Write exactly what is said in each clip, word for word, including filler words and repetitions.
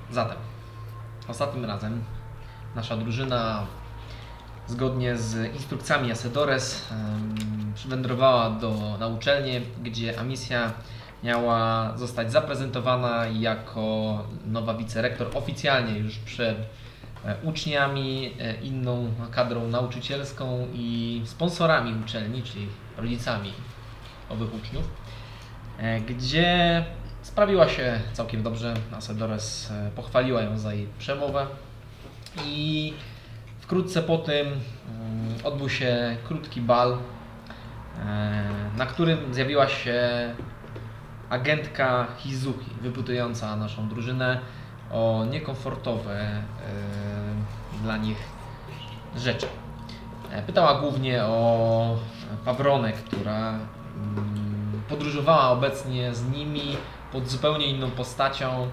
Zatem, ostatnim razem nasza drużyna zgodnie z instrukcjami Asedores przywędrowała do, na uczelnię, gdzie Amicia miała zostać zaprezentowana jako nowa wicerektor oficjalnie już przed uczniami, inną kadrą nauczycielską i sponsorami uczelni, czyli rodzicami owych uczniów, gdzie sprawiła się całkiem dobrze. Asedores pochwaliła ją za jej przemowę i wkrótce po tym odbył się krótki bal, na którym zjawiła się agentka Hizuki, wypytująca naszą drużynę o niekomfortowe dla nich rzeczy. Pytała głównie o Pawronę, która podróżowała obecnie z nimi pod zupełnie inną postacią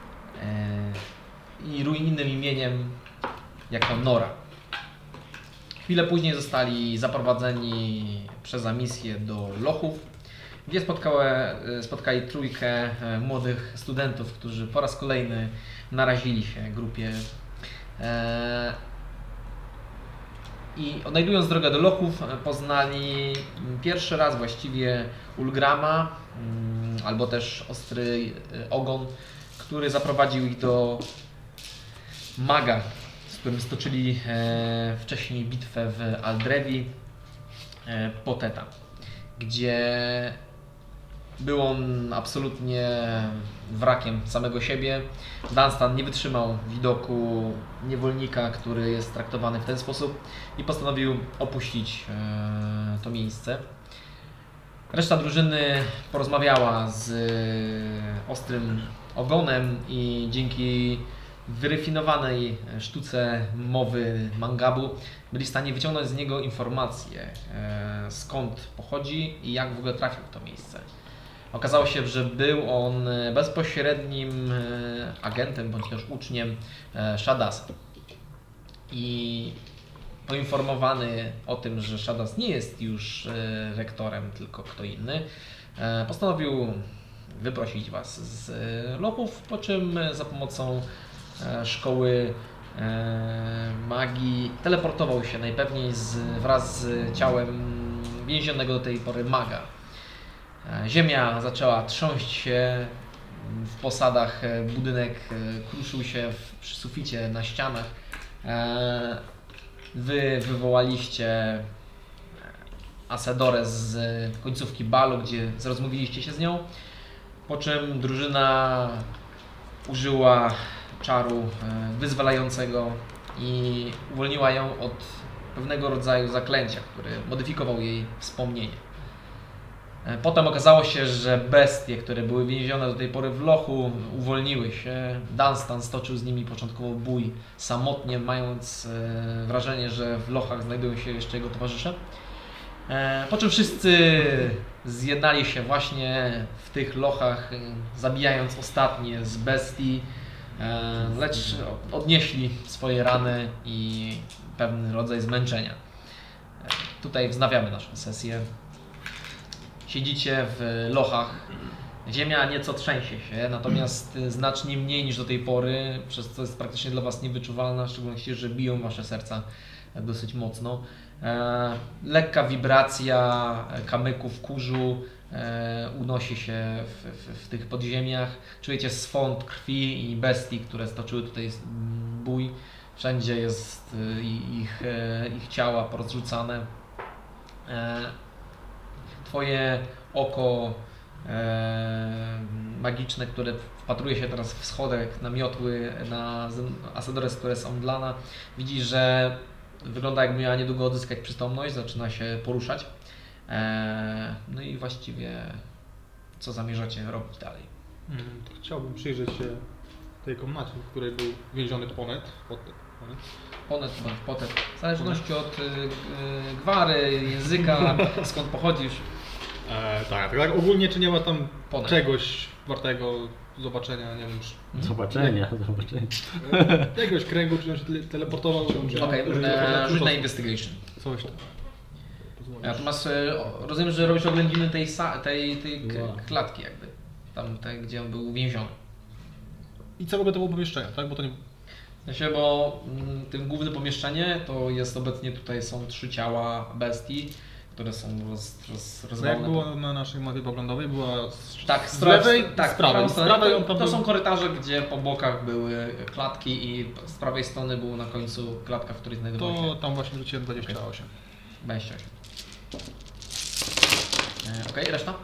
i innym imieniem jako Nora. Chwilę później zostali zaprowadzeni przez Amisję do lochów, gdzie spotkały, spotkali trójkę młodych studentów, którzy po raz kolejny narazili się grupie. I odnajdując drogę do lochów, poznali pierwszy raz właściwie Ulgrama, albo też Ostry Ogon, który zaprowadził ich do maga, z którym stoczyli wcześniej bitwę w Aldrewi Poteta, gdzie był on absolutnie wrakiem samego siebie. Dunstan nie wytrzymał widoku niewolnika, który jest traktowany w ten sposób i postanowił opuścić to miejsce. Reszta drużyny porozmawiała z Ostrym Ogonem i dzięki wyrafinowanej sztuce mowy Mangabu byli w stanie wyciągnąć z niego informacje, skąd pochodzi i jak w ogóle trafił w to miejsce. Okazało się, że był on bezpośrednim agentem bądź też uczniem Shadasa. I poinformowany o tym, że Shadas nie jest już rektorem, tylko kto inny, postanowił wyprosić Was z lochów, po czym za pomocą szkoły magii teleportował się najpewniej z, wraz z ciałem więzionego do tej pory maga. Ziemia zaczęła trząść się w posadach, budynek kruszył się w, przy suficie, na ścianach. Wy wywołaliście Asedores z końcówki balu, gdzie zrozmówiliście się z nią, po czym drużyna użyła czaru wyzwalającego i uwolniła ją od pewnego rodzaju zaklęcia, który modyfikował jej wspomnienie. Potem okazało się, że bestie, które były więzione do tej pory w lochu, uwolniły się. Dunstan stoczył z nimi początkowo bój samotnie, mając wrażenie, że w lochach znajdują się jeszcze jego towarzysze. Po czym wszyscy zjednali się właśnie w tych lochach, zabijając ostatnie z bestii, lecz odnieśli swoje rany i pewien rodzaj zmęczenia. Tutaj wznawiamy naszą sesję. Siedzicie w lochach. Ziemia nieco trzęsie się, natomiast znacznie mniej niż do tej pory, przez co jest praktycznie dla Was niewyczuwalna, w szczególności, że biją Wasze serca dosyć mocno. E, lekka wibracja kamyków kurzu e, unosi się w, w, w tych podziemiach. Czujecie swąd krwi i bestii, które stoczyły tutaj bój. Wszędzie jest ich, ich ciała porozrzucane. E, Twoje oko e, magiczne, które wpatruje się teraz w schodek na miotły na Asedores, które jest omdlana, widzi, że wygląda, jakby miała niedługo odzyskać przytomność, zaczyna się poruszać. E, no i właściwie co zamierzacie robić dalej? Hmm, chciałbym przyjrzeć się tej komnacie, w której był więziony Ponet. Potet, Ponet. Ponet bądź Potet. W zależności od y, y, gwary, języka, skąd pochodzisz. E, tak, tak, ogólnie czy nie ma tam Ponet. Czegoś wartego zobaczenia, nie wiem. Zobaczenia, zobaczenia. E, jakiegoś kręgu, czy on się tele- teleportował. Okej, okay, rzuć na investigation. Coś tam. Natomiast rozumiem, że robisz oględziny tej, tej, tej k- klatki jakby. Tam, te, gdzie on był uwięziony. I całego tego pomieszczenia, tak? Bo to nie... Znaczy, bo mm, tym główne pomieszczenie to jest obecnie tutaj są trzy ciała bestii, które są roz, roz, No rozwalone. jak było na naszej mapie poglądowej, była z, Tak, z z lewej, tak, z prawej. z Z prawej to, on tam to był... są korytarze, gdzie po bokach były klatki i z prawej strony był na końcu klatka, w której znajdował To się tam właśnie rzuciłem dwadzieścia osiem. dwadzieścia osiem. E, Okej, reszta?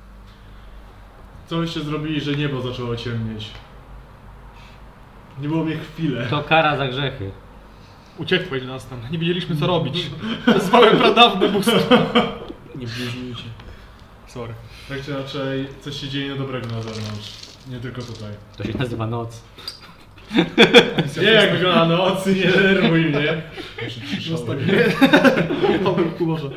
Co byście zrobili, że niebo zaczęło ciemnieć? Nie było mnie chwilę. To kara za grzechy. Uciekłeś do nas tam, nie wiedzieliśmy co robić. Zwałem pradawny bóstwo. Nie bliźnijcie. Sorry. Tak czy inaczej, coś się dzieje niedobrego na zewnątrz. Nie tylko tutaj. To się nazywa noc. Nie jak wygląda noc, nie denerwuj mnie. Zostawię. Kuborze.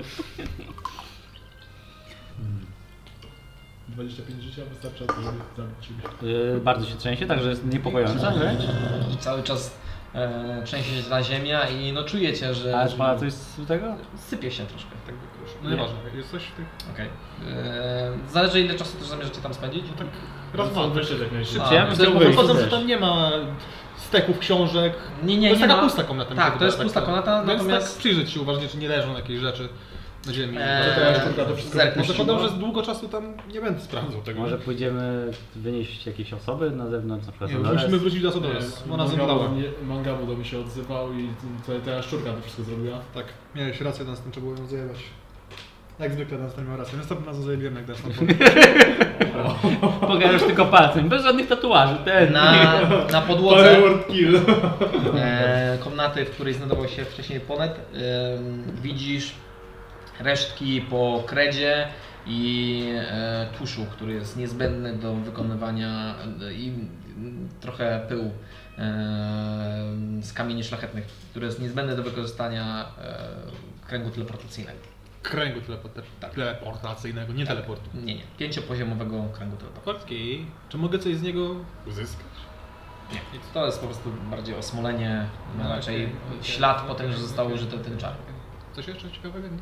dwadzieścia pięć życia wystarcza, żeby zabić ciebie. Yy, bardzo się trzęsie, także jest niepokojąca wręcz. Cały czas e, trzęsie się ta ziemia i no czujecie, że... Ale że ma coś z tego? sypie się troszkę. Tak. No nieważne, jest coś w tych... Okej. E, Zależy ile czasu też zamierzacie tam spędzić? No tak Raz raz, wam dwa, wyszedł jak najszybciej. A, Ja bym to chciał jest wyjść Poza tym, też. że tam nie ma steków, książek. Nie, nie, to jest nie taka ma. pusta komnata. mi Tak, się to wydaje, jest pusta komnata, Więc natomiast- tak przyjrzeć się uważnie, czy nie leżą jakieś rzeczy na ziemi. Eee, Może to jaszczurka to wszystko... zerknąć Bo zakładam, siła. że z długo czasu tam nie będę sprawdzał tego. Może pójdziemy wynieść jakieś osoby na zewnątrz, na przykład Nie, Dolores? musimy wrócić do Sodores. Ona zemdlała. Mangabu do mnie się odzywał i to, ta jaszczurka to wszystko zrobiła. Tak, miałeś rację, nas tym trzeba było ją zajebać. Jak zwykle nas ten miał rację. Następnym razem zajebiemy, jak dasz nam Pokażesz tylko palcem, bez żadnych tatuaży. Ten. Na, na podłodze Power kill. e, komnaty, w której znajdował się wcześniej Ponet, e, widzisz resztki po kredzie i e, tuszu, który jest niezbędny do wykonywania e, i mm, trochę pyłu e, z kamieni szlachetnych, który jest niezbędny do wykorzystania e, kręgu teleportacyjnego. kręgu teleporta- Tak. teleportacyjnego, nie teleportu. Nie, nie, pięciopoziomowego kręgu teleportacyjnego. Okej. Czy mogę coś z niego uzyskać? Nie, to jest po prostu bardziej osmolenie, no, No, raczej okej, okej, ślad okej, po tym, okej, że został okej. użyty ten czar. Coś jeszcze ciekawego? Nic?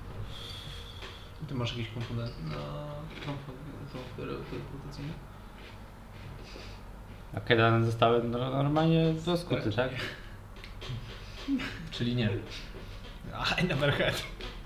Ty masz jakiś komponent na teleportacyjny? Okej, dane zostały no- normalnie rozkuty, tak? Czyli nie. I never had.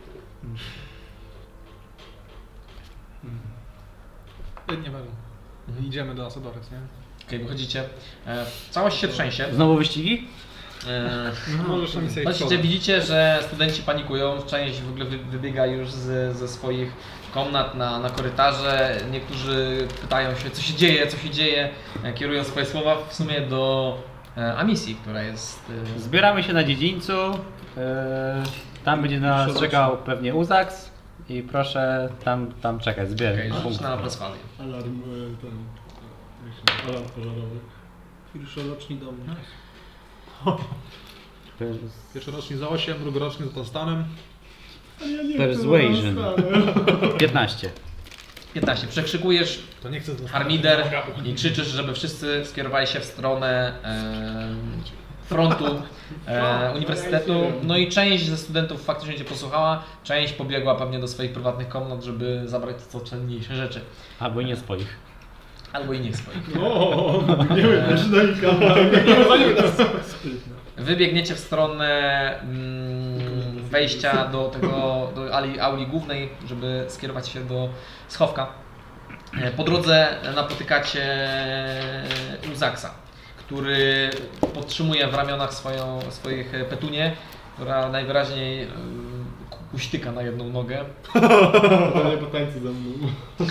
Hmm. Nie wiem. Idziemy do Asadores, nie? Okej, wychodzicie. E, całość się trzęsie. Znowu wyścigi? E, Możesz na misję Właściwie widzicie, że studenci panikują, część w ogóle wy, wybiega już z, ze swoich komnat na, na korytarze. Niektórzy pytają się, co się dzieje, co się dzieje, e, kierują swoje słowa w sumie do e, Amisji, która jest... E, Zbieramy się na dziedzińcu. Yy, tam będzie nas czekał pewnie Uzax. I proszę tam, tam czekać, zbierać. Okej, rzuć na perswazję. Alarm, e, ten... jak się- Alarm pożarowy. Pierwszoroczni do mnie. Pierwszy rocznik za osiem, drugi rocznik za Tostanem. Persuasion. piętnaście. piętnaście. Przekrzykujesz To nie chcę z Armider i krzyczysz, żeby wszyscy skierowali się w stronę e, frontu e, uniwersytetu. No i część ze studentów faktycznie Cię posłuchała, część pobiegła pewnie do swoich prywatnych komnat, żeby zabrać co cenniejsze rzeczy. Albo i nie swoich. Albo i nie swoich. O, nie wiem, zaczyna i Wybiegniecie w stronę mm, wejścia do tego, do ali, auli głównej, żeby skierować się do schowka. E, Po drodze napotykacie Uzaksa, który podtrzymuje w ramionach swoją, swoich petunie, która najwyraźniej em, ku- kuśtyka na jedną nogę. To nie po tańcu ze mną.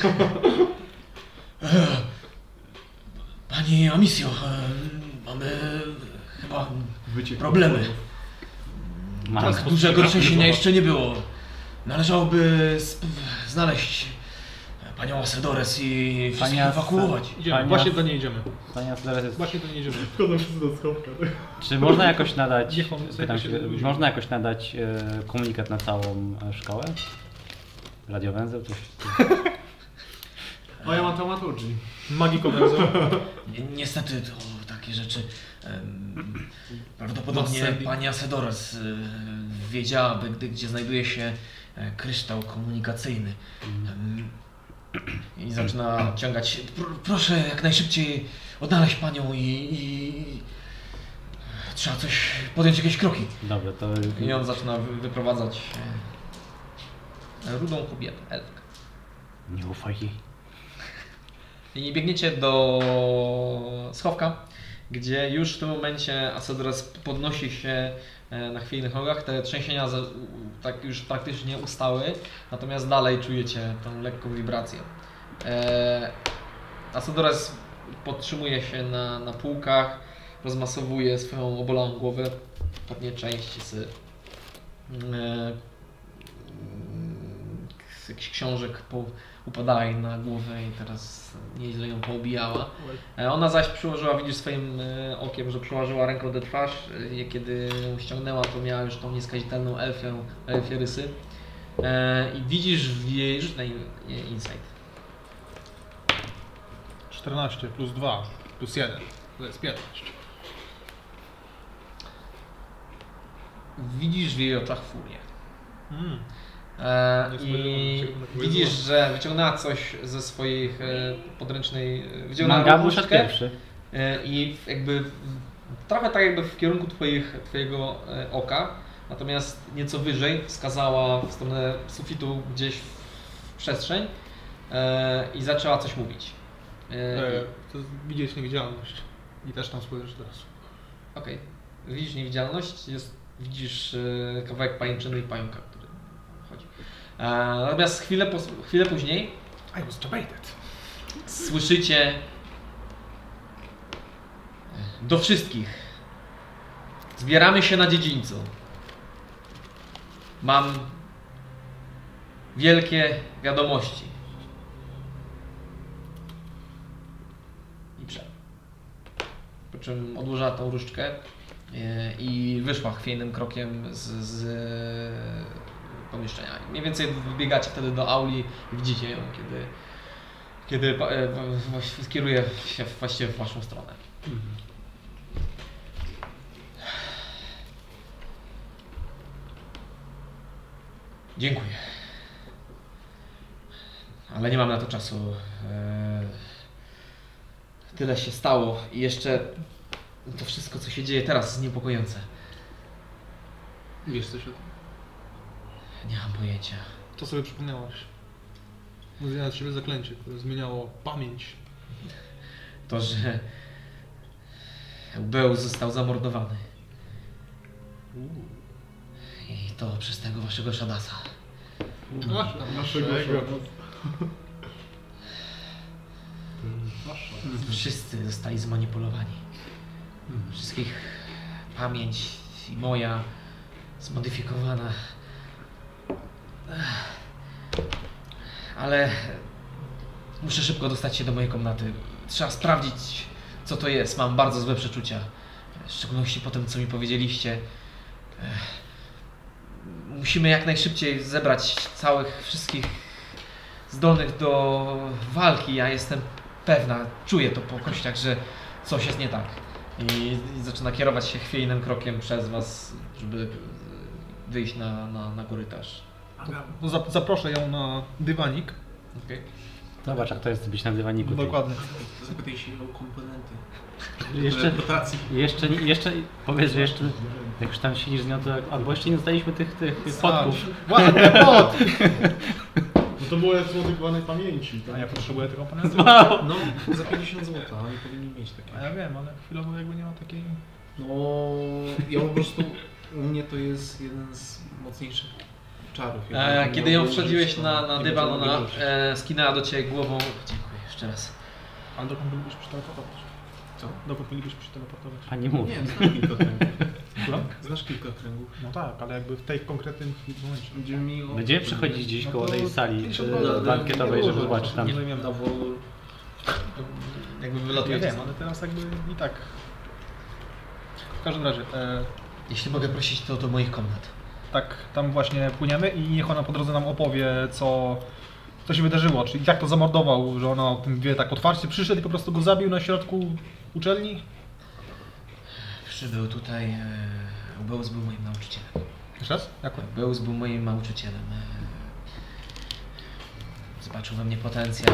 Pani Amisjo, mamy chyba Wyciek. problemy. Mam. Tak dużego trzęsienia jeszcze nie było. Należałoby sp- znaleźć panią Asadores i wszystkich Pani ewakuować. Idziemy, Pani właśnie As- do niej idziemy. Pani Asleres jest... Właśnie do niej idziemy. Wchodzą wszyscy do schowka. Czy można jakoś nadać, Niech on sobie pytam się się, luźni. można jakoś nadać e, komunikat na całą e, szkołę? Radiowęzeł, coś? O, ja mam taumaturgii. Magiko węzeł. Ni- Niestety to takie rzeczy. em, Prawdopodobnie Masebi. pani Asadores y, wiedziałaby, gdy, gdzie znajduje się e, kryształ komunikacyjny. Em, I zaczyna ciągać. Proszę jak najszybciej odnaleźć panią i, i... trzeba coś, podjąć jakieś kroki. Dobra, to... I on zaczyna wy, wyprowadzać rudą kobietę, elfkę. Nie ufaj jej. I biegniecie do schowka, gdzie już w tym momencie Asadras podnosi się na chwiejnych nogach. Te trzęsienia za, tak już praktycznie ustały, natomiast dalej czujecie tą lekką wibrację. E, Asadras podtrzymuje się na, na półkach, rozmasowuje swoją obolałą głowę, pewnie część z, e, z jakichś książek po, upadała jej na głowę i teraz nieźle ją poobijała. E, ona zaś przyłożyła, widzisz swoim e, okiem, że przyłożyła ręką do twarz. E, kiedy ją ściągnęła, to miała już tą nieskazitelną elfię, elfię rysy. E, I widzisz w jej... Rzuć na in, insight. czternaście plus dwa plus jeden to jest piętnaście. Widzisz w jej oczach furię. Mm. E, Nie I spodziewałem się, widzisz, że wyciągnęła coś ze swoich e, podręcznej... Wyciągnęła Mangabusz różdżkę pierwszy. e, i jakby w, trochę tak jakby w kierunku twoich, twojego e, oka, natomiast nieco wyżej wskazała w stronę sufitu gdzieś w, w przestrzeń e, i zaczęła coś mówić. E, E, to jest widzieć niewidzialność. I też tam spojrzysz teraz. Okej. Okay. Widzisz niewidzialność, jest, widzisz e, kawałek pajęczyny i pająka, który chodzi. E, natomiast chwilę, po, chwilę później I was debated. słyszycie do wszystkich. Zbieramy się na dziedzińcu. Mam wielkie wiadomości. I przerwa. Po czym odłożyła tą różdżkę i wyszła chwiejnym krokiem z, z pomieszczenia. Mniej więcej wybiegacie wtedy do auli i widzicie ją, kiedy, kiedy skieruje się właściwie w waszą stronę. Mhm. Dziękuję. Ale nie mam na to czasu. Tyle się stało i jeszcze to wszystko, co się dzieje teraz, jest niepokojące. Wiesz coś o tym? Nie mam pojęcia. Co sobie przypomniałaś? Mówiła z siebie zaklęcie, które zmieniało pamięć. To, że Eubeus został zamordowany. I to przez tego waszego Shadasa. Naszego Wszyscy zostali zmanipulowani. Wszystkich pamięć i moja zmodyfikowana. Ale muszę szybko dostać się do mojej komnaty. Trzeba sprawdzić, co to jest. Mam bardzo złe przeczucia. W szczególności po tym, co mi powiedzieliście. Musimy jak najszybciej zebrać całych wszystkich zdolnych do walki. Ja jestem pewna, czuję to po kościach, że coś jest nie tak. I, i zaczyna kierować się chwiejnym krokiem przez was, żeby wyjść na, na, na korytarz. To za, zaproszę ją na dywanik. Okay. Zobacz, jak to jest być na dywaniku. Dokładnie. Zapytaj się o komponenty. Jeszcze, Rotacji. jeszcze, jeszcze, powiedz, że jeszcze, jak już tam siedzisz z nią, to albo jeszcze nie dostaliśmy tych, tych podków. Ładny pod! No to było jak zmodyfikowanej pamięci. Tak? A ja potrzebuję tego komponentu. No, za pięćdziesiąt złotych, oni powinni mieć takie. A ja wiem, ale chwilowo jakby nie ma takiej... No, ja po prostu, u mnie to jest jeden z mocniejszych czarów. E, kiedy ją wsadziłeś to na, na nie dywan, będę ona mogła użyć. e, skinęła do ciebie głową. Dziękuję jeszcze raz. Ale dokąd bylibyśmy przeteleportować? Co? Dokąd bylibyśmy przeteleportować? A nie mów. Nie, znasz kilka kręgów. Która? Znasz kilka kręgów. No tak, ale jakby w tej konkretnym momencie. Będziemy mieli o... Będziemy przechodzić gdzieś No koło to tej sali pięćdziesiąt czy dolarów. bankietowej, żeby zobaczyć tam. Nie wiem, No bo... Jakby ja wylatujecie. wiem, ale teraz jakby i tak. W każdym razie, e, Jeśli mogę prosić, to do moich komnat. tak tam właśnie płyniemy i niech ona po drodze nam opowie, co, co się wydarzyło. Czyli jak to zamordował, że ona o tym wie tak otwarcie, przyszedł i po prostu go zabił na środku uczelni? Przybył tutaj. E, Eubeus był moim nauczycielem. Jeszcze raz? Jak? Eubeus był moim nauczycielem. E, zobaczył we mnie potencjał.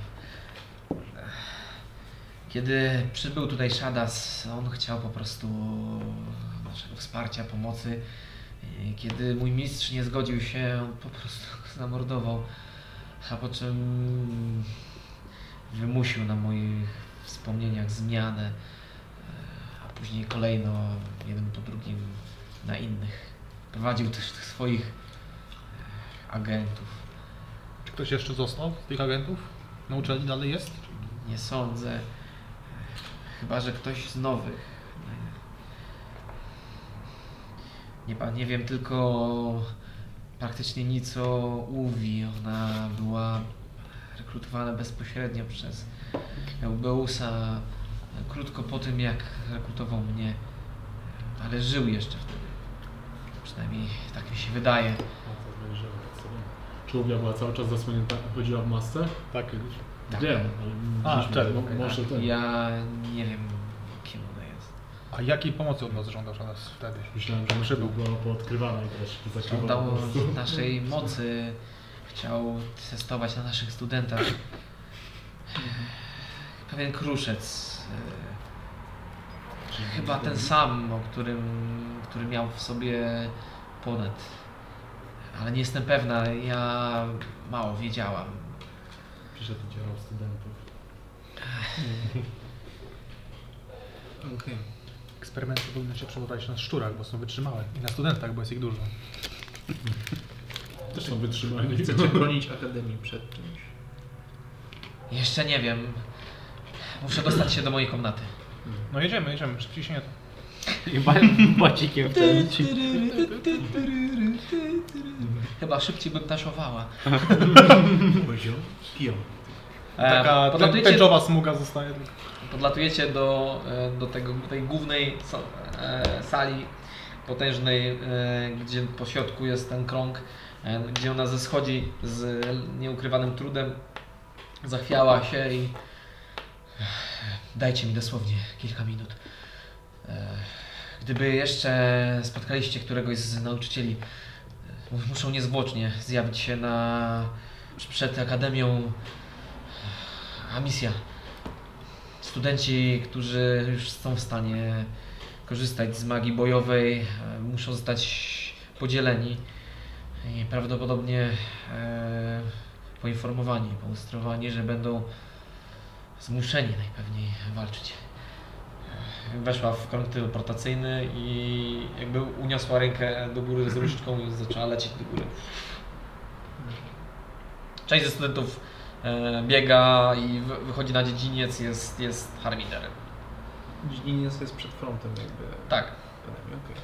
Kiedy przybył tutaj Shadas, on chciał po prostu naszego wsparcia, pomocy. I kiedy mój mistrz nie zgodził się, on po prostu zamordował, a po czym wymusił na moich wspomnieniach zmianę, a później kolejno, jeden po drugim, na innych. Prowadził też tych swoich agentów. Czy ktoś jeszcze został z tych agentów? Na uczelni dalej jest? Nie sądzę. Chyba że ktoś z nowych. Nie, nie, nie wiem tylko praktycznie nic o Uwi. Ona była rekrutowana bezpośrednio przez Eubeusa krótko po tym, jak rekrutował mnie, ale żył jeszcze wtedy. Przynajmniej tak mi się wydaje. Czy Uwia była cały czas zasłonięta, chodziła w masce? Tak. Tak. Wiem, ale A, myślę, tak, że mo- okej. może ten. Ja nie wiem, kim ona jest. A jakiej pomocy od nas żądał nas wtedy? Myślałem, że Przybył. przybył go poodkrywana i też zakrywał Żądał po prostu. naszej mocy, chciał testować na naszych studentach. Pewien kruszec, e, chyba ten sam, o którym, który miał w sobie Ponet. Ale nie jestem pewna, ja mało wiedziałam. Przyszedł i dzierał studentów. Okej. Eksperymenty powinny się przeprowadzić na szczurach, bo są wytrzymałe. I na studentach, bo jest ich dużo. Też są wytrzymani. Chcecie bronić Akademii przed czymś? Jeszcze nie wiem. Muszę dostać się do mojej komnaty. No jedziemy, jedziemy, szybciej się nie da. I ba- bocikiem w ten ci... Chyba szybciej bym taszowała. Poziom? Pion. E, Taka podlatujecie, tęczowa smuga zostaje tylko. podlatujecie do, e, do tego, tej głównej sa- e, sali potężnej, e, gdzie po środku jest ten krąg, e, gdzie ona zeschodzi z nieukrywanym trudem. Zachwiała się i dajcie mi dosłownie kilka minut. E, Gdyby jeszcze spotkaliście któregoś z nauczycieli, e, muszą niezwłocznie zjawić się na, przed Akademią. A misja. Studenci, którzy już są w stanie korzystać z magii bojowej, e, muszą zostać podzieleni i prawdopodobnie e, poinformowani, poinstruowani, że będą zmuszeni najpewniej walczyć. Weszła w krąg teleportacyjny i jakby uniosła rękę do góry z różdżką i zaczęła lecieć do góry. Część ze studentów e, biega i wy, wychodzi na dziedziniec, jest, jest harmiderem. Dziedziniec jest przed frontem jakby Tak. Akademii, okej.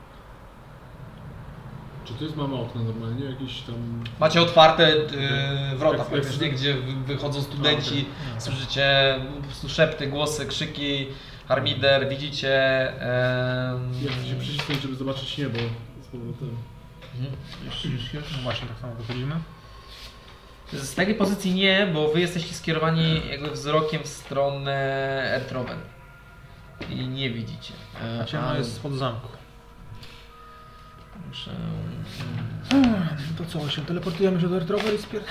Czy to jest mama okno normalnie? Jakieś tam... Macie otwarte y, wrota Jak- praktycznie, jak- gdzie wy- wychodzą studenci, słyszycie po prostu szepty, głosy, krzyki, harmider, widzicie... em, Jak się przycisnąć, żeby zobaczyć niebo z powrotem. mhm. Już, już, już. No właśnie, tak samo wychodzimy. Z takiej pozycji nie, bo wy jesteście skierowani jakby wzrokiem w stronę Ertrowen i nie widzicie. E, A ciemno jest spod zamku. Muszę... To co, się teleportujemy się do Ertrover i spier...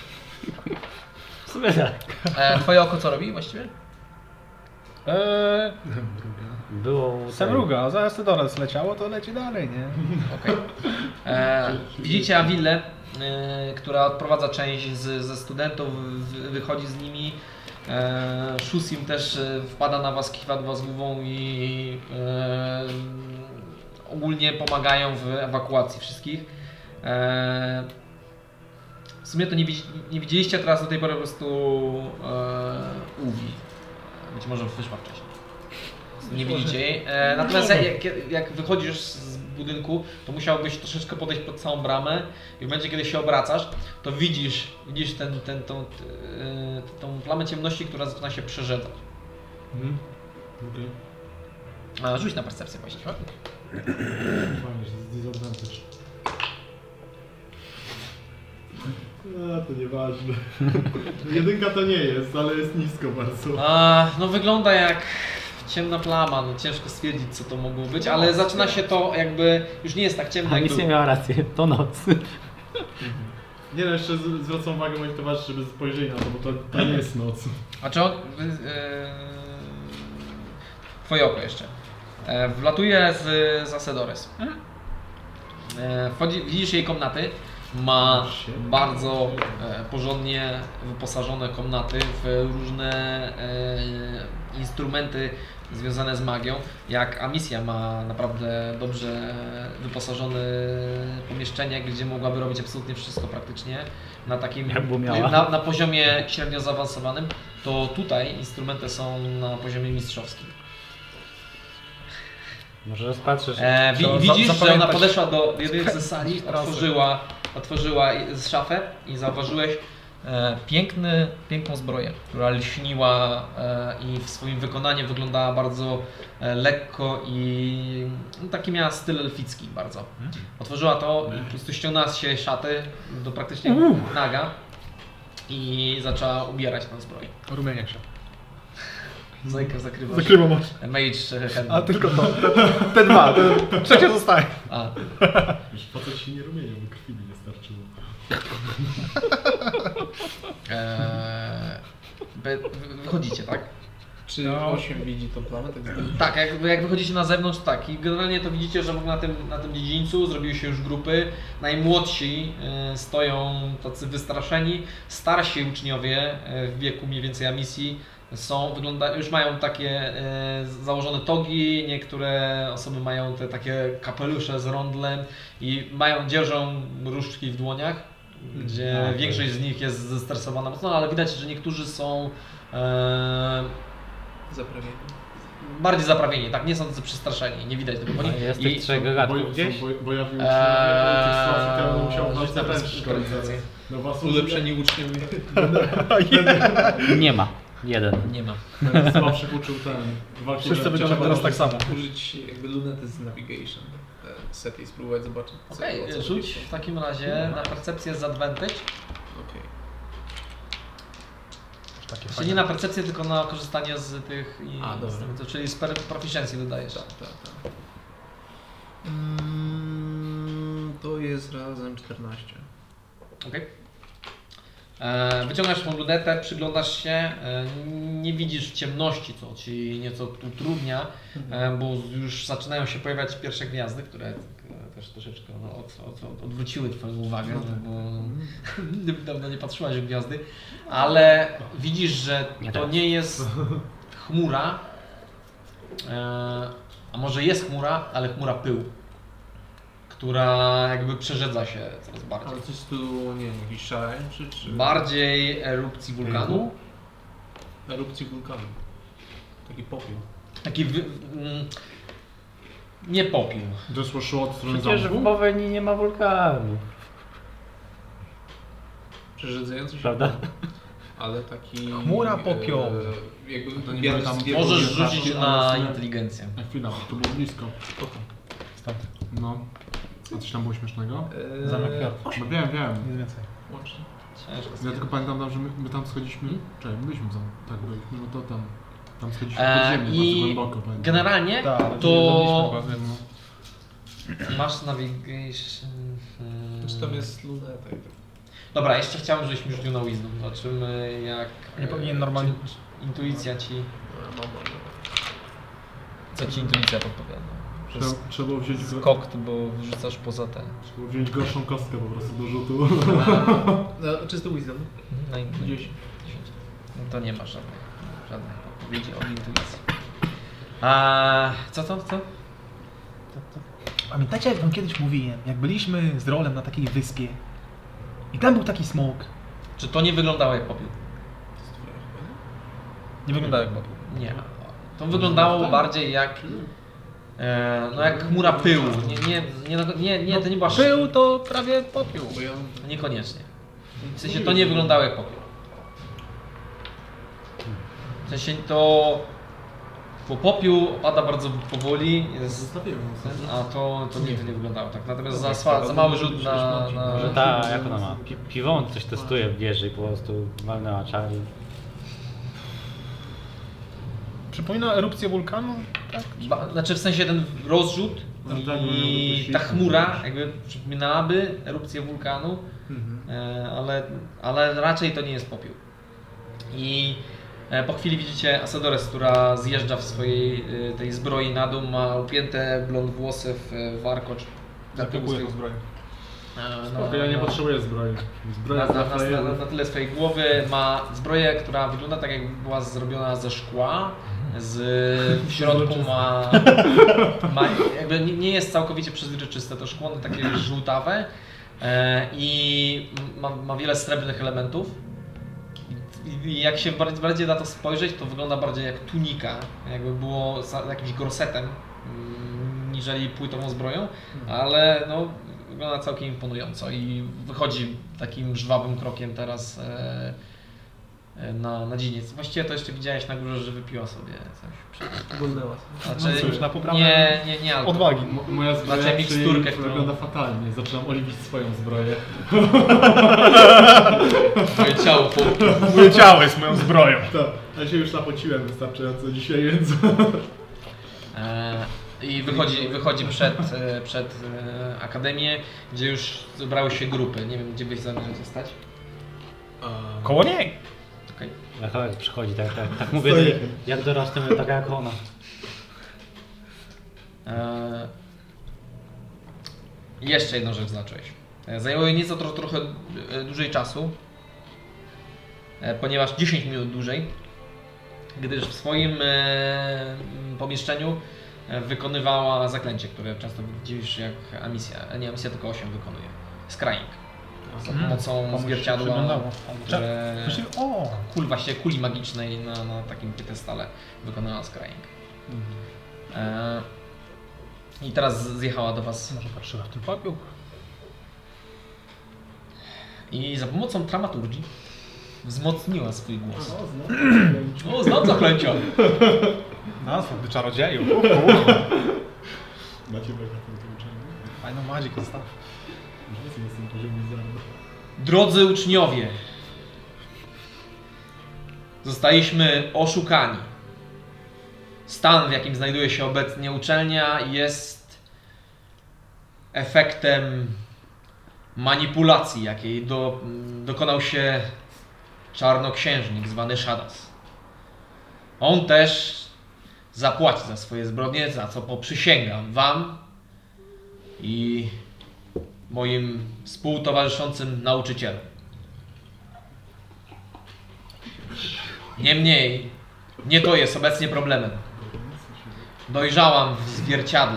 W sumie tak. E, twoje oko co robi właściwie? Eee, Było... Semruga, a zaraz Tedoras leciało, to leci dalej, nie? Okej. E, Widzicie Awillę, e, która odprowadza część z, ze studentów, w, wychodzi z nimi. E, Shusim też e, wpada na was, kiwa do was głową i e, ogólnie pomagają w ewakuacji wszystkich. E, w sumie to nie, widzi, nie widzieliście, teraz do tej pory po prostu e, Uwi. Być może wyszła wcześniej. Nie widzicie jej. E, natomiast jak, jak wychodzisz z budynku, to musiałbyś troszeczkę podejść pod całą bramę i w momencie, kiedy się obracasz, to widzisz, widzisz ten, ten, tą, t, y, tą plamę ciemności, która zaczyna się przerzedzać. Mhm. Okej. A, rzuć na percepcję właściwie. Fajnie, że jest disadvantage. A, to nieważne. Jedynka to nie jest, ale jest nisko bardzo. A, no wygląda jak ciemna plama, no ciężko stwierdzić, co to mogło być, ale zaczyna się to jakby, już nie jest tak ciemno A jak nic nie było. miała rację, to noc. Nie no, jeszcze z- zwracam uwagę moich towarzyszy, żeby spojrzeli na to, bo to, to nie jest noc. A czy on... Yy, twoje oko jeszcze. E, wlatuje z, z Asedores. E, wchodzi, widzisz jej komnaty. Ma bardzo e, porządnie wyposażone komnaty w różne e, instrumenty związane z magią. Jak Amicia ma naprawdę dobrze wyposażone pomieszczenie, gdzie mogłaby robić absolutnie wszystko praktycznie na takim Jakby miała. na, na poziomie średnio zaawansowanym, to tutaj instrumenty są na poziomie mistrzowskim. Może rozpatrzysz. E, wi, Trzeba widzisz, za- że ona zapamiętać podeszła do jednej ze sali, trasy. otworzyła, otworzyła z szafę i zauważyłeś e, piękny, piękną zbroję, która lśniła e, i w swoim wykonaniu wyglądała bardzo e, lekko i no, taki miała styl elficki bardzo. Otworzyła to i po prostu ściągnęła z siebie szaty do praktycznie naga i zaczęła ubierać tę zbroję. Rumieniek się. Zajka zakrywasz. Zakrywam oczy. Mage hand. A tylko to. Te, te dwa, te trzecie zostaje. A, Już facet się nie rumienią, bo krwi mi nie starczyło. Eee, wy- wy- wychodzicie, tak? Czy No. osiem widzi tą plamę? Tak zbyt? Tak, jak, jak wychodzicie na zewnątrz, tak. I generalnie to widzicie, że w ogóle na tym, na tym dziedzińcu zrobiły się już grupy. Najmłodsi e, stoją tacy wystraszeni. Starsi uczniowie e, w wieku mniej więcej Amisji są, wygląda, już mają takie e, założone togi, niektóre osoby mają te takie kapelusze z rondlem i mają, dzierżą różdżki w dłoniach, gdzie A, okej. większość z nich jest zestresowana mocno, ale widać, że niektórzy są e, Zaprawienie. bardziej zaprawieni, tak, nie są tacy przestraszeni, nie widać tego po nich. Jest I tych trzech gagatków Boj, gdzieś? boj, bojawi uczniowie Eee, tych sytuacji, to ja bym musiał was rzuć na też perce- szkolić. percepcję. No was Ulepszeni uczniowie. Nie ma. Jeden. nie ma. słabszych uczył ten. walki Wszyscy wręcz. będziemy teraz tak samo. Użyć jakby lunety z navigation. Te sety i spróbować zobaczyć. co- Okej, o co rzuć chodzi. w takim razie na percepcję z advantage. Okej. Takie Czyli fajne. nie na percepcję, tylko na korzystanie z tych, i, A, dobra. z tego, czyli z per- proficiency dodajesz. Tak, tak, tak. Mm, to jest razem czternaście. Okej. E, Wyciągasz tą lunetę, przyglądasz się, e, nie widzisz w ciemności, co ci nieco utrudnia, e, bo już zaczynają się pojawiać pierwsze gwiazdy, które e, też troszeczkę no, od, od, odwróciły Twoją uwagę, no, bo dawno nie patrzyłaś w gwiazdy, ale widzisz, że Nie to teraz. nie jest chmura, e, a może jest chmura, ale chmura pyłu, która jakby przerzedza się coraz bardziej. Ale coś tu, nie wiem, jakiś szarańczy czy... Bardziej erupcji wulkanu. Erupcji wulkanu. Taki popiół. Taki wy... mm, nie popiół. Doszło szło od strony Przecież w zamku? Bowenii nie ma wulkanu. Przerzedzający się, Prawda? ale taki... Chmura popiołu. E, jakby To nie wiatr było tam- z wielką Możesz wiatrem. rzucić ale na w sumie- inteligencję. Na chwilę, to było blisko. Spoko. Stąd. No. A coś tam było śmiesznego? E, Zamek kwiatów. No wiem, wiem. Nic więcej. Łącznie. Ciężko Ja tylko pamiętam, tam, że my, my tam schodziliśmy. Czekaj, my byliśmy tam. Tak, byliśmy, no to tam. Tam schodziliśmy E, pod ziemię, i bardzo głęboko. pamiętam. Generalnie Tak, ale to nie zabiliśmy chyba, wiem, masz navigation. Znaczy tam jest luneta i tak. Dobra, jeszcze chciałem, żebyś mi rzucił na wisdom. Zobaczymy jak. Nie powinien normalnie- czy Intuicja ci. No, no, no. Co ci intuicja podpowiada? Trzeba, trzeba było wziąć, go, Skok, bo wyrzucasz poza ten. trzeba było wziąć gorszą kostkę po prostu do rzutu. No, czysty wisdom. Na intuicję. dziesięć. No to nie ma żadnej, żadnej odpowiedzi od intuicji. A co to? Co? Pamiętacie, jak wam kiedyś mówiłem, jak byliśmy z Rolem na takiej wyspie i tam był taki smok. Czy to nie wyglądało jak popiół? Nie wyglądał jak popiół. Nie. To wyglądało bardziej jak. E, no jak chmura pyłu. Nie, nie, nie, nie, nie to nie była sz- Był to prawie popiół. Bo ja... Niekoniecznie. W sensie to nie wyglądało jak popiół. W sensie to. Bo popiół opada bardzo powoli, jest, Zostawiłem a to, to nigdy nie wyglądało tak. Natomiast za, Dobra, sła- to za mały może rzut być na. bardziej. na Może ta, jak ona ma? Pi piwą coś testuje w wieży i po prostu walnęła czary. Przypomina erupcję wulkanu? Tak? Ba, znaczy w sensie ten rozrzut Tak, tak, i jakby ta to chmura świeci. jakby przypominałaby erupcję wulkanu, e, ale, ale raczej to nie jest popiół. I e, po chwili widzicie Asadores, która zjeżdża w swojej e, tej zbroi na dół, ma upięte blond włosy w warkocz. Zakupuję tą zbroję. E, Spoko, ja nie potrzebuję zbroi. Zbroja na, na, na, na, na, na tyle swojej głowy ma zbroję, która wygląda tak, jakby była zrobiona ze szkła. Z, w środku ma, ma jakby nie, nie jest całkowicie przezroczyste to szkło, no takie żółtawe e, i ma, ma wiele srebrnych elementów. I, I jak się bardziej, bardziej na to spojrzeć, to wygląda bardziej jak tunika, jakby było za jakimś gorsetem, mm, niżeli płytową zbroją, ale no, wygląda całkiem imponująco i wychodzi takim żwawym krokiem teraz e, na, na dziedziniec. Właściwie to jeszcze widziałeś na górze, że wypiła sobie coś. Oglądała. Znaczy, No cóż, na poprawę nie, nie, nie alkohol. odwagi. Mo- Moja zbroja Znaczy miksturkę, którą... którą- wygląda fatalnie. Zaczynam oliwić swoją zbroję. Moje ciało po... Moje ciało jest moją zbroją. Tak, ale się już napociłem wystarczająco dzisiaj, więc... E, I wychodzi, wychodzi przed, e, przed e, akademię, gdzie już zebrały się grupy. Nie wiem, gdzie byś zamierzał zostać. Koło niej. Okay. Jak przychodzi, tak, tak, tak mówię, Stoję. jak dorastamy, tak jak ona. E, jeszcze jedną rzecz zacząłeś. E, Zajęło jej nieco tro, trochę e, dłużej czasu, e, ponieważ dziesięć minut dłużej, gdyż w swoim e, pomieszczeniu e, wykonywała zaklęcie, które często widzisz jak Amisja, e, nie Amisja, tylko osiem wykonuje. Scrying. Za Mm, pomocą komuś się zwierciadła, przyglądało. które Znaczy, o! kul, właściwie kuli magicznej na, na takim piedestale wykonała Scrying. E, I teraz zjechała do Was Może patrzyła w tym popiół. i za pomocą dramaturgii wzmocniła swój głos. O, znowu. O, znam zaklęcia! Nazwa, gdy czarodzieju. Macie beka w tym tłumaczeniu? Fajną magic zostaw. Że jestem poziomie zarno. Drodzy uczniowie, zostaliśmy oszukani. Stan, w jakim znajduje się obecnie uczelnia, jest efektem manipulacji, jakiej do, dokonał się czarnoksiężnik zwany Shadas. On też zapłaci za swoje zbrodnie, za co poprzysięgam wam i moim współtowarzyszącym nauczycielom. Niemniej, nie to jest obecnie problemem. Dojrzałam w zwierciadle.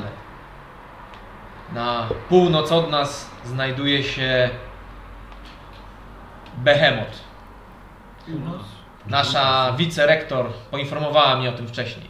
Na północ od nas znajduje się Behemoth. Nasza wicerektor poinformowała mnie o tym wcześniej.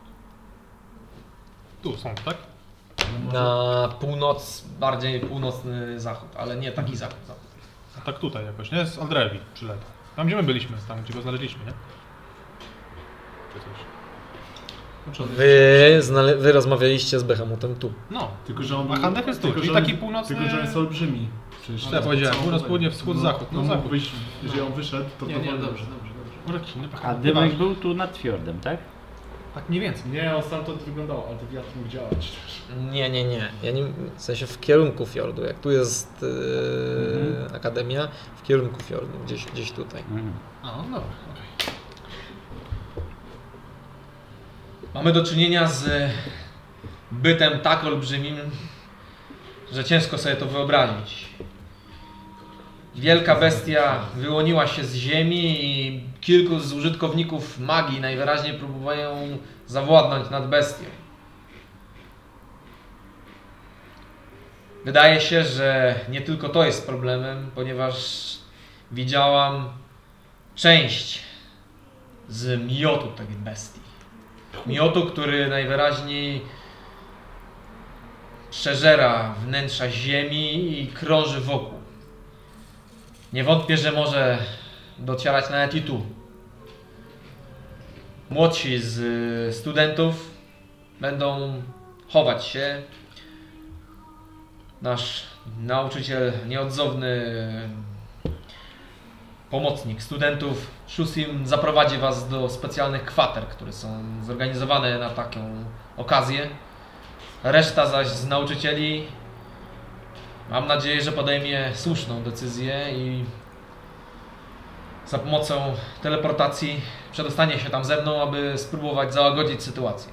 Tu są, tak? Na północ, bardziej północny zachód, ale nie taki zachód. zachód. A tak tutaj jakoś, nie? Z Aldrewi przyleta. Tam gdzie my byliśmy, tam gdzie go znaleźliśmy, nie? Czy coś. Wy, znale- wy rozmawialiście z Behemotem tu. No. Tylko, że on A Handew jest tu, tylko, czyli że on- taki północny- Tylko, że on jest olbrzymi. Przecież Co ja powiedziałem? Północ, południe, wschód, no, zachód. No, No mógł zachód. być, jeżeli on wyszedł, to Nie, to nie, wolno. dobrze, dobrze, dobrze. Urekiny, A Dymek był tu nad fiordem, tak? Tak mniej więcej. Nie, on stamtąd wyglądał, ale to wiatr mógł działać. Nie, nie, nie. Ja nie. W sensie w kierunku fiordu. Jak tu jest yy, Mhm. akademia, w kierunku fiordu, gdzieś, gdzieś tutaj. Mhm. A, no dobra, okej. Mamy do czynienia z bytem tak olbrzymim, że ciężko sobie to wyobrazić. Wielka bestia wyłoniła się z ziemi i kilku z użytkowników magii najwyraźniej próbują zawładnąć nad bestią. Wydaje się, że nie tylko to jest problemem, ponieważ widziałam część z miotu tej bestii. Miotu, który najwyraźniej przeżera wnętrza ziemi i krąży wokół. Nie wątpię, że może docierać nawet i tu. Młodsi z studentów będą chować się. Nasz nauczyciel, nieodzowny pomocnik studentów, Shusim, zaprowadzi was do specjalnych kwater, które są zorganizowane na taką okazję. Reszta zaś z nauczycieli Mam nadzieję, że podejmie słuszną decyzję i za pomocą teleportacji przedostanie się tam ze mną, aby spróbować załagodzić sytuację.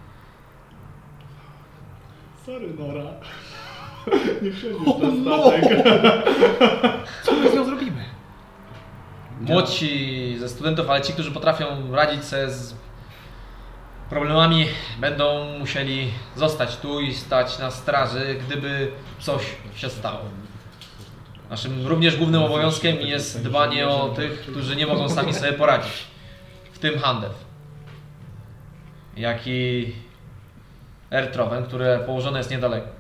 Sorry, Nora. Nie wsiądziesz na statek. Co my z nią zrobimy? Młodsi ze studentów, ale ci, którzy potrafią radzić sobie z problemami, będą musieli zostać tu i stać na straży, gdyby coś się stało. Naszym również głównym obowiązkiem jest dbanie o tych, którzy nie mogą sami sobie poradzić, w tym Handel, jak i Ertroven, które położone jest niedaleko.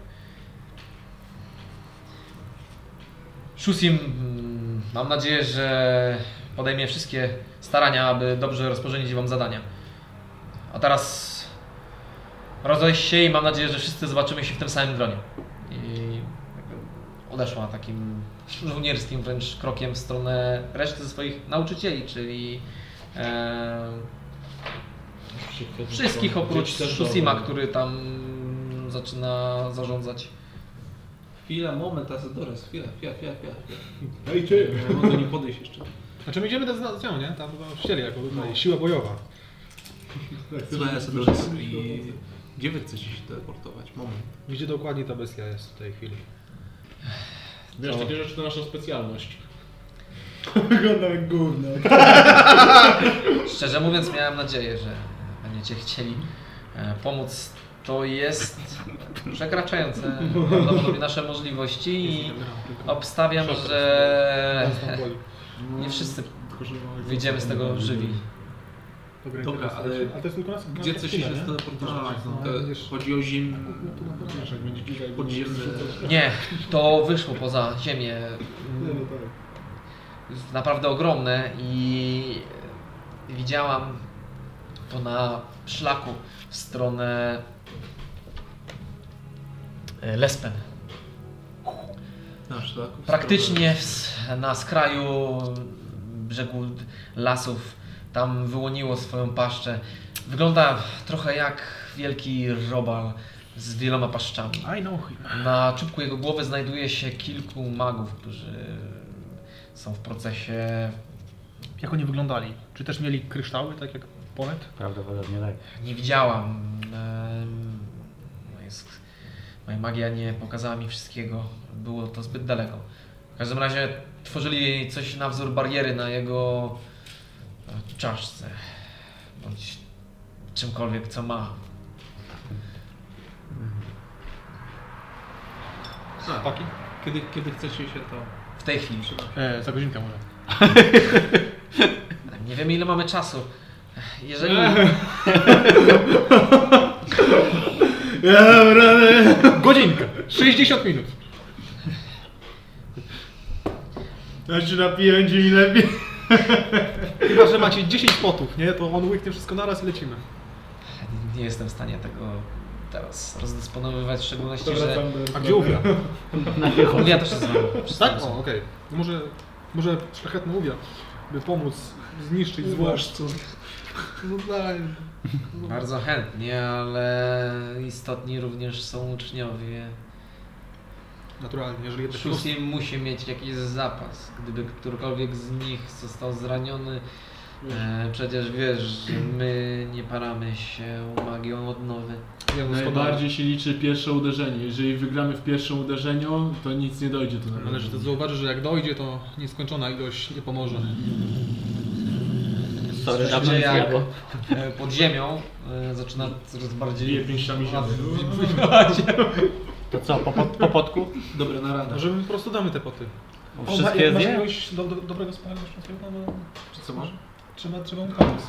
Shusim, mam nadzieję, że podejmie wszystkie starania, aby dobrze rozporządzić Wam zadania. A teraz rozejść się i mam nadzieję, że wszyscy zobaczymy się w tym samym gronie. I odeszła takim żołnierskim wręcz krokiem w stronę reszty ze swoich nauczycieli, czyli e, wszystkich oprócz Shusima, który tam zaczyna zarządzać. Chwila, moment, Azadores, chwila, chwila, chwila, chwila. Ej ty! Ja mogę nie podejść jeszcze. Znaczy my idziemy do nią, nie? Tam chyba chcieli jako tutaj siła bojowa. Słuchaj, Azadores, i gdzie wy chcecie się teleportować? Moment. Gdzie dokładnie ta bestia jest w tej chwili? Wiesz, takie rzeczy to nasza specjalność. Wygląda jak gówno. Szczerze mówiąc, miałem nadzieję, że będziecie chcieli e, pomóc. To jest przekraczające prawdopodobnie nasze możliwości i obstawiam, że nie wszyscy wyjdziemy z tego żywi. Dobra, ale Ale to jest tylko nas, gdzie chcecie się teleportować? To chodzi o ziemię. Podziemne. Nie, to wyszło poza ziemię. Jest naprawdę ogromne i widziałam to na szlaku w stronę Lespen. Na szlaku. Praktycznie w, na skraju brzegu lasów. Tam wyłoniło swoją paszczę. Wygląda trochę jak wielki robal z wieloma paszczami. I know him. Na czubku jego głowy znajduje się kilku magów, którzy są w procesie... Jak oni wyglądali? Czy też mieli kryształy, tak jak Ponet? Prawdopodobnie tak. Nie widziałam. Em, no jest, moja magia nie pokazała mi wszystkiego. Było to zbyt daleko. W każdym razie tworzyli coś na wzór bariery na jego e, czaszce. Bądź czymkolwiek, co ma. Paki? Kiedy, kiedy chcecie się to... W tej chwili. E, za godzinkę może. Nie wiemy, ile mamy czasu. Jeżeli... Godzinka! sześćdziesiąt minut. Ja się napiję, będzie mi lepiej. Chyba, że macie dziesięć potów, nie? To on łyknie wszystko naraz i lecimy. Nie jestem w stanie tego teraz rozdysponowywać, w szczególności, To że... wracam do- A gdzie Uwia? Ja też się z wami. Tak? O, okej. No może, może szlachetna Uwia, by pomóc zniszczyć zło. co? No daj. Bardzo chętnie, ale istotni również są uczniowie. Naturalnie, jeżeli jednak Shusim musi mieć jakiś zapas. Gdyby którykolwiek z nich został zraniony, e, przecież wiesz, że my nie paramy się magią odnowy. Najbardziej się liczy pierwsze uderzenie. Jeżeli wygramy w pierwszym uderzeniu, to nic nie dojdzie tu na Należy też zauważyć, że jak dojdzie, to nieskończona ilość nie pomoże. Sorry, Słyszycie, dawno nie jak zjadło. e, pod ziemią e, zaczyna coraz bardziej... Bije pięściami ziemię. To co, po, po, po potku? Dobra, na radę. Może my po prostu damy te poty. O, Wszystkie ma, masz zje? jakiegoś do, do, dobrego spalania szczątkiego? No, Czy co masz? trzeba, trzeba mu pomóc.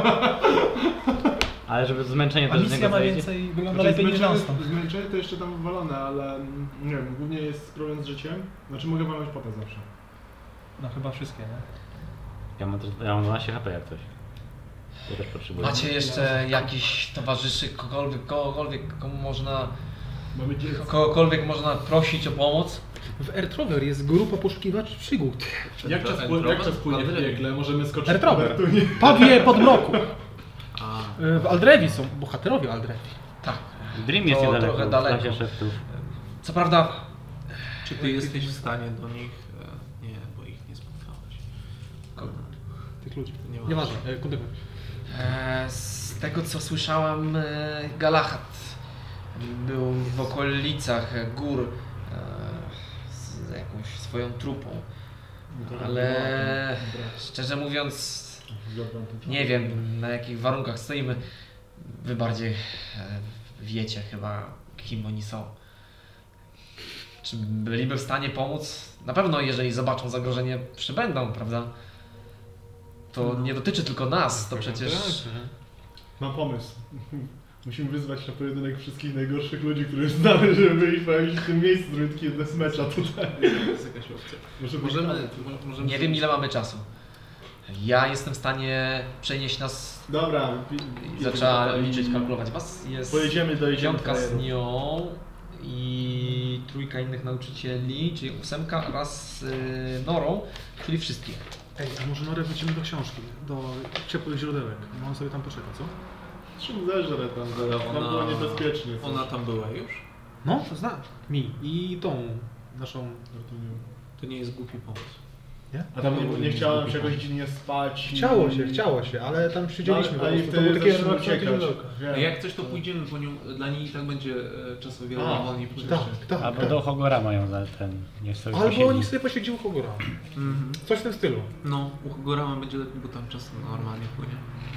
Ale żeby zmęczenie A też z misja niego ma zejdzie. więcej, wygląda Znaczy, lepiej niż zmęczenie- Dunstan. Zmęczenie to jeszcze tam wywalone, ale mm, nie wiem, głównie jest problem z życiem. Znaczy mogę walnąć potę zawsze. No chyba wszystkie, nie? Ja mam, też- ja mam dwanaście H P jak coś. Ja też potrzebuję. Macie jeszcze jakichś towarzyszy, kogokolwiek, kogokolwiek, komu można, Mamy dziecko. kogokolwiek można prosić o pomoc? W Ertrover jest grupa poszukiwaczy przygód. Jak czas, pły- jak czas płynie w piekle? Możemy skoczyć Ertrover. po Neptunie. Powie pod mroku. A, W Aldrewi są bohaterowie Aldrewi. Tak. Dream jest To niedaleko. trochę daleko. w klasie szeptów. Co prawda Czy ty jesteś w stanie do nich... E, nie, bo ich nie spotkałeś. Kogo? Tych ludzi. Nie ma. Nieważne, e, kontynuuj. E, z tego co słyszałam, e, Galahad był w okolicach gór e, z jakąś swoją trupą. Ale szczerze mówiąc, nie wiem na jakich warunkach stoimy. Wy bardziej e, wiecie chyba, kim oni są. Czy byliby w stanie pomóc? Na pewno, jeżeli zobaczą zagrożenie, przybędą, prawda? To nie dotyczy tylko nas, to przecież... Mam pomysł. Musimy wyzwać na pojedynek wszystkich najgorszych ludzi, których znamy, żeby byli w tym miejscu, zrobić taki jeden mecza tutaj. Jest jakaś opcja. Może Możemy... być mo- możemy Nie wiem ile mamy czasu. Ja jestem w stanie przenieść nas... Dobra. I zaczęła liczyć, kalkulować. Was jest Pojedziemy, dojedziemy. piątka z nią i trójka innych nauczycieli, czyli ósemka oraz y, Norą, czyli wszystkich. Ej, a może Norę wrócimy do książki, do ciepłych źródełek. On sobie tam poczeka, co? Czym zeżrę tam zaraz? Tam Ona- było niebezpiecznie. coś. Ona tam była już? No, to znam. Mi. I tą naszą... To nie jest głupi pomysł. A tam nie, nie chciałem się jakoś dziwnie spać. i- Chciało się, chciało się, ale tam siedzieliśmy. No, ale- ale po i prostu. To wtedy było takie zaczęły relaksujące uciekać. źródełka. Wiem. A jak coś to pójdziemy po nią, dla niej i tak będzie e, czasowo wiele A, wolniej tak. pójść. Tak, Albo tak. do Hogora mają za ten, niech sobie Albo posiedzi. oni sobie posiedzi u Hogora. Mhm. Coś w tym stylu. No, u Hogorama będzie lepiej, bo tam czas normalnie płynie.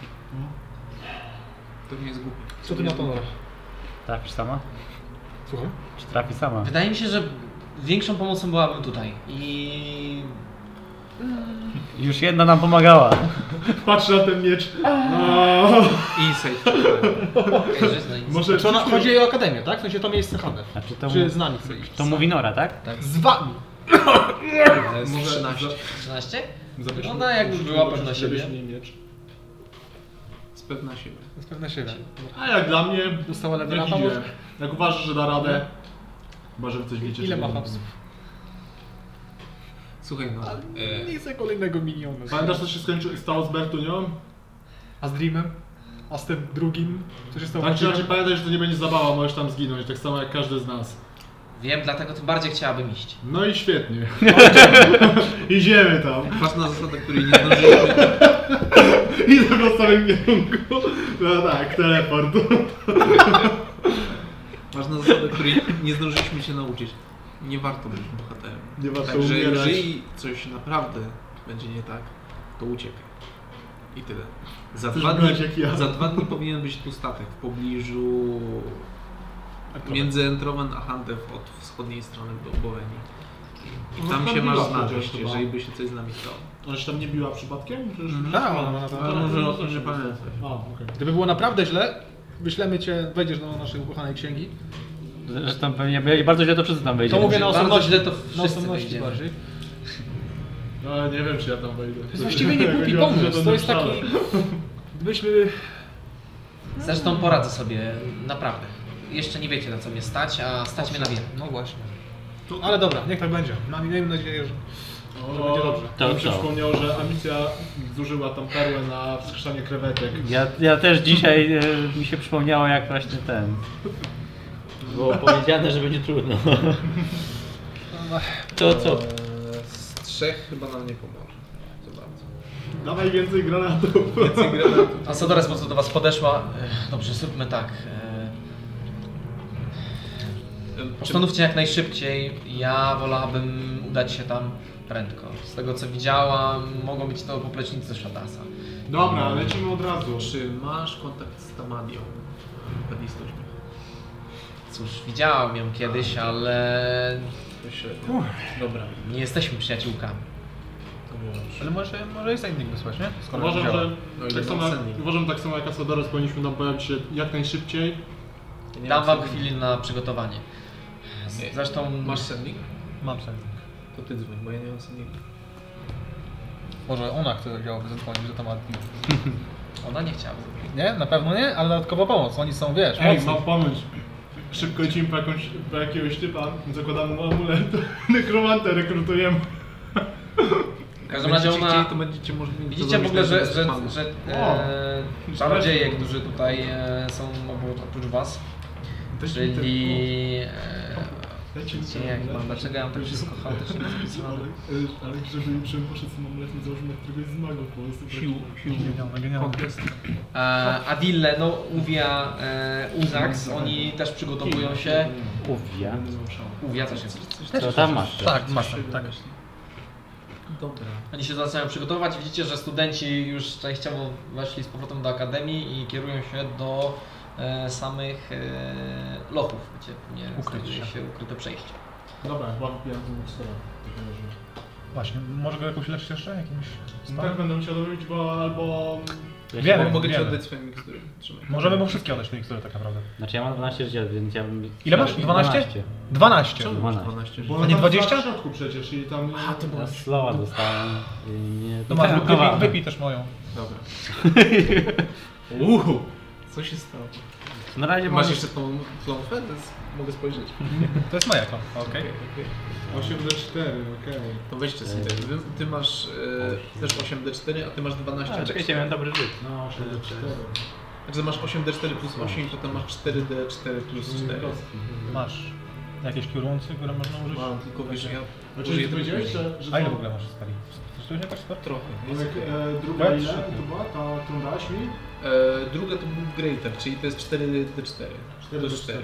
To nie jest głupie. Co ty na to, Nora? Trafisz sama? Słuchaj? Czy trafi sama? Wydaje mi się, że większą pomocą byłabym tutaj. I... Już jedna nam pomagała. Patrz na ten miecz. No. Insight. Może Czy ona chodzi o akademię, tak? W sensie to miejsce handel. Znaczy to, Czy mu- z nami chce iść? to mówi Nora, tak? Z wami! Może trzynaście. trzynaście? Zabierzmy- Ona jakby była pewna siebie. zabierzmy jej miecz. Z pewna siebie. Z pewna siebie. A jak dla mnie, Dostała jak levela idzie. tam? Jak uważasz, że da radę, chyba, że wy coś wiecie. Ile czego ma nie hapsów? Słuchaj, no. E, Nie chcę kolejnego miniona. Pamiętasz, co się skończyło, stało z Bertunią? A z Dreamem? A z tym drugim? Co się stało? Tak z czy inaczej Dreamem? pamiętaj, że to nie będzie zabawa, możesz tam zginąć, tak samo jak każdy z nas. Wiem, dlatego tym bardziej chciałabym iść. No i świetnie. Idziemy tam. ważna zasada, której nie zdążyliśmy. Idę w samym kierunku. No tak, teleport. Ważna zasada, której nie zdążyliśmy się nauczyć. Nie warto być bohaterem. Nie warto Także umierać. jeżeli coś naprawdę będzie nie tak, to uciekaj. I tyle. Za Chcesz dwa, dni, grać jak ja. za dwa dni powinien być tu statek w pobliżu między Entroven a Handew od wschodniej strony do Bowenii. I No, tam tam się masz była znaleźć, przecież chyba. jeżeli by się coś z nami stało. Ona się tam nie biła przypadkiem? Przecież... Tak, ona ma na to. Ale może o tym nie pamiętać. A, okej. Gdyby było naprawdę źle, wyślemy cię, wejdziesz do naszej ukochanej księgi. Zresztą pewnie bardzo źle to wszyscy tam wejdzie. To mówię na Bardzo osobności, źle to na wszyscy osobności wejdziemy. bardziej. No nie wiem, czy ja tam wejdę. To jest właściwie nie głupi pomysł, to jest taki... Gdybyśmy... Zresztą poradzę sobie, naprawdę. Jeszcze nie wiecie na co mnie stać, a stać mnie na wiele. No właśnie. Ale dobra, niech tak będzie. Mam miejmy nadzieję, że... O, że będzie dobrze. To mi się co? przypomniało, że Amicia zużyła tam perłę na wskrzeszanie krewetek. Ja, ja też dzisiaj e, mi się przypomniało, jak właśnie ten... Było powiedziane, że będzie trudno. To co? Eee, Z trzech chyba nam nie pomoże. Co bardzo. Dawaj więcej granatów. Więcej granatów. A Sodores po co do was podeszła? Ech, dobrze, zróbmy tak. Ech, Postanówcie jak najszybciej. Ja wolałabym udać się tam prędko. Z tego co widziałam, mogą być to poplecznicy Shadasa. Dobra, lecimy od razu. Czy masz kontakt z Tamadią? Pedistą śmiechu. Cóż, widziałam ją kiedyś, ale Pośrednio. Dobra. nie jesteśmy przyjaciółkami. To możesz. Ale może, może jest innych wysłać, nie? Skoro Uważam, działa. że No i tak nie samo, ma jak, cennik. uważam tak samo jak Asadores powinniśmy tam pojawić się jak najszybciej. Ja nie Dam mam wam sennika. chwilę na przygotowanie. Nie. Zresztą Masz sennik? Mam sen. To ty dzwoń, bo ja nie mam sennika. Może ona chce działać zadzwonić do tematu. ona nie chciała. Nie? Na pewno nie, ale dodatkowa pomoc. Oni są, wiesz, Ej, mocni. mam pomysł. Szybko lecimy po, jakąś, po jakiegoś typa, zakładamy mu amulet, nekromantę rekrutujemy. W każdym razie Będziecie ona... chcieli, to będziecie mogli Widzicie w ogóle, że, że, że, że e, czarodzieje, którzy tutaj e, są obok- oprócz was, czyli e, Dajcie mi Wiecie, jak mam, dlaczego ja mam tak wszystko chaotycznie zapisane? Ale, ale żeby, żebym poszedł z amuletem, założymy na któregoś z magów, bo jestem Sił, sił. Genialne, genialne. E, Adille, no Uwia, e, Uzax, oni też przygotowują się. Uwia. Uwia też jest. Co tam masz? Tak, masz tam, tak. Dobra. Oni się zaczynają przygotować. Widzicie, że studenci już częściowo weszli z powrotem do akademii i kierują się do e, samych e, lochów, gdzie nie Ukryć znajduje się. się ukryte przejście. Dobra, chyba wypijam ten cztery. Właśnie, może go jakoś leczyć jeszcze? Jakimś Tak stanem? będę musiał robić, bo albo... Ja Wiemy. się- Mogę ci wiemy. oddać swoje mikstury. Trzymaj. Możemy mu wszystkie oddać te mikstury tak naprawdę. Znaczy ja mam dwanaście życia, więc ja bym... Ile masz? dwanaście? dwanaście. Czemu masz dwanaście. dwanaście Bo żyć? A nie tam dwadzieścia? w środku przecież i tam... A, to było... Ja slowa dostałem i nie... No masz, Tak, wypij, kawa. wypij też moją. Dobra. Uuu, co się stało? Na razie Masz mam... jeszcze tą klątwę? To jest... Mogę spojrzeć. To jest moja klątwa, okej. Okej, okej. osiem d cztery, okej. To weźcie sobie. Ty, ty masz e, też osiem d cztery, a ty masz dwanaście. A, czekajcie, miałem dobry rzut. No, osiem d cztery. Także masz osiem d cztery plus osiem i potem masz cztery d cztery plus cztery. Masz jakieś kierunki, które można użyć? Mam, tylko wiesz, ja Znaczy, użyję ty tego powiedziałeś, dźwięku. że, że A ile to- w ogóle masz skali? Chcesz tu jakaś super? Trochę. Jest, Jest okej. e, druga Ja ile trzy. to była? Ta, którą dałaś mi? E, druga to był Greater, czyli to jest cztery d cztery. cztery Plus d cztery.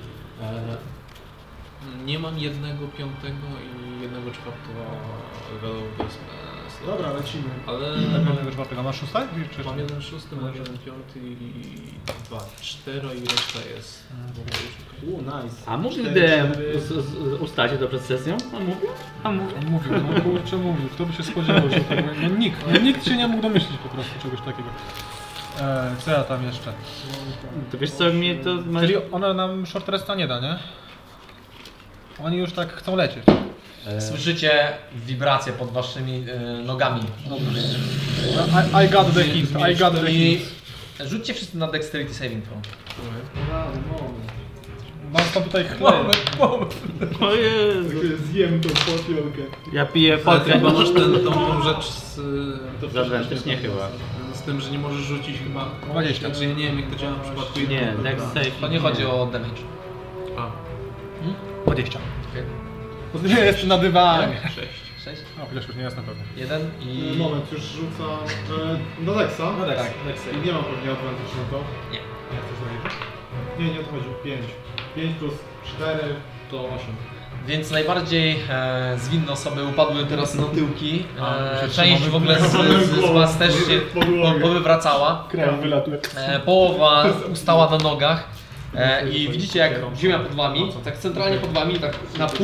Nie mam jednego piątego i jednego czwartego levelowego slota. Dobra, lecimy. Ale Jednego czwartego. Masz szóste? Czy mam jeden szósty, mam jeden piąty i dwa, cztero i reszta jest. U, nice. A mówił Cztery, D M cztery. ustacie to przed sesją? A mówił? A mówił? Mówił, no kurczę mówił. Kto by się spodziewał, że tak będzie? No nikt, no, nikt się nie mógł domyślić po prostu czegoś takiego. E, co ja tam jeszcze? To wiesz co, mnie to... Czyli ona nam short resta nie da, nie? Oni już tak chcą lecieć. E, Słyszycie wibracje pod waszymi e, nogami. I, I got the hint, I got the I hint. rzućcie wszyscy na Dexterity Saving Throw. Rany, moment. Mam to tutaj chleb. O Jezu. Tak zjem tą potiolkę. Ja piję Ale ty potkę. chyba masz ten, tą, tą rzecz z... Z advantage nie chyba. Z tym, że nie możesz rzucić chyba... dwadzieścia. Znaczy ja nie wiem jak to działa w przypadku Nie, jednego. Dex save. To nie chodzi o damage. A, dwadzieścia. Okay. Nie jest na dywanie. sześć. sześć, O, chwileczkę, już nie jest na pewno. jeden i... Moment, już rzucam e, do Dexa. No tak. I nie mam pewnie advantage na to. Nie. Jak to zrobić? Nie, nie o to chodzi. pięć. pięć plus cztery to osiem. Więc najbardziej e, zwinne osoby upadły teraz na tyłki. A, E, my się część trzymamy w ogóle z, z, z was też się Podłogę. po- powywracała. Krew wylatuje. E, połowa ustała na nogach. E, I widzicie jak ziemia pod wami, tak centralnie pod wami, tak na pół.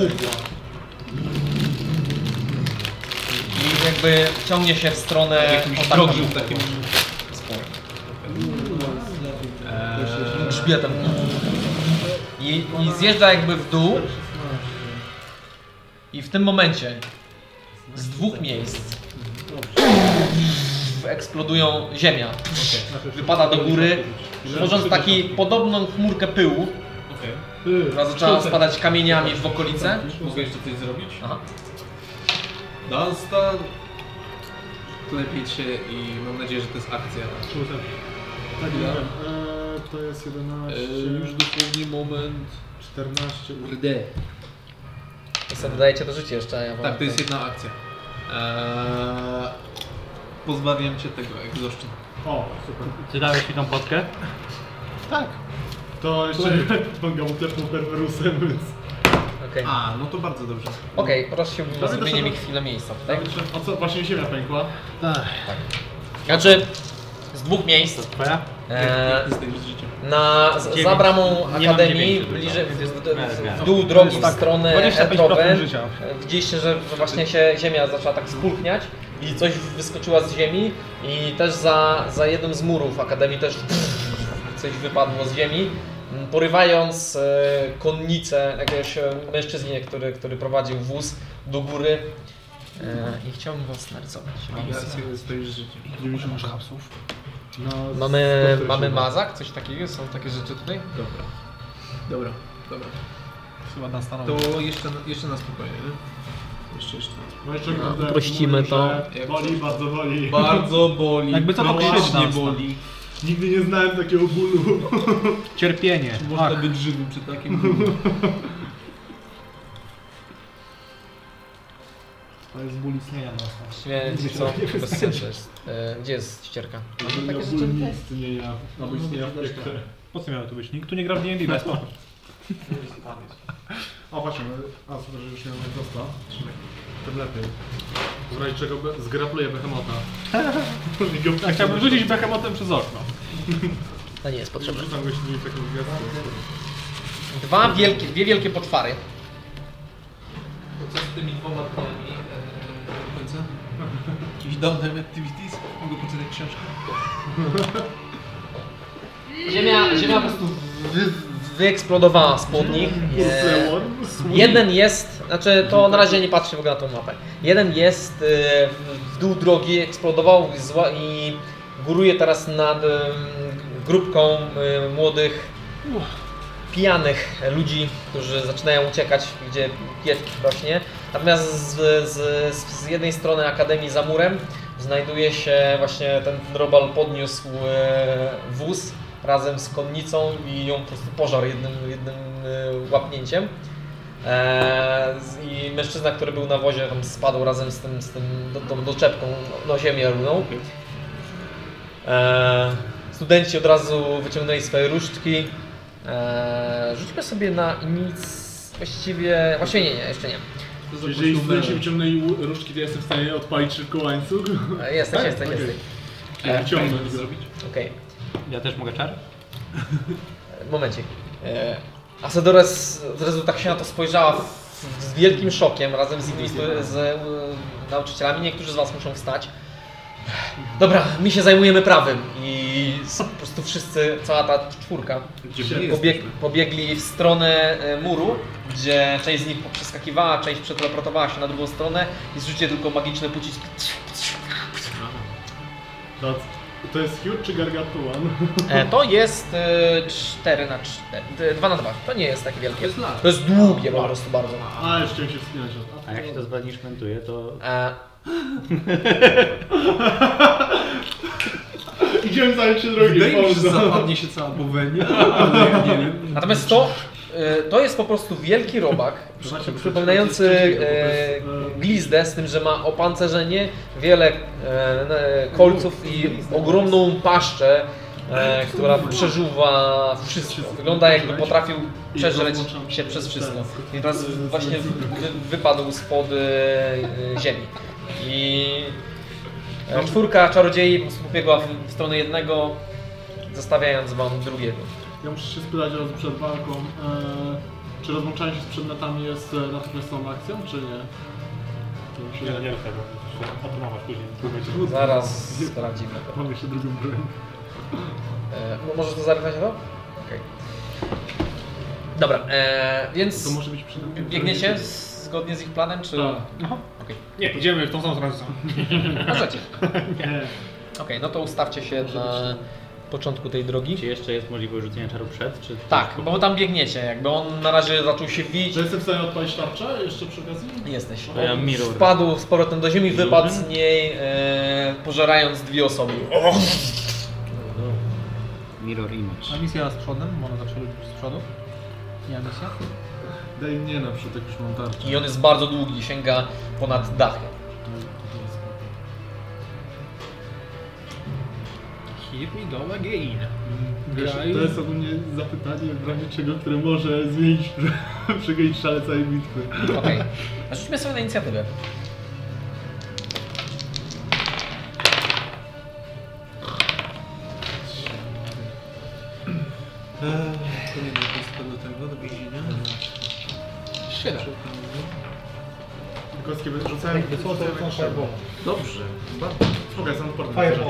I jakby ciągnie się w stronę Jakimś otaku drogim takim... sporym. Eee, Grzbietem. I, I zjeżdża jakby w dół. I w tym momencie z dwóch miejsc eksplodują ziemia. Wypada do góry, tworząc taki podobną chmurkę pyłu, Okej. która zaczęła spadać kamieniami w okolice. Mogę jeszcze coś zrobić? Aha. Dunstan. Klepić się i mam nadzieję, że to jest akcja. Tak, nie wiem. E, to jest jedenaście. Eee, już dosłownie moment. czternaście. Kurde. I sobie dodajecie to życie jeszcze. Ja wam Tak, to jest jedna akcja. Eee, pozbawiam cię tego egzoszczyn. O, super. Ty dałeś mi tą potkę? Tak. To jeszcze pan go klepnął perwerusem, więc... Okej, A, no to bardzo dobrze. Okej, prosiłbym o Dobra, to zrobienie mi sobie- chwilę miejsca tutaj. A co, właśnie ziemia pękła? Znaczy, z dwóch miejsc. Twoja? Jak E, ty zdejesz z życiem? na, z, Dziewięć. za bramą Nie mam Akademii, dziewięciu bliżej, w, tylko. w, w dół drogi w tak, stronę dwadzieścia pięć procent Etrowen, życia. widzieliście, że, że właśnie się ziemia zaczęła tak spulchniać i coś wyskoczyła z ziemi i też za, za jednym z murów Akademii też coś wypadło z ziemi, porywając e, konnicę jakiegoś e, mężczyznie, który, który prowadził wóz do góry e, i chciałbym was narysować. Ja sobie stoisz z życiem. dziewięćdziesiąt masz hapsów. No, Mamy, sto mamy czterdzieści. mazak, coś takiego, są takie rzeczy tutaj? Dobra. Dobra, dobra. Chyba na stanowie. To jeszcze, jeszcze na spokojnie, nie? Jeszcze, jeszcze na No jeszcze No, kurde, uprościmy mówił, to. że Boli, bardzo boli. Bardzo boli. Jakby co to strasznie krzycz nas, boli. Nigdy nie znałem takiego bólu. Cierpienie. Można Ach, być żywym przy takim bólu. To jest ból istnienia mocno. Właściwie co? Bez sensu jest. E, Gdzie jest ścierka? Żeby miał ból nieistnienia, albo istnienia w piekle. Po co miało tu być? Nikt tu nie gra w D and D, Vespa. O właśnie, a super, że już nie mamy prosta. Tym lepiej. W razie czego be- zgrapluję Behemota. Ja chciałbym rzucić behemotem przez okno. To nie jest potrzebne. Rzucam go ślubnie taką gwiazdkę. Dwa wielkie, dwie wielkie poczwary. Co z tymi dwoma dniami e, do końca? Jakiś downtime activities? Mogę poczytać książkę? Ziemia, ziemia po prostu wy, wyeksplodowała spod nich. E, jeden jest, znaczy to na razie nie patrzę w ogóle na tą mapę. Jeden jest e, w dół drogi, eksplodował i, zła, i góruje teraz nad e, grupką e, młodych, pijanych ludzi, którzy zaczynają uciekać, gdzie pieprz rośnie. Natomiast z, z, z jednej strony Akademii za murem znajduje się właśnie ten robal podniósł e, wóz razem z konnicą i ją po prostu pożarł jednym, jednym e, łapnięciem. E, I mężczyzna, który był na wozie, tam spadł razem z tym, z tym do, do, doczepką na ziemię runął. E, studenci od razu wyciągnęli swoje różdżki. E, rzućmy sobie na nic właściwie... Właściwie nie, nie, jeszcze nie. Jeżeli studenci wyciągnęli różdżki, to jestem w stanie odpalić szybko łańcuch. E, jesteś, Tak? jesteś, Okej. jesteś. Czyli wyciągnąć go. Okej. Ja też mogę czar? Momencik. E, Asedores od razu tak się na to spojrzała w, z wielkim szokiem razem z innymi stu- z e, nauczycielami. Niektórzy z Was muszą wstać. Dobra, my się zajmujemy prawem i s- po prostu wszyscy, cała ta czwórka pobieg, pobiegli w stronę e, muru, gdzie część z nich przeskakiwała, część przeteleportowała się na drugą stronę i zrzucie tylko magiczne pociski. To, to jest Huge czy Gargantuan? E, to jest cztery na cztery, dwa na dwa. To nie jest takie wielkie. To jest lat. To jest długie po prostu bardzo. A, jeszcze chciałem się wspinać. A jak się to zbanishmentuje, to... E, Idziemy zająć się drogą Wydaje mi się, że zapadnie się cała Bowenia, ale ja nie wiem. natomiast to, e, to jest po prostu wielki robak, Przepraszam, przypominający przepraszam, e, przepraszam. glizdę, z tym, że ma opancerzenie, wiele e, kolców i ogromną paszczę, e, która przeżuwa wszystko. Wygląda, jakby potrafił przeżreć się przez wszystko. I teraz właśnie wy, wypadł spod e, ziemi. I e, czwórka czarodziei po prostu pobiegła w, w stronę jednego, zostawiając wam drugiego. Ja muszę się spytać od przed walką, e, czy rozłączanie się z przedmiotami jest e, natychmiastową akcją, czy nie? To muszę... Nie, nie rób tego. Atomować później. Zaraz sprawdzimy to. Mam jeszcze drugą broń. E, mo- możesz to zarywać na to? Okej. Dobra, e, więc To może być przy biegniecie z, zgodnie z ich planem, czy... Tak. Aha. Okej. Nie, idziemy w tą samą stronę. Możecie. Nie. Okej, no to ustawcie się na początku tej drogi. Czy jeszcze jest możliwość rzucenia czaru przed, czy... Tak, bo tam biegniecie, jakby on na razie zaczął się wić. Czy jestem w stanie odpalić tarczę jeszcze przy okazji? Jesteś. To ja mirror. Wpadł z powrotem do ziemi, wypadł z niej, e, pożerając dwie osoby. Mirror image. A misja z przodem? Bo ona zawsze lubi z przodu. Nie, misja? Daj mnie na przykład, jak już mam tarczę. I on jest bardzo długi, sięga ponad dachy. Here we go again. Wiesz, Graj. to jest ogólnie zapytanie w razie czego, które może zmienić przegonić szale całej bitwy. Okej. A rzućmy sobie na inicjatywę. Kolejna kostka do tego, do więzienia. Siedem. Kostki rzucałem Jakby co, to są fireball. Dobrze, bardzo. Okej, są odporne. Fireball.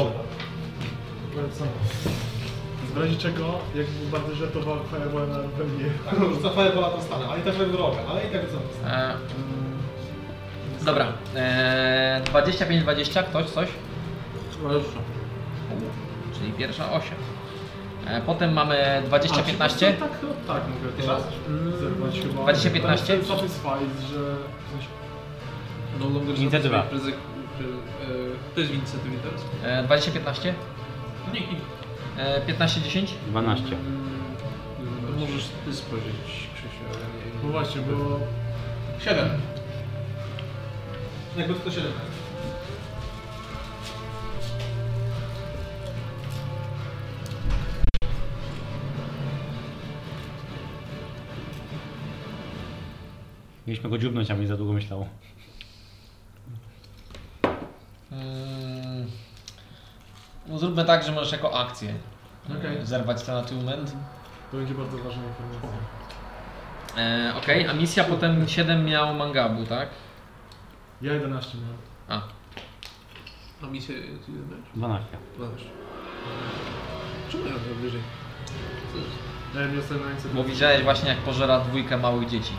W razie czego, jakby bardzo źle to była fireball na pewnie. Tak, rzuca fireballa to stanę, ale i tak w drogę, ale i tak co? E, mm, dobra. E, dwadzieścia pięć dwadzieścia, ktoś, coś? Dobrze. Czyli pierwsza osiem. E, potem mamy dwadzieścia piętnaście. Tak, no, tak, mogę Jeszcze raz? to zerwać chyba. dwadzieścia piętnaście? Satisfied, że... w sensie- No longer Inicjatywa. satisfied prezy- pre- e, To jest w inicjatywie teraz? E, dwadzieścia piętnaście. Nie, nie. E, piętnaście dziesięć. dwanaście. Mm, Możesz ty spojrzeć, Krzysiu, ale nie... No właśnie, bo... Siedem. Jakby sto siedem. Mieliśmy go dziubnąć, a mi za długo myślało. Mm, no zróbmy tak, że możesz jako akcję Okej. e, zerwać ten attunement. To będzie bardzo ważna informacja. E, Okej, okay. A misja potem siedem miał Mangabu, tak? Ja jedenaście miałem. A, A misję ty dać? dwanaście. dwanaście. Czemu ja mam wyżej? Co jest? Ja jestem na bo widziałeś właśnie jak pożera dwójkę małych dzieci.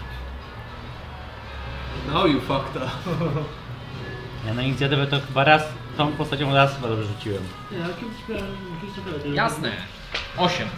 No you fucked up. Ja na inicjatywę to chyba raz, tą postacią raz chyba dobrze rzuciłem. Nie, ale kiedyś miałem jakieś trochę lepiej. Jasne. osiem.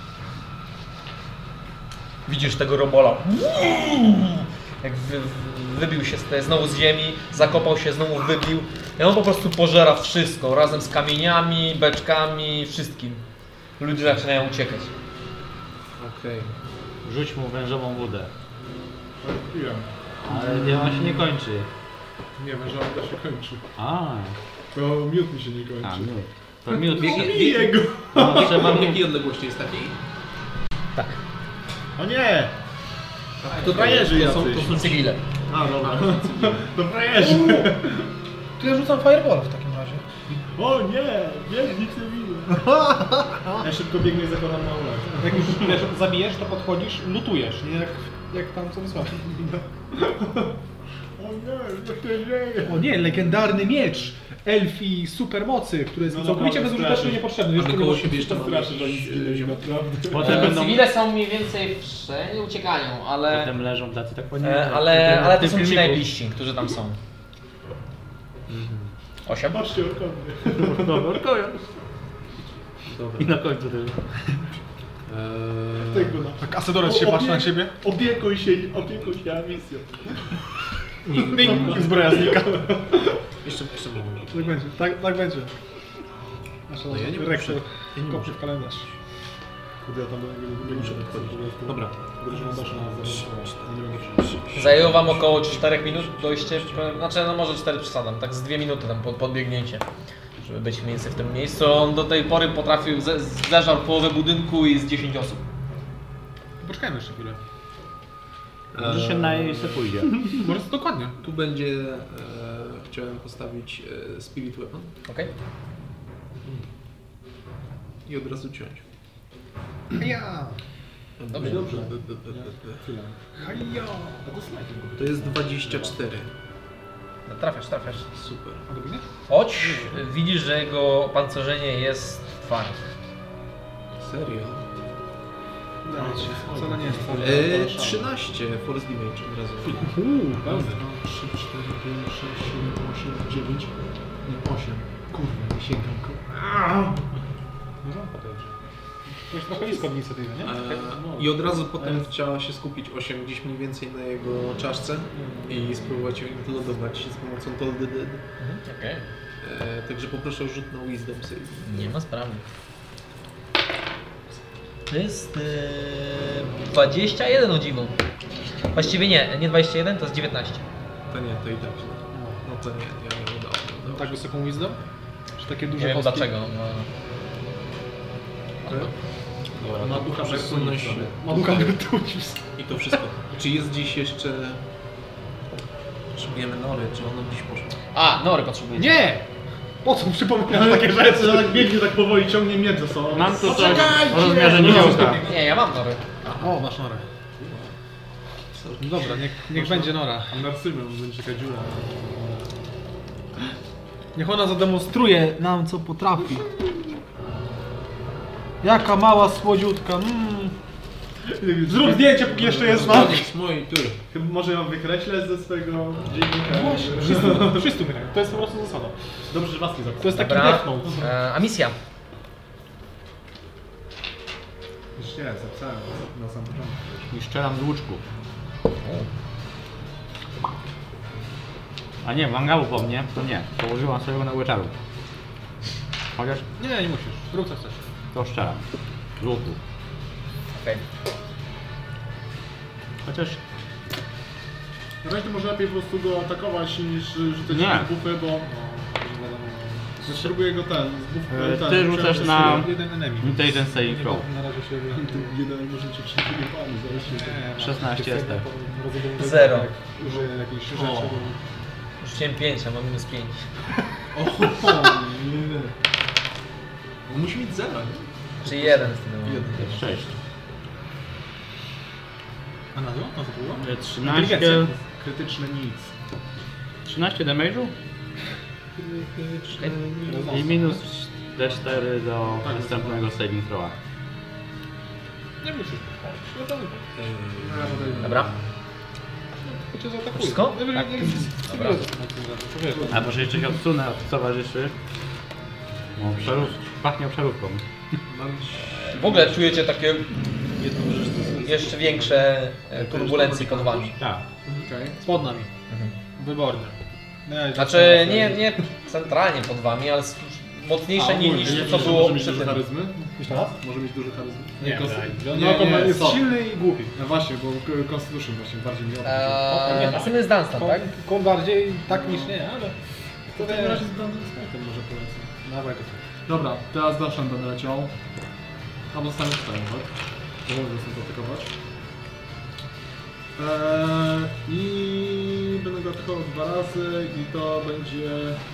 Widzisz tego robola. Jak wy, wybił się z te, znowu z ziemi, zakopał się, znowu wybił. I on po prostu pożera wszystko, razem z kamieniami, beczkami, wszystkim. Ludzie zaczynają uciekać. Okej. Rzuć mu wężową wódę. Piłem. Ale nie, on się nie kończy. Nie, wężowa woda się kończy. A, To miód mi się nie kończy. a miód. To miód. Biegnie- Biję go! No, trzeba W mu... jakiej odległości jest taki? Tak. O nie! To frajerzy to są, to jacyś. są Cywile. A, dobra. To frajerzy. To ja rzucam fireball w takim razie. O nie! Biegnij cywilny. Ja szybko biegnę i zakładam na ulę. Jak już wiesz, zabijesz, to podchodzisz, lutujesz, nie jak, jak tam co wysłałeś. O nie, co się dzieje? O nie, legendarny miecz elfi supermocy, który jest No całkowicie naprawdę bezużyteczny i straszysz. niepotrzebny. A Już my ponieważ koło siebie jeszcze To mamy straszy, że oni jakieś, zginęli e, naprawdę. Potem E, będą... Cywile są mniej więcej wszędzie, uciekają, ale, Potem leżą tacy tak po e, ale, ale to tym są ci filmiku. najbliżsi, którzy tam są. osiem. Patrzcie, orkowie. Dobra, orkowie. Dobra. I na końcu tego. Eee, Tego na... Tak Asedores się patrzy na siebie. Opiekuj się, opiekuj się misją. Bing, zbroja znika. jeszcze, jeszcze mogę. Tak będzie, tak, tak będzie. Nasza No ja nie rektor muszę. Ja nie kopie muszę. w kalendarz. Kurde, ja tam nie muszę podchodzić. Dobra. Dobrze, że doszło na zewnątrz. Zajęło wam około czterech minut dojście, znaczy no może cztery przesadzam, tak z dwie minuty tam pod, podbiegnięcie, żeby być mniej więcej w tym miejscu. On do tej pory potrafił, ze, zeżarł połowę budynku i z dziesięć osób. Poczekajmy jeszcze chwilę. Może się na jej se pójdzie. Może dokładnie. Tu będzie, e, chciałem postawić e, Spirit Weapon Okej? i od razu ciąć. Ja. Dobrze. Dobrze. D- d- d- d- Chwila. Haja. A to slajd. To jest dwadzieścia cztery. No, trafiasz, trafiasz. Super. A dobry, nie? Chodź, widzisz, że jego pancerzenie jest twarde. Serio? Co na nie jest? E, trzynaście Force Damage od razu. Uuu, pełny. trzy, cztery, pięć, sześć, siedem, osiem, dziewięć, nie, osiem. Kurwa, nie sięgam. Aaaa! No podejrz. To jest trochę nisko od inicjatywy, nie? E, I od razu potem chciała się skupić osiem gdzieś mniej więcej na jego czaszce i spróbować ją implodować z pomocą Toll the Dead. Okej. E, także poproszę o rzut na Wisdom Save. Nie ma sprawy. To jest yy, dwadzieścia jeden o dziwo. Właściwie nie, nie dwadzieścia jeden, to jest dziewiętnaście. To nie, to i tak źle. No to nie, ja nie udało. nie udało Tak się. wysoką wisdom? Czy takie Nie duże wiem kostki? dlaczego. No. Dobra, Ma to ducha poproszę przesunięć płynność sobie. Ma ducha Virtutis. i to wszystko. Czy jest gdzieś jeszcze... Potrzebujemy nory, czy ono gdzieś poszło? A, Nory potrzebujecie. Nie! Po co przypominasz Ale takie takie rzeczy? rzeczy, tak biegnie, tak powoli ciągnie miecz za sobą. Mam tu coś Poczekajcie! o rozmiarze niziołka. Nie, ja mam Nory. O, masz norę. Dobra, niech, niech będzie nora. Narcymią, będzie taka dziura. Niech ona zademonstruje nam, co potrafi. Jaka mała słodziutka. Mm. Zrób zdjęcie, póki jeszcze jest na... Koniec mojej tury. Chyba może ją wykreślę ze swojego dziennika. Wszyscy, wszyscy umierają. To jest po prostu zasada. Dobrze, że was nie To zapisałem. jest taki Dobra. death note. E, a misja. Już nie, zapisałem na sam początku. I strzelam z łuczku. A nie, mangabu po mnie, to nie. Położyłam sobie na łeczaru. Chociaż Nie, nie musisz. Rób co chcesz. to strzelam. Z łuku. Okej. Chociaż Na razie to może lepiej po prostu go atakować niż rzucać Nie. z bufy, bo... Ja spróbuję go ten, z bufy... E, ten, ty rzucasz ten- na- Jeden enemy. Intelligence saving throw. Na razie się... Jeden może cię przyjdzie pani, zaraz się... szesnaście jest tak. Zero. Użyję jakiejś rzeczy. O. Rzuciłem pięć, a mam minus pięć. O, nie. On musi mieć zero, nie? Czyli jeden z tego. Jeden. sześć. A na to? Na co to było? trzynaście, Krytyczne nic. trzynaście damage'u i minus D cztery do Tak, następnego saving throwa. Nie musisz. Dobra. To cię zaatakuje. Wszystko? Tak. Dobra. A może jeszcze się odsunę od towarzyszy. No, przerów, pachnie przeróbką. Mam W ogóle czujecie takie jeszcze większe e, turbulencje pod wami. Tak. Okej. Pod nami. Wybornie. Nie, Znaczy nie, nie centralnie pod wami, ale s- mocniejsze ni- niż to, co było Może mieć przy dużo tym. charyzmy? Jeszcze raz? Może mieć dużo charyzmy? Nie, Kos- nie, No, nie, nie, jest co? silny i głupi. No właśnie, bo k- Constitution właśnie bardziej mi Eee, odchodzi. następny jest Dunstan, tak? Kon bardziej tak niż nie, ale... To w takim razie z Brandon Smite'em może polecę. Dawaj to. Dobra, teraz Dashem będę leciał. A zostanę tutaj, tak? Bo mogę sobie atakować. Eee, I będę go atakował dwa razy i to będzie...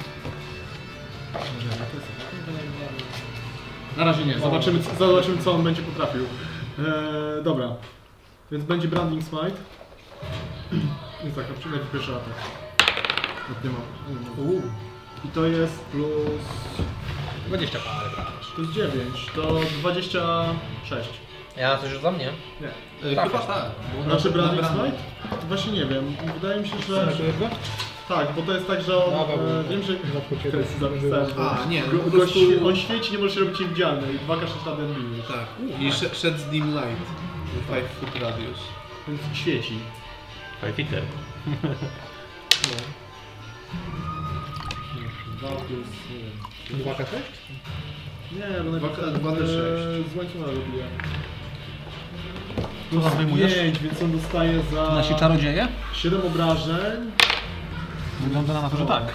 Może ja to jest- Na razie nie, zobaczymy, co- zobaczymy co on będzie potrafił. Eee, dobra, więc będzie Branding Smite. I tak, na pierwszy atak. Jak nie mam. nie mam. I to jest plus... dwadzieścia parę. plus dziewięć, to dwadzieścia sześć. Ja na coś rzucam, nie? Nie. E, Chyba tak. bo na- Znaczy na Branding bramę. Smite? Właśnie nie wiem, wydaje mi się, że... Zaczujesz go? Tak, bo to jest tak, że on, Dobra, bo- e, wiem, że Zapocie- to jest zapisane, A, nie, no go, po go, prostu- świe- on świeci, nie możesz się robić niewidzialny i dwa K sześć lat enemy. Tak. I sh- Sheds Dim Light. five foot radius. Więc świeci. Five Fighter. dwa plus, nie wiem. dwa K sześć? Nie, bo Dwa- najpierw dwa D sześć. z łańcucha robię. Co tam zdejmujesz? pięć, więc on dostaje za Nasi czarodzieje? siedem obrażeń. Wygląda na to, że tak.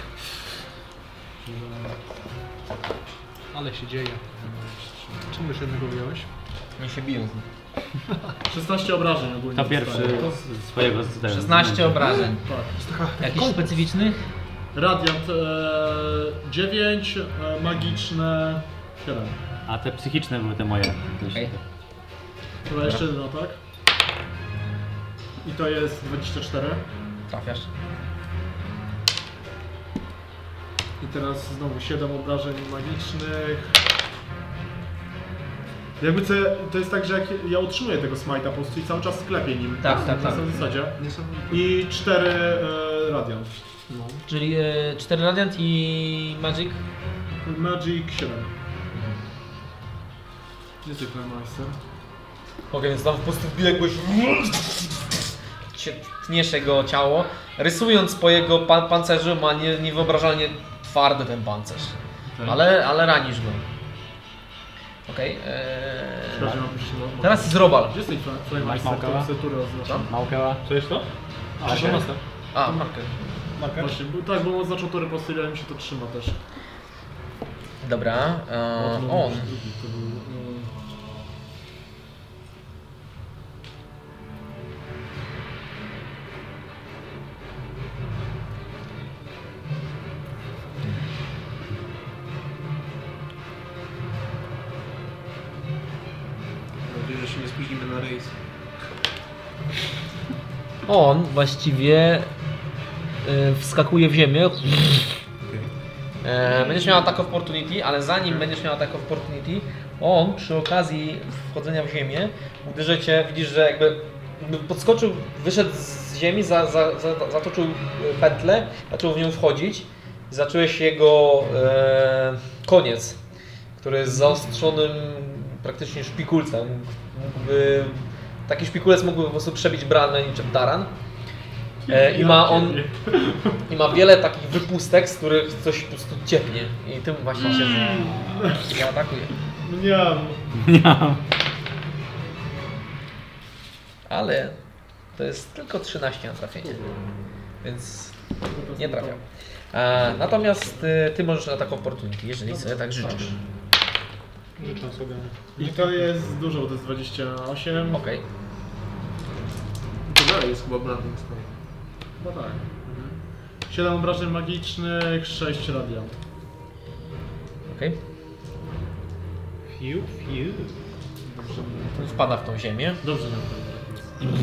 Ale się dzieje. Czemu jeszcze jednego wyjąłeś? Nie się biją. szesnaście obrażeń ogólnie. To pierwszy dostaje. z swojego zdania. szesnaście obrażeń. Tak. Jakichś specyficznych? Radiant e, dziewięć, e, magiczne siedem. A te psychiczne były te moje. Okej. Chyba jeszcze jeden atak. I to jest dwadzieścia cztery. Trafiasz. I teraz znowu siedem obrażeń magicznych. Jakby co, to jest tak, że jak ja utrzymuję tego smite'a po prostu i cały czas sklepię nim. Tak, tak, Na tak. tej zasadzie. Niesamowite. I cztery e, radiant. No. Czyli e, cztery Radiant i Magic. Magic siedem. Gdzie ty Claymaster? Mogę więc tam po prostu wbiegłeś. Cię- Tniesz jego ciało. Rysując po jego pan pancerzu ma nie, niewyobrażalnie twardy ten pancerz. Tak. Ale, ale ranisz go. Okej. eee, Przepraszam, mam jeszcze no- Teraz jest Robal. Gdzie jest ten Claymaster? Masz małka? To sobie tury oznaczam. Małkała. Co jest to? A, Marker. to master. A, marker. Marker? Właśnie, bo, tak, bo on oznaczył tury po stylu, ale mi się to trzyma też. Dobra. eee, on. Drugi to był, e, Mam nadzieję, że się nie spóźnimy na rejs. On właściwie e, wskakuje w ziemię. Okej. E, będziesz miał attack opportunity, ale zanim będziesz miał attack opportunity, on przy okazji wchodzenia w ziemię uderzy cię, widzisz, że jakby, jakby podskoczył, wyszedł z ziemi, za, za, za, zatoczył pętlę, zaczął w nią wchodzić. Zacząłeś jego e, koniec, który jest zaostrzonym praktycznie szpikulcem. Mógłby, taki szpikulec mógłby po prostu przebić bramę niczym taran. E, I ma on i ma wiele takich wypustek, z których coś po prostu ciepnie. I tym właśnie się zaatakuje. Mniam. Ale To jest tylko trzynaście na trafienie, więc nie trafiał. E, natomiast y, ty możesz atak opportunity, jeżeli sobie tak życzysz. Życzę sobie. I to jest dużo, bo to jest dwadzieścia osiem. Okej. To dalej jest chyba Branding Smite. No tak. siedem obrażeń magicznych, sześć radiant. Okej. Fiu, fiu. Wpada w tą ziemię. Dobrze na to.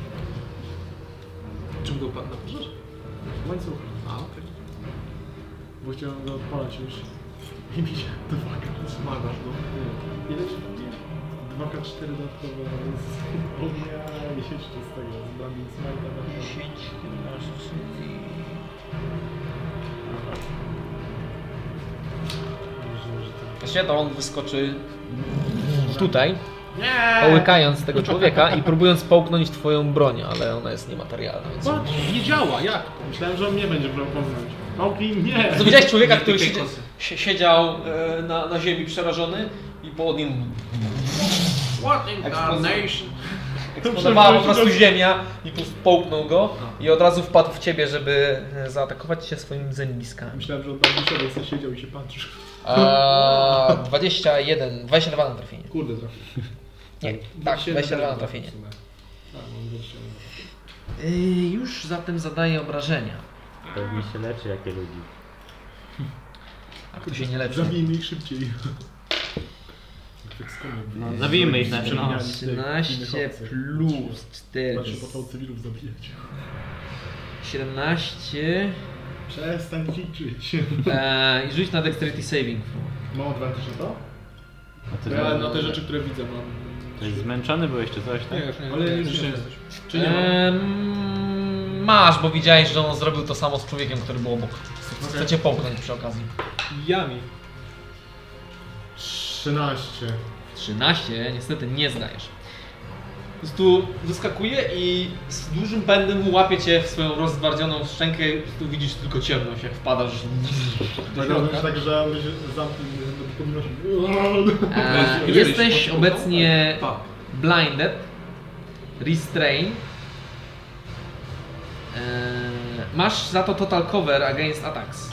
Czym go pan napiszesz? Łańcuch. A, okej. Bo chciałem go odpalać już. I mi się dwa K. Smagasz go. Ile ci robię? dwa K cztery dodatkowe z ognia i jeszcze z tego, z Branding Smite'a. dziesięć, jedenaście Właściwie to on wyskoczy tutaj, połykając tego człowieka i próbując połknąć twoją broń, ale ona jest niematerialna, więc... Patrz, nie działa, jak to? Myślałem, że on nie będzie brał poznać. Małki, nie! To widziałeś człowieka, Nie który tykaj siedzie, kosy. sie- siedział e, na, na ziemi przerażony i pod nim What incarnation? eksplodowała po prostu ziemia i po- połknął go i od razu wpadł w ciebie, żeby e, zaatakować cię swoimi zębiskami. Myślałem, że on tam wyszedł, sobie siedział i się patrzył. A, dwadzieścia jeden, dwadzieścia dwa na trafienie. Kurde, trochę. Nie, tak, dwadzieścia dwa na trafienie. Tak, mam dwadzieścia jeden. Yy, już zatem zadaje obrażenia. Pewnie się leczy jakie ludzi. A kto się nie leczy? Zabijmy ich szybciej. No, zabijmy ich najpierw. No. trzynaście plus cztery. Znaczy po to cywilów zabijać. siedemnaście. Przestań liczyć. Eee, I rzuć na Dexterity Saving. Mam advantage na to? A ty Bo ja to, na te rzeczy, które widzę mam... to jest zmęczony byłeś czy coś, tak? Nie, już nie. Ale już Już nie nie jesteś. Czy nie? Eee, masz, bo widziałeś, że on zrobił to samo z człowiekiem, który był obok. Chce cię połknąć przy okazji. Jami. trzynaście. trzynaście, niestety nie zdajesz. Po prostu wyskakuje i z dużym pędem łapie cię w swoją rozgwardzioną szczękę i po prostu widzisz tylko ciemność, jak wpadasz do Tak, środka. tak, że my się zamknij, powinno się... Eee, jesteś obecnie Tak. blinded, restrain. Eee, masz za to total cover against attacks.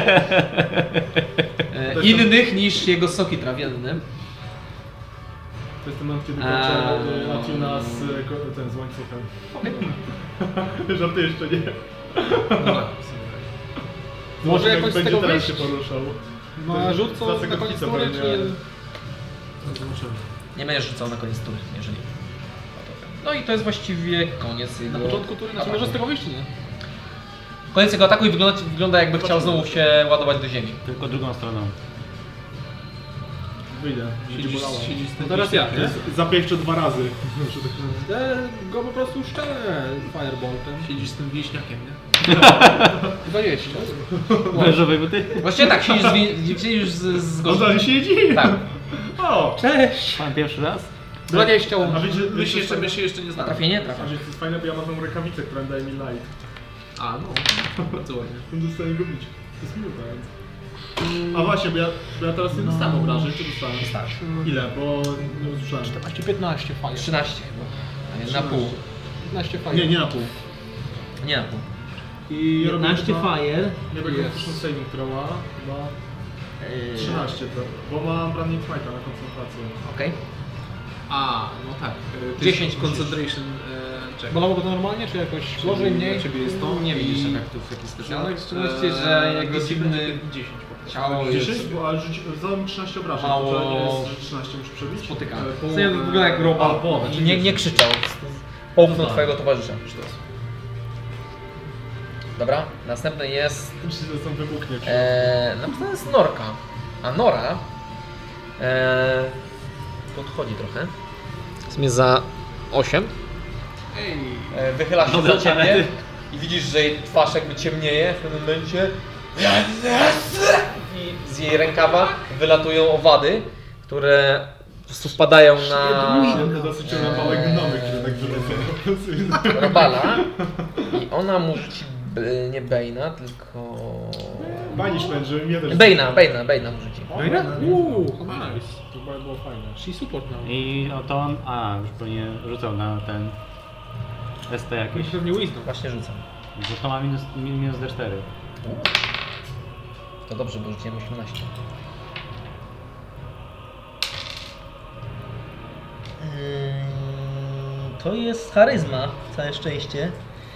Eee, innych niż jego soki trawienne. To jest ten moment, kiedy A. kończę Atuna z, ko- ten, z łańcuchem. Żarty jeszcze nie. No tak. Może Jak jakoś z będzie tego teraz wyjść? się poruszał. No, rzuć co Tracę na koniec kotwicę tury, pewnie. czy... Zobaczymy. Nie będziesz rzucał na koniec tury, jeżeli. No i to jest właściwie koniec jego Na początku tury, znaczy ataku. może z tego wyjść, nie? Koniec jego ataku i wygląda, wygląda jakby chciał znowu się ładować do ziemi. Tylko drugą stroną. Wyjdę, będzie Siedzisz, bolało. siedzisz z tym teraz ja, wieśniakiem. nie? Zapieszczę dwa razy. Ja go po prostu szczelę fireboltem. Siedzisz z tym wieśniakiem, nie? dwadzieścia. Wężowej buty? Właściwie tak, siedzisz z, wi- siedzisz z, z On gościem. tam siedzi? Tak. O! Cześć! Pan pierwszy raz? dwadzieścia A łącznie. wiecie, My się wiecie, jeszcze, my się jeszcze nie Na znamy. trafienie? A Trafiasz. wiecie, to jest fajne, bo ja mam tą rękawicę, która daje mi light. A, no. Bardzo ładnie. Nie dostaję go bić. To jest minuta, więc... A właśnie, bo ja, bo ja teraz nie dostałem obrażeń, czy dostałem? Dostałeś. Ile? Bo nie usłyszałem. czternaście, piętnaście fire. trzynaście chyba. A nie, na pół. piętnaście fire. Nie, nie na pół. Nie na pół. I ja robię piętnaście chyba- fire. Nie wiem, jak to saving throw ma. Chyba trzynaście to. Bo mam Branding Smite'a na koncentrację. Okej. A, no tak. E, to dziesięć jest concentration e, check. Bolało go to normalnie, czy jakoś gorzej, mniej? Dla ciebie jest to. Nie widzisz i- efektów takich No, specjalnych, w e, szczególności, że jego to dziwny dziesięć po prostu. ciało jest dziesięć? Bo ale rzuci, zadał mi trzynaście obrażeń. Mało To nie jest, że trzynaście muszę przebić? spotykany. E, W połowę- sensie wygląda jak robot A, połowę, i czyli nie, nie dziesięć. krzyczał. Połknął No twojego towarzysza. Już teraz. Dobra, następny jest... Myślę, że są wybuchnie. Eee, no to jest Norka. A Nora... Eee, podchodzi trochę. W sumie za osiem. Ej, E, wychyla się Dobra, za ciebie ale- i widzisz, że jej twarz jakby ciemnieje w pewnym momencie. I z jej rękawa wylatują owady, które po prostu wpadają na Dosyć na małe gnomy, które tak wylecą. Robala i ona mu rzuci b- nie Bejna, tylko... Banishment, żeby mnie też... Bejna, Bejna, Bejna mu rzuci. Uuu, nice. To chyba było fajne. She support now. I no to on... A, już pewnie rzucał na ten... S T jakieś? Pewnie Wisdom. Właśnie rzucam. Bo to ma minus, minus D cztery. To dobrze, bo rzuciłem osiemnaście. Ym, To jest charyzma, całe szczęście.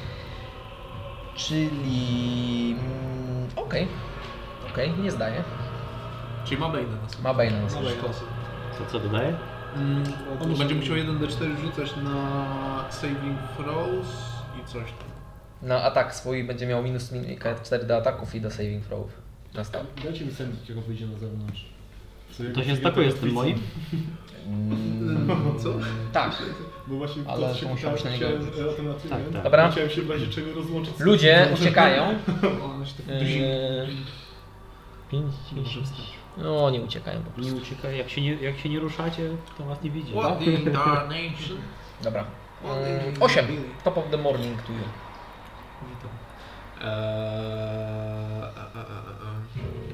Czyli... mm, Okej. Okej, nie zdaje. Czyli ma Bane na sobie. Ma Bane na No, sobie. sztosy. To co dodaje? Mm, on będzie musiał jeden D cztery rzucać na saving throws i coś tam. Na atak swój będzie miał minus cztery do ataków i do saving throwów. Na stałe. Dajcie mi sen, jakiego wyjdzie na zewnątrz. Sobie To się takiego stakuje z tym widzę. moim? Co? Tak. Bo właśnie Ale to się to musiał być na niego chciałem, rzucić. e, o tym na tym Tak, wiem. tak. Dobra. Chciałem się w razie czego rozłączyć. z- Ludzie uciekają. On się tak Eee, pięć, dziesięć. No nie uciekają po prostu. Nie uciekaj, jak się nie, jak się nie ruszacie, to was nie widzi. What the darnation? Dobra. Eee, osiem. Top of the morning to you. Witam. Eee, a, a, a, a.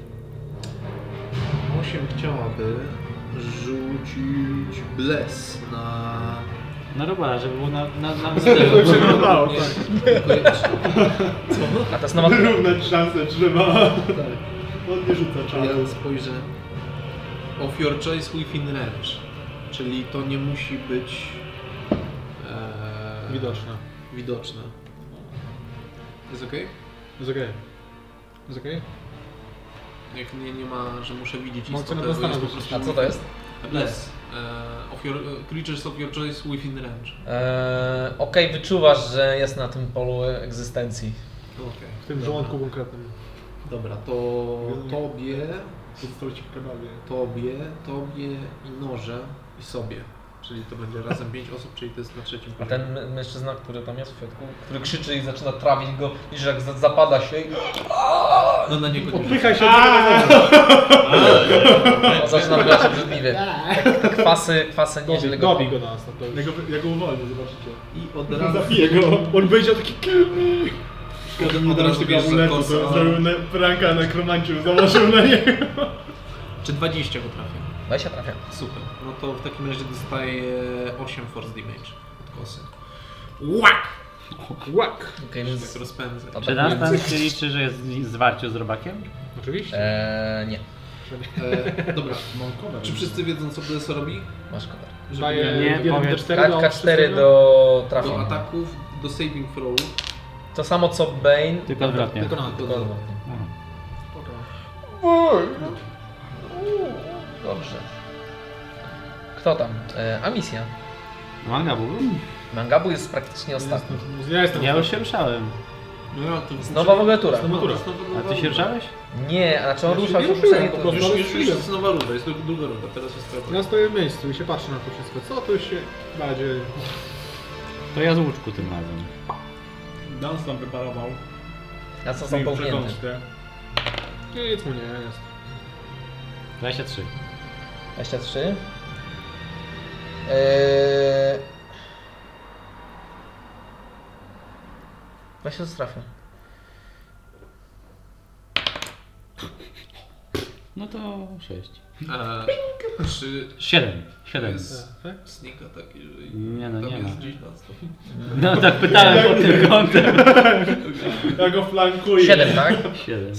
osiem chciałaby rzucić bless na... Na robala, żeby było na... na, na, na To się wyglądało, Nie, tak. tylko jeszcze. A to jest nowa... Wyrównać szanse trzeba. On nie rzuca czasu. Ja spojrzę. Of your choice within range. Czyli to nie musi być... eee, Widoczne. widoczne. Jest okej? Jest okej. Jest okej? Jak nie, nie ma, że muszę widzieć Mogę istotę, na to jest Bastana po rzucić. prostu... A co to jest? Bless. Eee, of your, e, creatures of your choice within range. Eee, Okej, wyczuwasz, że jest na tym polu egzystencji. Okej. W tym Dobra. żołądku konkretnym. Dobra, to tobie, Pozostało ci w kebawie. tobie, tobie i noże i sobie. Czyli to będzie razem pięć osób, czyli to jest na trzecim A poziomie. ten m- mężczyzna, który tam jest w środku, który krzyczy i zaczyna trawić go, widzisz jak za- zapada się i No na niego nie Odpychaj się on zaczyna wyglądać obrzydliwie. Te kwasy, kwasy nieźle go... Dobij go na nas na pewno. Ja go, ja go uwolnię, zobaczycie. I od razu, Zabiję go. On będzie taki... od, Nie od dam razu tego bierze amuletu, kosa. to zrobił ne- pranka na kromanciu, założył na niego. Czy dwadzieścia go trafia? Weź się trafia. Super. No to w takim razie dostaje osiem force damage od kosy. Łak! Łak! Okej, Się więc... tak rozpędzę. to Czy tak nas więc- tam się liczy, że jest w zwarciu z robakiem? Oczywiście. Eee, nie, E, dobra. Mam cover. Czy wszyscy wiedzą, co Bless robi? masz cover. Żeby Daję Nie, jeden powiedz. D cztery do K cztery wszystkiego? do do trafienia. ataków, do saving throw. To samo co Bane. Tylko odwrotnie. Tylko na Tylko odwrotnie. Aha. Spoko. Dobrze. Kto tam? E, a misja. Manga był? Mangabu jest praktycznie ostatni. Ja jestem. Ja już się ruszałem. No, to Z nowa w ogóle tura. Znowu tura. A ty się ruszałeś? Nie, a znaczy on Ja się ruszał nie się ruszyłem, poprzedniej po turze. prostu. Już, już, już jest nowa runda, jest druga runda, teraz jest twoja. Ja stoję w miejscu i się patrzę na to wszystko. Co tu się będzie? To ja z łuczku tym razem. Dans tam wyparował. Na co są połknięte? Nic mu nie jest. dwadzieścia trzy. dwadzieścia trzy. Eee... Weź się trafia. No to sześć. E, czy siedem. siedem. jest Tak? sneak taki, że Nie no, tam nie jest ma. gdzieś na stopie? No tak pytałem pod tym kątem. Ja go flankuję. siedem, tak? siedem.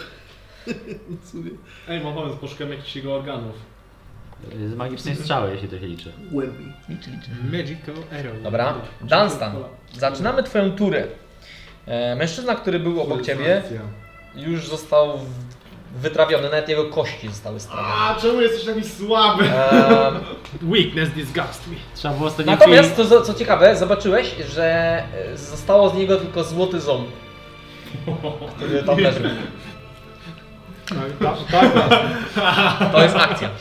Ej, mam pomysł, poszukam jakichś jego organów. Z magicznej strzały, jeśli to się liczy. Głębi. Licz, licz. Magical arrow. Dobra, Dunstan. Zaczynamy twoją turę. E, mężczyzna, który był obok ciebie, już został w- wytrawiony, nawet jego kości zostały strawione. A czemu jesteś taki słaby? Eee, Weakness disgust me. Trzeba było ostatnio natomiast, to, co- co ciekawe, zobaczyłeś, że e, zostało z niego tylko złoty ząb, który tam leży. Tak, tak, tak. To jest akcja.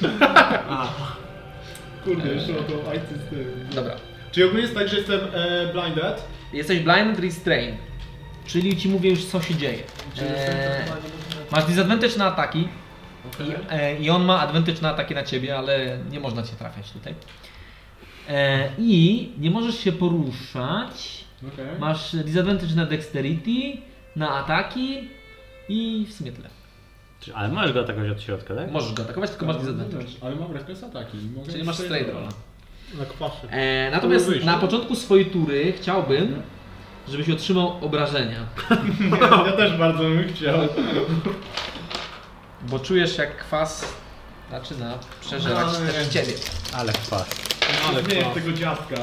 Kurde, jeszcze o to ajcy z tym. Dobra. Czyli ogólnie jest tak, że jestem e, blinded. Jesteś blind restrain, czyli ci mówię już co się dzieje. Eee, masz disadvantage na ataki i, e, i on ma advantage na ataki na ciebie, ale nie można cię trafiać tutaj. E, I nie możesz się poruszać. Okay. Masz disadvantage na dexterity, na ataki i w sumie tyle. Ale możesz go atakować od środka, tak? Możesz go atakować, tylko masz disadvantage. Ale mam reflex ataki. Mogę Czyli masz straight rolla. Na kwasie. E, natomiast wyjść, na nie? początku swojej tury chciałbym, żebyś otrzymał obrażenia. Ja, ja też bardzo bym chciał. Bo czujesz jak kwas zaczyna przeżywać Ale- też ciebie. Ale kwas. Ale zmienię tego dziadka.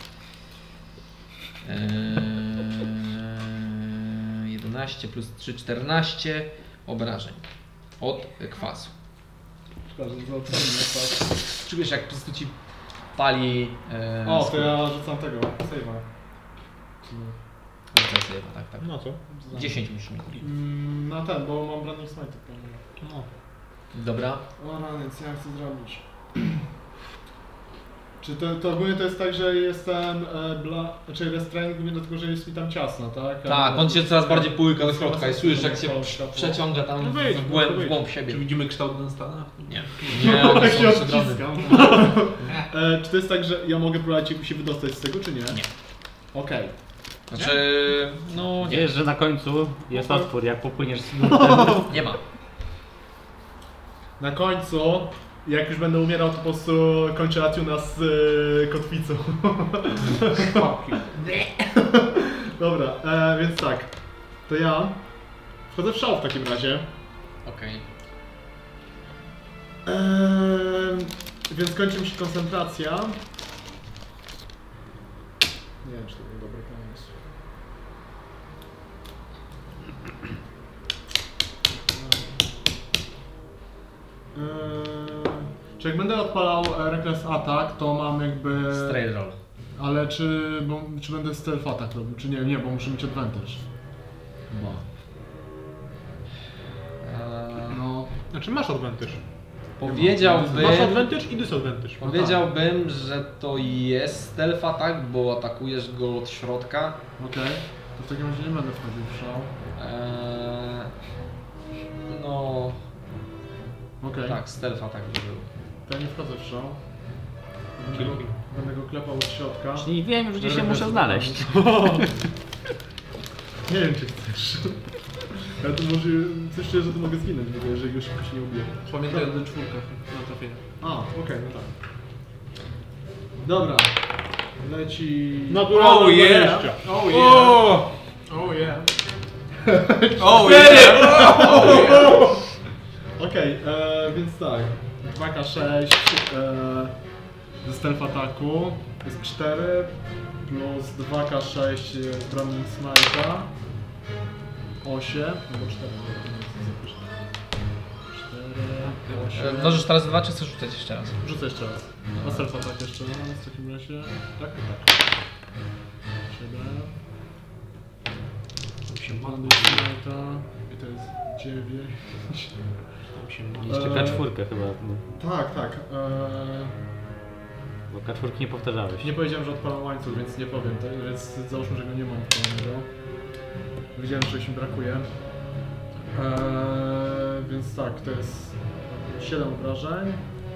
Eee, jedenaście plus trzy, czternaście obrażeń od kwasu. Szkoda, że za kwas. Czujesz jak po prostu ci pali... Eee, O, to skórę. ja rzucam tego, save'a. Rzucaj sobie, tak, tak. No co? dziesięć musisz mieć. Mm, na ten, bo mam Branding Smite. No. Dobra. O rany, co ja chcę zrobić? Czy to, to ogólnie to jest tak, że jestem e, bla... Znaczy restrained głównie dlatego, że jest mi tam ciasno, tak? Tak, on cię coraz bardziej połyka do środka i Coraz czujesz jak bardziej się światło. przeciąga tam No wyjdź, w głęb, no wyjdź. w głąb siebie. Czy widzimy kształt Dunstana? Nie. Nie, one Jak są się przy drodze. odciskam. e, czy to jest tak, że ja mogę próbować jakby się wydostać z tego, czy nie? Nie. Okej. Znaczy, no nie, Wiesz, że na końcu jest otwór, jak popłyniesz z nie ma. Na końcu, jak już będę umierał, to po prostu kończę Atiuna z y, kotwicą. Dobra, e, więc tak. To ja wchodzę w szał w takim razie. Okej. E, więc kończy mi się koncentracja. Nie wiem, czy to był dobry pomysł. Eee, czy jak będę odpalał e, Reckless Attack, to mam jakby... Straight roll. Ale czy, bo, czy będę Stealth Attack robił, czy nie? Nie, bo muszę mieć advantage. Chyba. Eee, No. Znaczy masz advantage. powiedziałbym, Masz advantage i disadvantage. powiedziałbym, że to jest stealth attack, bo atakujesz go od środka. Okej. To w takim razie nie będę wchodził w szał. Eee, no, Okej. tak, stealth attack by był. To ja nie wchodzę w szał. Będę go, będę go klepał od środka. Czyli wiem już, gdzie się muszę znaleźć. Nie wiem, czy chcesz. Ja tu może coś czuję, że tu mogę zginąć, w ogóle, jeżeli go szybko się nie ubiję. Pamiętaj o D cztery na trafienie. A, okej, no tak. Dobra. Leci... Naturalna Oh yeah! dwadzieścia. Oh yeah! Oh yeah! Oh yeah! Okej, e, więc tak. dwa K sześć e, ze stealth ataku jest cztery plus dwa K sześć z Branding Smite'a osiem, albo cztery. cztery, osiem. Mnożysz teraz dwa, czy chcesz rzucać jeszcze raz? Rzucę jeszcze raz. A stealth attack jeszcze raz w takim razie. Tak, tak. siedem. Branding Smite'a. I to jest dziewięć. Jeszcze K cztery chyba, no, Tak, tak. Eee, bo K cztery nie powtarzałeś. nie powiedziałem, że odpalam łańcuch, więc nie powiem, tak? Więc załóżmy, że go nie mam odpalonego. Widziałem, że coś mi brakuje. Eee, więc tak, to jest siedem obrażeń.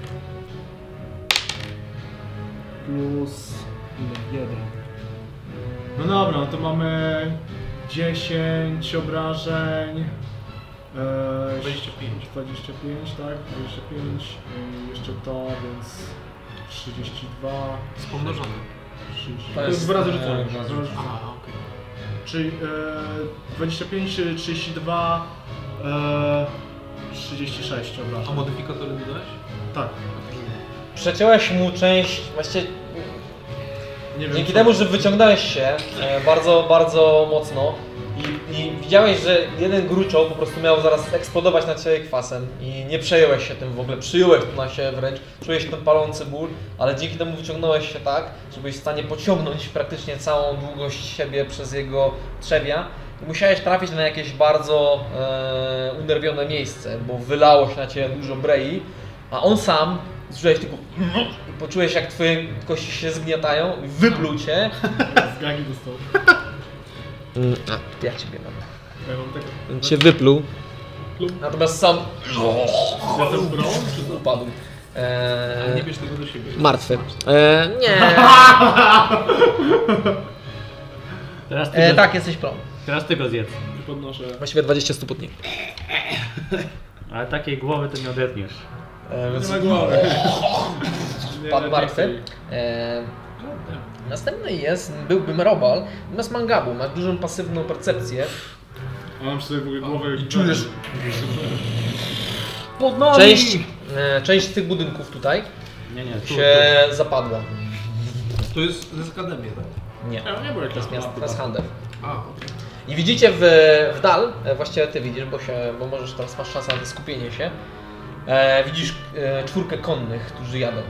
Plus jeden. No dobra, no to mamy dziesięć obrażeń. Eee, dwadzieścia pięć. dwadzieścia pięć, tak? dwadzieścia pięć. I jeszcze to, więc trzydzieści dwa. Spomnożony. trzydzieści. To jest dwa razy rzucone. e, dwa razy rzucone. Aha, okej. Czyli e, dwadzieścia pięć, trzydzieści dwa, e, trzydzieści sześć A obrażeń. modyfikatory dodałeś? Tak. Przeciąłeś mu część, właściwie Nie wiem, dzięki co- temu, że wyciągnąłeś się e, bardzo, bardzo mocno i, i widziałeś, że jeden gruczoł po prostu miał zaraz eksplodować nad ciebie kwasem i nie przejąłeś się tym w ogóle, przyjąłeś to na siebie wręcz, czułeś ten palący ból, ale dzięki temu wyciągnąłeś się tak, że byłeś w stanie pociągnąć praktycznie całą długość siebie przez jego trzewia i musiałeś trafić na jakieś bardzo e, unerwione miejsce, bo wylało się na ciebie dużo brei, a on sam zczułeś tylko i poczułeś, jak twoje kości się zgniatają i wypluł cię. Z gagi dostał. A, ja ciebie mam. Ja mam tego. On cię wypluł. Plum. Natomiast sam Jestem brą, czy co? upadł. Ale Eee, nie bierz tego do siebie. martwy. Eee, nie. Teraz ty, Eee, go, tak, jesteś pro. teraz ty go zjedz. Podnoszę. Właściwie dwadzieścia stóp od niego. Ale takiej głowy to nie odetniesz. E, więc... Nie ma głowy. Padł martwy. E, następny jest, byłby Merobal, natomiast Mangabu ma dużą pasywną percepcję. A mam sobie w ogóle głowę I czujesz... Pod nami! Część, e, część z tych budynków tutaj Nie, nie, tu, się zapadła. To jest, to jest akademia, tak? Nie, Ja nie było jak to jest miasto, to jest handel. A, okej. I widzicie w, w dal, e, właściwie ty widzisz, bo, się, bo możesz teraz masz szansę na skupienie się. E, widzisz e, czwórkę konnych, którzy jadą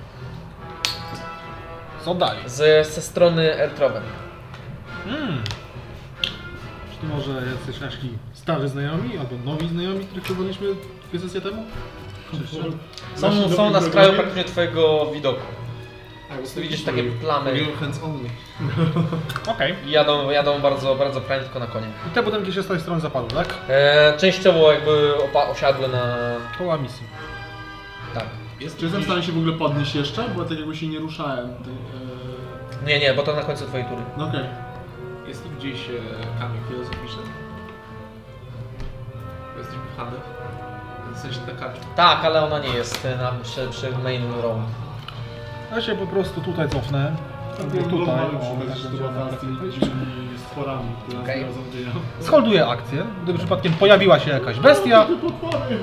Co dalej? z, ze strony Ertrowen. Hmm. Czy to może jacyś nasi starzy znajomi, albo nowi znajomi, których poznaliśmy dwie sesje temu? Są, są na skraju praktycznie twojego widoku. Po prostu widzisz takie plamy Real hands only. Okej. i jadą, jadą bardzo, bardzo prędko na konie. I te budynki się z tej strony zapadły, tak? E, częściowo jakby opa- osiadły na... Koła misji. Tak. Jest Czy jestem w gdzieś- stanie się w ogóle podnieść jeszcze? Bo tak jakby się nie ruszałem. Tej, e... Nie, nie, bo to na końcu twojej tury. No okej. Jest tu gdzieś e, kamień filozoficzny? Bo jesteśmy w handel. W sensie ta karczma. Tak, ale ona nie jest e, na, przy, przy main row. Ja się po prostu tutaj cofnę. Tutaj, Tutaj. o, O, tak tak będzie będzie z tymi dziwnymi stworami, które nas Okej. teraz odbija. Sholduję akcję, gdyby przypadkiem pojawiła się jakaś bestia, Te potwory!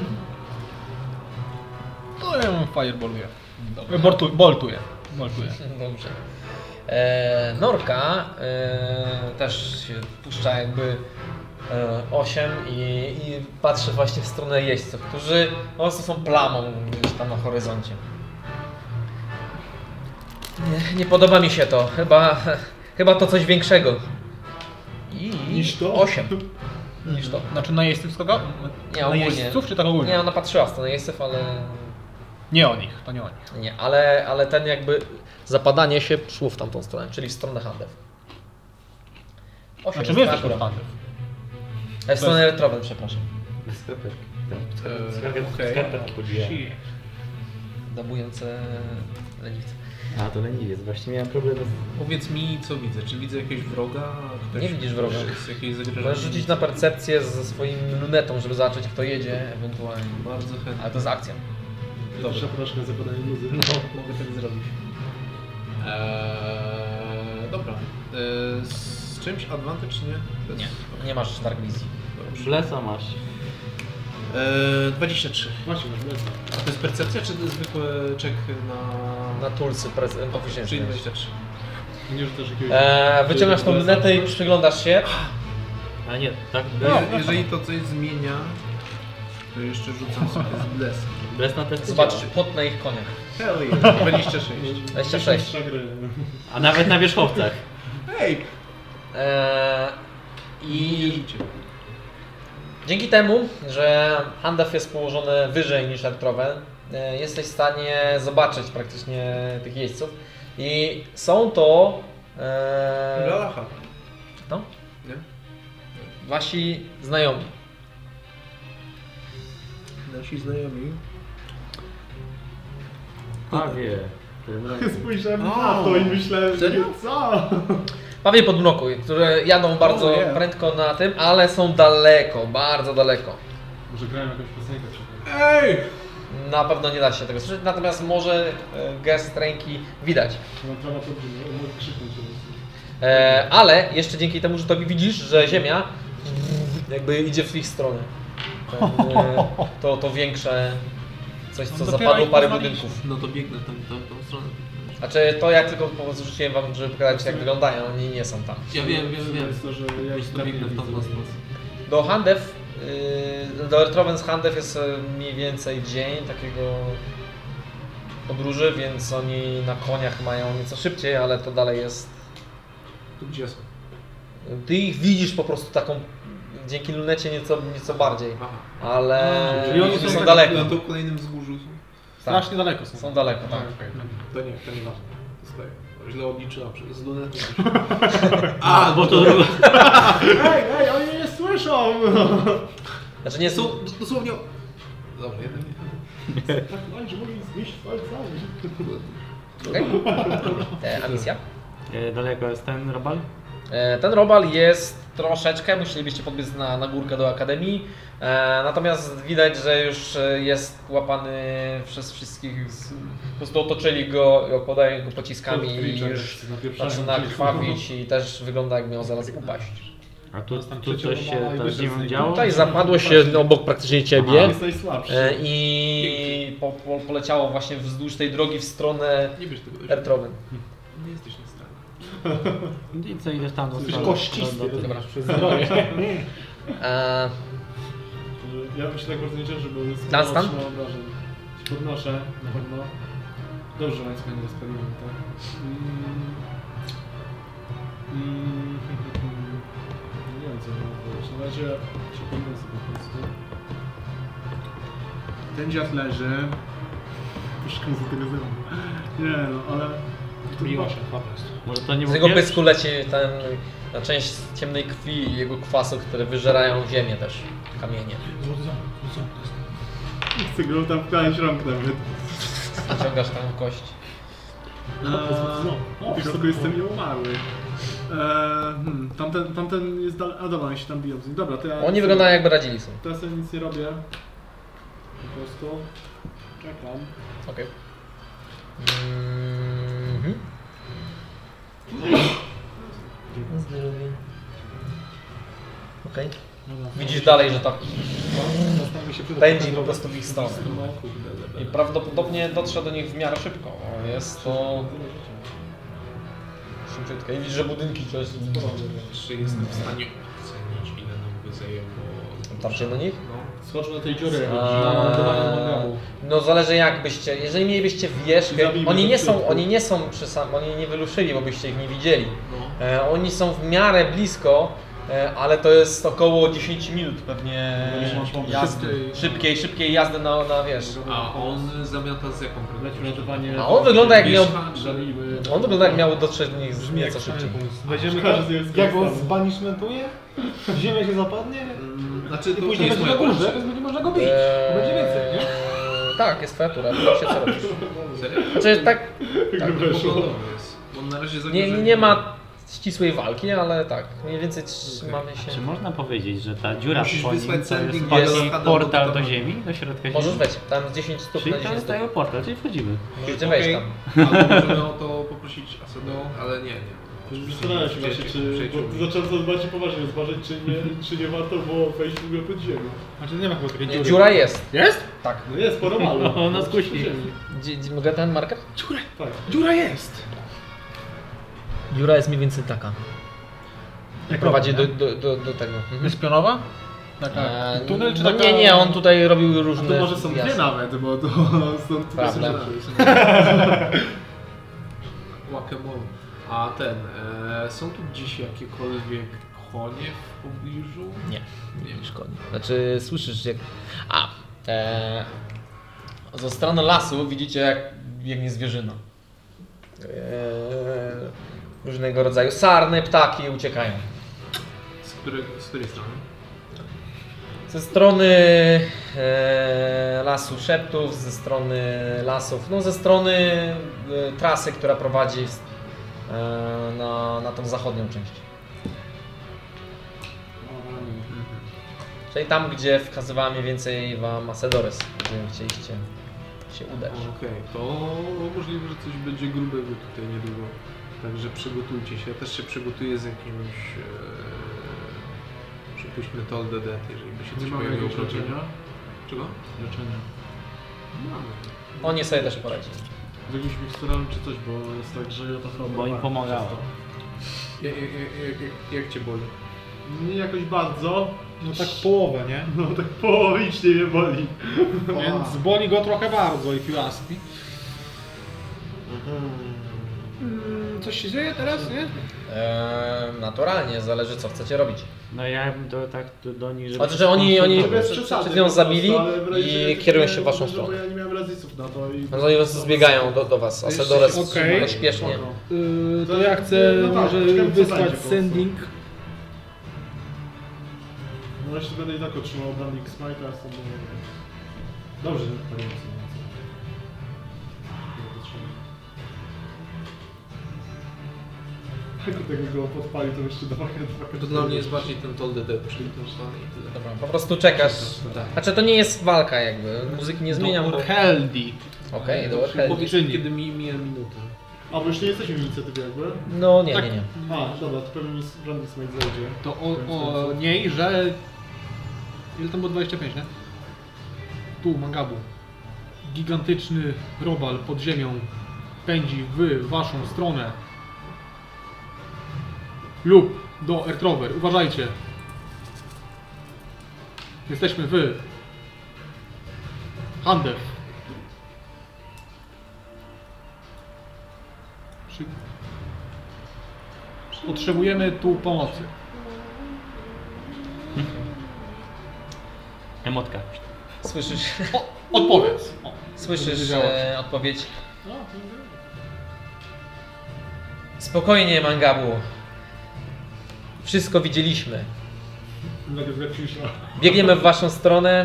to ja ją fireballuję. Boltu, boltuję. Boltuję. Dobrze. E, Norka e, też się puszcza jakby e, osiem i, i patrzy właśnie w stronę jeźdźców, którzy po prostu są plamą gdzieś tam na horyzoncie. Nie, nie podoba mi się to. Chyba, chyba to coś większego. I Niż to? osiem. Niż to. Znaczy na jeźdźców kogo? Nie, Na ogólnie. jeźdźców czy tak ogólnie? Nie, ona patrzyła w stronę jeźdźców, ale Nie o nich, to nie o nich. nie, ale, ale ten jakby zapadanie się szło w tamtą stronę, czyli w stronę handel. osiem Znaczy my jest jesteśmy natura. w handel. E, W stronę retrową, przepraszam. Skarpetki. E, okej. Skarpetki podziwiałem. Dabujące leniwce. A, to leniwiec. Właśnie miałem problem z... Powiedz mi, co widzę. Czy widzę jakiegoś wroga? Ktoś, Nie widzisz wroga. ktoś Jest jakieś zagrożenie? Możesz rzucić na percepcję ze swoim lunetą, żeby zobaczyć kto jedzie ewentualnie. Bardzo chętnie. Ale to jest akcja. Dobrze, proszę za podanie bluzy. No, mogę tak zrobić. Eee, dobra. Eee, z czymś advantage nie? To jest- Nie, nie masz dark wizji. Dobrze. Blesa masz. Eee, dwadzieścia trzy. Właśnie, masz lecę. A to jest percepcja, czy to jest zwykły check na... Na tulsy Czyli proficiency. dwadzieścia trzy. Nie rzucasz jakiegoś... Eee, wyciągasz tą lunetę i przyglądasz się. A nie, tak? No, No, jeżeli to coś zmienia, to jeszcze rzucam sobie z bless. Bless na testy Zobaczysz działa. pot na ich koniach. Hell yeah. dwadzieścia sześć. dwadzieścia sześć. A nawet na wierzchowcach. Hej! Eee, I I dzięki temu, że Handaf jest położony wyżej niż Ertrowen, e, jesteś w stanie zobaczyć praktycznie tych jeźdźców. I są to e, Galacha. no, Nie? wasi znajomi. Nasi znajomi. Pawie. Spojrzałem O, na to i myślałem, serio? co? Pawie podmroku, które jadą bardzo O, yeah. prędko na tym, ale są daleko, bardzo daleko. Może grałem jakąś piosenkę przed tym. Ej! Na pewno nie da się tego słyszeć, natomiast może e, gest ręki widać. No trawa to może krzyknąć. E, ale jeszcze dzięki temu, że to widzisz, że Ziemia jakby idzie w ich stronę. Ten, e, to, to większe coś, co No dopiero zapadło ich parę poznaliśmy. budynków. No to biegnę w tą, tą, tą stronę. Znaczy to ja tylko po prostu rzuciłem wam, żeby pokazać jak wyglądają, oni nie są tam. Ja wiem, wiem, wiem. Jest to, że ja Po ich prostu biegnę w tą, tą widzę. stronę. Do Handew, yy, do Ertrowen z Handew jest e, mniej więcej dzień takiego podróży, więc oni na koniach mają nieco szybciej, ale to dalej jest... Tu gdzie są? Ty ich widzisz po prostu taką, dzięki lunecie nieco, nieco bardziej, Aha. ale czyli oni są, są tak daleko. Na to kolejnym wzgórzu są. Strasznie daleko są. Są daleko, tak. To nie, to nie ważne. Zostaje. Źle obliczyłam, że z lunetą. A, bo to druga. Ej, ej, oni nie słyszą! Znaczy nie są... Są dosłownie... Dobra, jeden nie. Tak mają, że mogli znieść palcami. Okej. E, A misja? E, Daleko jest ten robal? E, ten robal jest troszeczkę, musielibyście podbiec na, na górkę do akademii, e, natomiast widać, że już jest łapany przez wszystkich, z, po prostu otoczyli go i okładają go pociskami i już zaczyna krwawić i też wygląda, jak miał zaraz upaść. A tu, tu coś się tam z nim działo? Tutaj zapadło się obok praktycznie ciebie. Jest najsłabszy. E, I po, po, poleciało właśnie wzdłuż tej drogi w stronę Nie bierz tego. Ertrowen. Nie jesteś na stanie. I co, idziesz tam do Jesteś strony? kościsty. Do- do- Dobra. Przez zdrowie. E, Ja bym się tak bardzo nie cięższy, bo jest Dunstan? otrzymał obrażeń. Się podnoszę na pewno. Dobrze, łańcucha nie rozpaliłem, tak? Mm. Mm. Nie wiem co mam powiedzieć. Na razie się podniosę po prostu. Ten dziad leży. Puszczam za tego zębu. Nie no, ale... Miło się, po prostu. Może to nie z był jego pierwszy? pysku leci ten, na część ciemnej krwi i jego kwasu, które wyżerają ziemię też, kamienie. Złoty ząb, złoty ząb to jest. Nie chcę go tam wkładać rąk nawet. Wyciągasz tam kość. Eee, Wiesz, tylko jestem nieumarły. Eee, hmm, tamten, tamten jest dalej. A dobra, oni się tam biją z nim. Dobra, to ja. Oni wyglądają, jakby radzili sobie. To ja sobie nic nie robię. Po prostu. Czekam. Okej. Mhm. Okej. Widzisz dalej, że tak Zastanawiam się przed pędzi po prostu w ich stronę. I prawdopodobnie dotrze do nich w miarę szybko. Jest to szybciutko. I widzisz, że budynki coś Czy jestem w stanie ocenić, ile nam by zajęło... tarcie do nich. No. Skocz na tej dziury. Eee, no zależy jak byście, jeżeli mielibyście wierzchę, Zabijmy oni do nie są, środku. oni nie są przy sam, oni nie wyruszyli, bo byście ich nie widzieli. No. E, oni są w miarę blisko, e, ale to jest około dziesięć minut pewnie jazdy, Szybkiej- szybkiej, szybkiej jazdy na, na wiesz. A on zamiata z jaką prędkością? A on wygląda jak miał, Wierzcha, czy- Zabijmy. on wygląda jak miał dotrzeć do nich z nieco szybciej. Weźmiemy Każdy go, z jest jak go krystał. zbanishmentuje, ziemia się zapadnie Mm, Znaczy i to później nie jest będzie moja na górze, broń. więc będzie można go bić. Eee, Bo będzie więcej, nie? Tak, jest twoja tura, to się co robisz. Serio? Znaczy tak, Jak weszło. Podobny jest. Bo na razie nie, zagrożenie- nie ma ścisłej walki, ale tak, mniej więcej trzymamy się. Czy można powiedzieć, że ta dziura Musisz po nim wysłać to jest sending taki jest- portal do ziemi, do środka ziemi? Możesz wejść, tam jest dziesięć stóp Czyli na to dziesięć jest stóp. taki portal, czyli wchodzimy. Możecie wejść Okej, tam. albo możemy o to poprosić Asedo, ale nie, nie. Zastanawiam się właśnie, czy... Bo zacząłem to bardziej poważnie rozważać, czy nie, czy nie warto było wejść w ogóle pod ziemię. Znaczy nie ma chyba takiej Nie, dziury. dziura jest. Jest? Tak. No jest, sporo mało. O, nas kusi. Gdzie, gdzie, mogę ten marker? Dziura, Tak. dziura jest. Dziura jest mniej więcej taka. I Jak prowadzi do, robi, do, do, do tego. Mhm. Jest pionowa? Taka Eee, tunel czy no taka... nie, nie, on tutaj robił A różne... to może są dwie jazdy. nawet, bo to stąd Prawda. Guacamole. A ten, e, są tu gdzieś jakiekolwiek konie w pobliżu? Nie, nie szkodzi. Znaczy słyszysz jak... A, e, ze strony lasu widzicie jak biegnie zwierzyna. E, różnego rodzaju sarny, ptaki uciekają. Z, której, z której strony? Ze strony e, lasu szeptów, ze strony lasów, no ze strony e, trasy, która prowadzi w, e, na, na tą zachodnią część. Czyli tam, gdzie wskazywała mniej więcej wam Asedores, gdzie chcieliście się udać. Okej, to możliwe, że coś będzie grubego tutaj niedługo. Także przygotujcie się. Ja też się przygotuję z jakimś... E, przypuśćmy Toll the Dead, jeżeli by się Nie coś mamy pojawiło jakiegoś proti- leczenia? Czego? Leczenia. Mamy. Oni sobie też poradzili. Z jakimś miksturami czy coś, bo jest tak, że ja to chyba... Bo im pomagało. Jak, jak, jak, jak, jak cię boli? Nie jakoś bardzo. No tak połowę, nie? No tak połowicznie mnie boli. Więc boli go trochę bardzo, if you ask me. Mm, coś się dzieje teraz, nie? E, naturalnie, zależy co chcecie robić. No ja bym to tak do, do nich, żeby... Znaczy, że oni, oni Bez przed, przesady przed nią po zabili prostu, ale w razie i czego kierują nie- się w waszą że- stronę. Bo ja nie miałem rezysów na to i... No oni was zbiegają do, do was. Asedores Okej. pośpiesznie. Spoko. Yy, to ja chcę No tak, może czekamy, co wysłać będzie po prostu. sending. No jeszcze będę i tak otrzymał Branding Smite'a, sobie... Dobrze, że tak jest. Jak tego go podpali, to jeszcze trochę... To dla mnie jest bardziej ten Toll the Dead, czyli to stanie i tyle. Dobra, po prostu czekasz. Tak. Znaczy to nie jest walka jakby, muzyki nie zmieniam, bo... Heldi. Okej, do Warheldi. Powiedz mi, kiedy mi mija minuta. A, bo już nie jesteśmy w inicjatywie jakby? No nie, nie, nie. A, dobra, to pewnie mi Branding Smite zejdzie. To o, o niej, że... Ile tam było? dwadzieścia pięć, nie? Tu, Mangabu. Gigantyczny robal pod ziemią pędzi w waszą stronę. Lub do Earthrover. Uważajcie. Jesteśmy w Handew. Przy... Potrzebujemy tu pomocy. Emotka. Słyszysz, O, odpowiedz. O, słyszysz działać. e, odpowiedź. Spokojnie, Mangabu. Wszystko widzieliśmy. Najpierw jak cisza. Biegniemy w waszą stronę.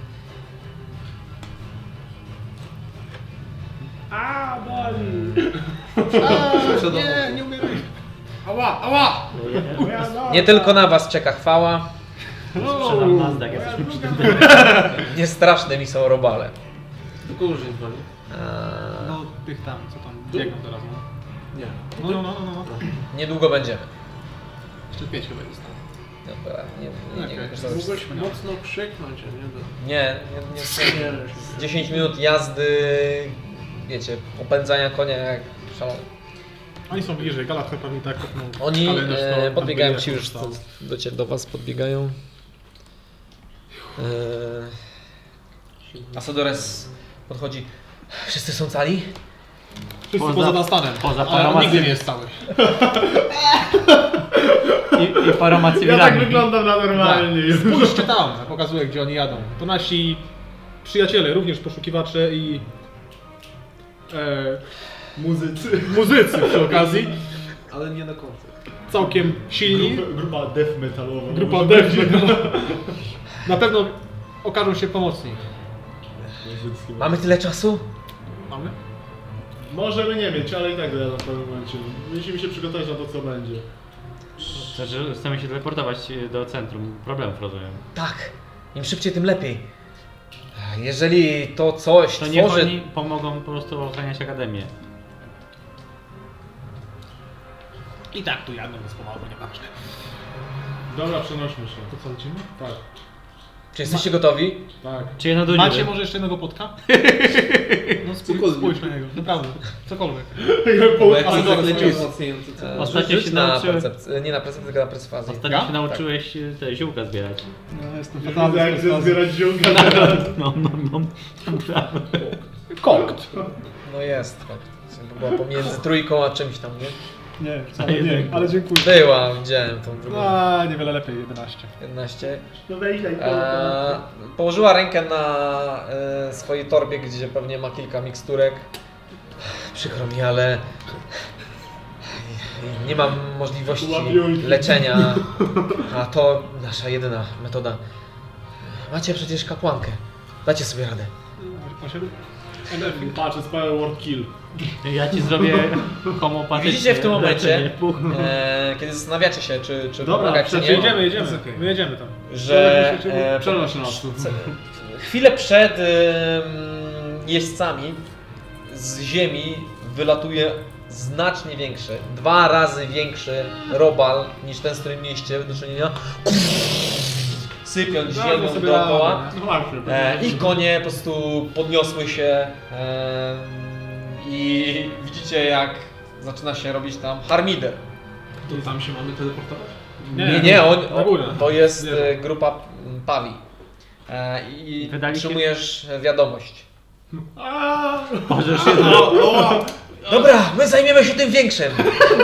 A, boli! Nie, nie umieraj. Ała, ała! Nie tylko na was czeka chwała. Sprzedam Nasdaq, jesteśmy przy tym. Nie straszne mi są robale. Tylko użyj broni. Eee, No, tych tam, co tam biegną teraz, no. Nie. No, no, no, no, no. niedługo będziemy. Jeszcze pięć chyba jest. Dobra, nie, nie, nie, Okej. nie, nie, Mógłbyś mocno krzyknąć, a nie do... nie, nie, nie, nie. dziesięć minut jazdy, wiecie, opędzania konia jak szalony. Oni są bliżej, Galather pewnie tak. No, Oni kalendarz to e, tam podbiegają byli ci jakoś już, tam. do, do, do was podbiegają. E, Asadores podchodzi. Wszyscy są cali? Wszyscy Poza- poza Dunstanem. poza Ale paroma on nigdy cy- nie jest cały. I, i paroma Ja tak cywilami. wyglądam na normalnie. Spójrzcie tam, pokazuję gdzie oni jadą. To nasi przyjaciele, również poszukiwacze i e, Muzycy. muzycy przy okazji. Ale nie na koncert. Całkiem silni. Grupa, grupa death metalowa. Grupa Może death będzie. metalowa. Na pewno okażą się pomocni. Muzycki. Mamy tyle czasu? Mamy? Możemy nie mieć, ale i tak dojadę w pewnym momencie. Musimy się przygotować na to, co będzie. Znaczy, chcemy się teleportować do centrum. Problemów rozumiem. Tak. Im szybciej, tym lepiej. Jeżeli to coś To niech tworzy... oni pomogą po prostu ochraniać Akademię. I tak tu jadą bez pomalu, nieważne. Dobra, przenośmy się. To co, lecimy? Tak, Czy jesteście gotowi? tak. Czy jedno do Macie może jeszcze jednego potka? No spójrz, Cokolwiek. spójrz na niego, naprawdę, cokolwiek. Bo jak Ale jest zaraz zaklęcie spójrz. wzmacniające co? E, Ostatnio rzuć się na nauczyłem- percepcję, nie na percepcję, tylko na perswazję. Ostatnio Ja? się nauczyłeś te ziółka zbierać. No, jestem Widzę, fatalny. jak chcę zbierać ziółka. No, no, no. Kokt. No jest. Tak. To była pomiędzy trójką a czymś tam, nie? Nie, wcale nie, ale dziękuję. Była, widziałem tą drugą. A, niewiele lepiej, jedenaście. jedenaście. No weź daj to. Eee, położyła rękę na e, swojej torbie, gdzie pewnie ma kilka miksturek. Przykro mi, ale nie mam możliwości Łapiulki. leczenia, a to nasza jedyna metoda. Macie przecież kapłankę. Dacie sobie radę. Osiem? Patrz, jest power word kill. Ja ci zrobię homopatyczne Widzicie w tym momencie, leczenie. Puch. e, kiedy zastanawiacie się, czy, czy Dobra, pomagać, czy Znaczy, nie, jedziemy, jedziemy. Jest okej. My jedziemy tam. że e, Przenoś nas. chwilę przed em, jeźdźcami z ziemi wylatuje znacznie większy, dwa razy większy robal niż ten, z którym mieliście do czynienia. Sypiąc ziemią sobie dookoła. radę, No właśnie. E, ich konie po prostu podniosły się e, i widzicie, jak zaczyna się robić tam harmider. To tam się mamy teleportować? Nie, nie, on, na górę. to jest Nie. e, grupa m, Pawi. E, I Wydali się- otrzymujesz wiadomość. Możesz się Dobra, my zajmiemy się tym większym.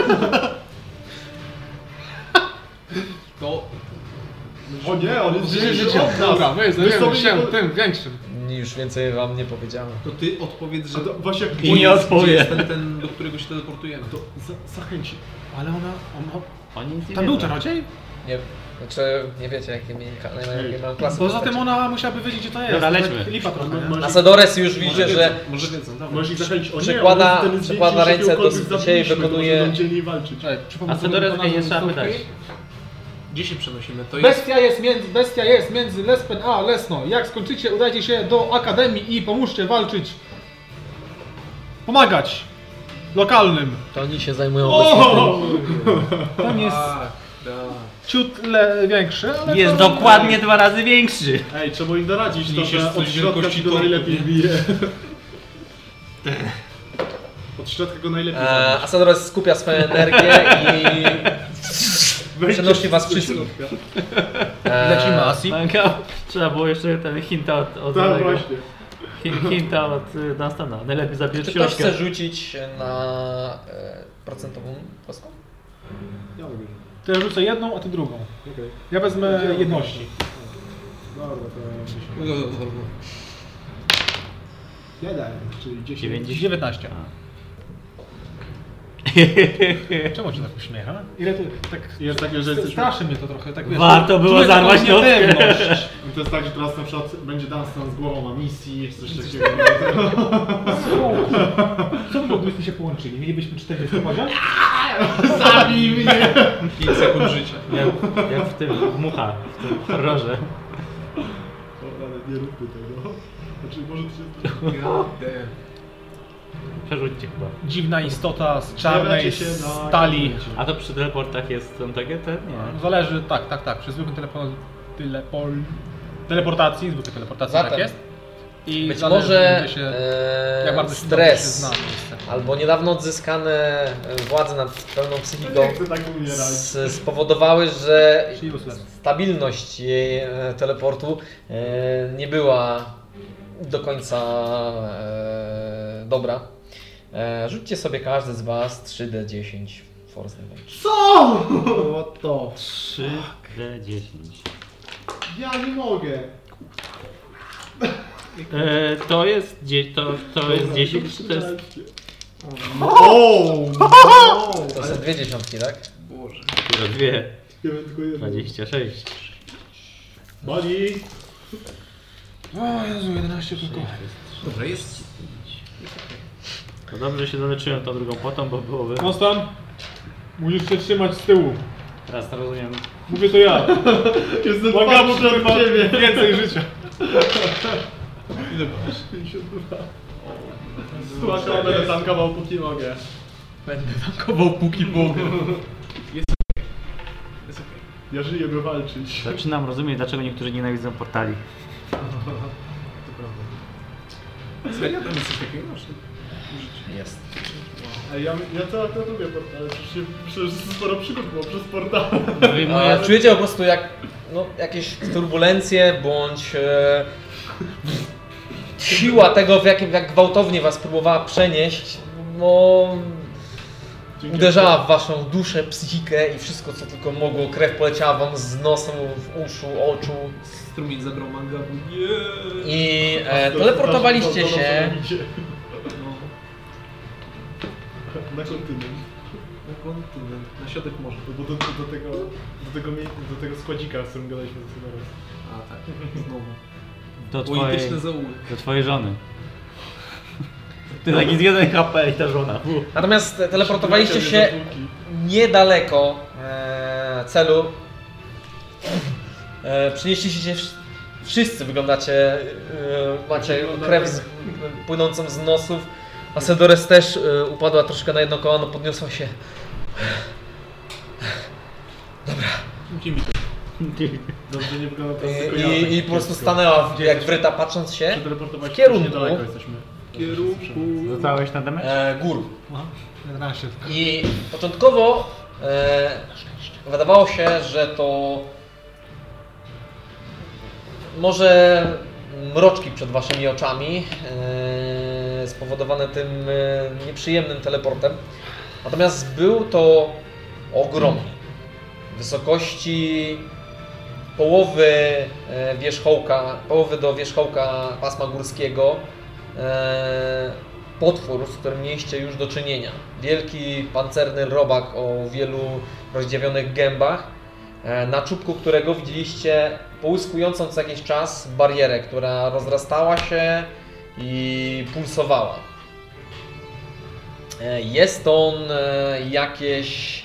To O nie, on jest Życie, życie życie. od nas. Dobra, my My zajmiemy sobie się nie- tym większym. Już więcej wam nie powiedziałem. To ty odpowiedz, że A to właśnie I nie odpowie. gdzie jest ten, ten, do którego się teleportujemy. To za, zachęci. Ale ona, ona Oni nic nie Tam był wiedzą. czarodziej? Nie, znaczy nie wiecie jakie mieli jakie mają klasy. Poza postaci. tym ona musiałaby wiedzieć, gdzie to jest. Dobra, Tak lećmy. Lipa trochę, nie? Może- Asadores już widzi, Może że Może wiedzą, dobra. Możesz ich zachęcić. O nie, Przekłada- one ten przekłada zdjęcie ręce do jakiegokolwiek siebie i zabiliśmy, to wykonuje- może będą dzielniej walczyć. Czekaj, przypomnę A sobie Fedorowskiej nazwę nie trzeba miejscówki. pytać. Gdzie się przenosimy? To jest... Bestia jest między, bestia jest między Lespen a Lesno. Jak skończycie, udajcie się do Akademii i pomóżcie walczyć. Pomagać lokalnym. to oni się zajmują O! Tam jest Tak, tak. ciut le, większy, ale Jest to... dokładnie dwa razy większy. Ej, trzeba im doradzić, to, Niesiesz że coś od środka wielkości ci go tortu, najlepiej nie? bije. Od środka go najlepiej E, zabić. Asadores skupia swoją energię i Wejdźcie przenosi was do wszystkich. środka. E, Lecimy Asi. Manka, trzeba było jeszcze ten hinta od, od Tak, tego. właśnie. Hin- Hinta od y, Dunstana. Najlepiej zabierz Czy ktoś środka. chce rzucić na e, procentową kostką? Ja mogę. To ja rzucę jedną, a ty drugą. Okej. Ja wezmę jedności. Dobra, to dziesięć. No, no, no, no. Jeden, czyli dziesięć. dziewięćdziesiąt. dziewiętnaście. Czemu cię tak uśmiecha? Ile to tak... Jest takie, że jesteśmy... Straszy mnie to trochę, tak wiesz... Warto było czuję taką zarwać nockę. niepewność. To jest tak, że teraz na przykład będzie Dunstan z głową na misji, coś takiego. Co by moglibyśmy się połączyli? Mielibyśmy czterdzieści poziom? Zabij mnie! pięć sekund życia. Jak, jak w tym mucha, w tym horrorze. O, ale nie róbmy tego. Znaczy, może to się... God damn. Przerzućcie chyba. Dziwna istota z czarnej Zjawiacie się na stali. kontynencie. A to przy teleportach jest są takie te? Nie. Zależy, tak, tak, tak. Przy zwykłym telepo, telepol, teleportacji, zwykłej teleportacji Zatem tak jest. I Być zależy, może gdzie się, e, jak bardzo się stres dobrze się zna miejsce. albo niedawno odzyskane władze nad pełną psychiką Nie chcę tak umierać. s- spowodowały, że Czyli useless. stabilność jej e, teleportu e, nie była do końca e, dobra. E, rzućcie sobie każdy z was trzy D dziesięć force damage. Co? What to? trzy D dziesięć. Ja nie mogę. E, to jest dzie, to, to jest dziesięć czy to jest... O! To są dwie dziesiątki, tak? Boże. Tylko dwie. Ja mam tylko jedno. dwadzieścia sześć. Buddy! O Jezu, jedenaście tylko. Dobra, jest. To dobrze się zaleczyłem tą drugą potą, bo byłoby... Konstant, musisz się trzymać z tyłu. Teraz to rozumiem. Mówię to ja. Jestem Błagam, patrzę żeby od ciebie. więcej życia. Ile masz? pięćdziesiąt dwa. Słuchaj, ja będę tankował póki mogę. Będę tankował póki mogę. Jest okej. Ja żyję, by walczyć. Zaczynam rozumieć, dlaczego niektórzy nienawidzą portali. To prawda. Serio? Tam jest coś takiego? Że- Jest. Ej, ja, ja to akurat lubię portale, przecież przecież sporo przygód było przez portal. A czujecie po prostu jak no, jakieś turbulencje bądź e, siła tego, w jakim, jak gwałtownie was próbowała przenieść, no, uderzała w waszą duszę, psychikę i wszystko co tylko mogło. Krew poleciała wam z nosu, w uszu, oczu Strumień zabrał mangabu. Nie. i e, teleportowaliście się. No, Na kontynent. na kontynent, na środek morza. Bo do, do, do, tego, do, tego, mie- do tego składzika, z którym gadaliśmy ze sobą. A tak, znowu. Do twojej, Polityczne zauły. do twojej żony. Ty taki z jeden H P i ta żona. U. Natomiast teleportowaliście się niedaleko e, celu. E, Przynieśliście się wsz- wszyscy, wyglądacie, e, macie krew z, płynącą z nosów. Asedores też e, upadła troszkę na jedno kolano, podniosła się. Dobrze, nie wygląda to I, tylko ja. i, i po prostu stanęła w, jak wryta, patrząc się Przeteleportować w kierunku niedaleko jesteśmy. Kierunku. Zostałeś na damage? e, gór. Aha, jedenaście tylko. I początkowo e, wydawało się, że to może mroczki przed waszymi oczami e, spowodowane tym e, nieprzyjemnym teleportem. Natomiast był to ogromny. Wysokości połowy e, wierzchołka, połowy do wierzchołka pasma górskiego. E, potwór, z którym mieliście już do czynienia. Wielki, pancerny robak o wielu rozdziawionych gębach, na czubku którego widzieliście połyskującą co jakiś czas barierę, która rozrastała się i pulsowała. Jest on jakieś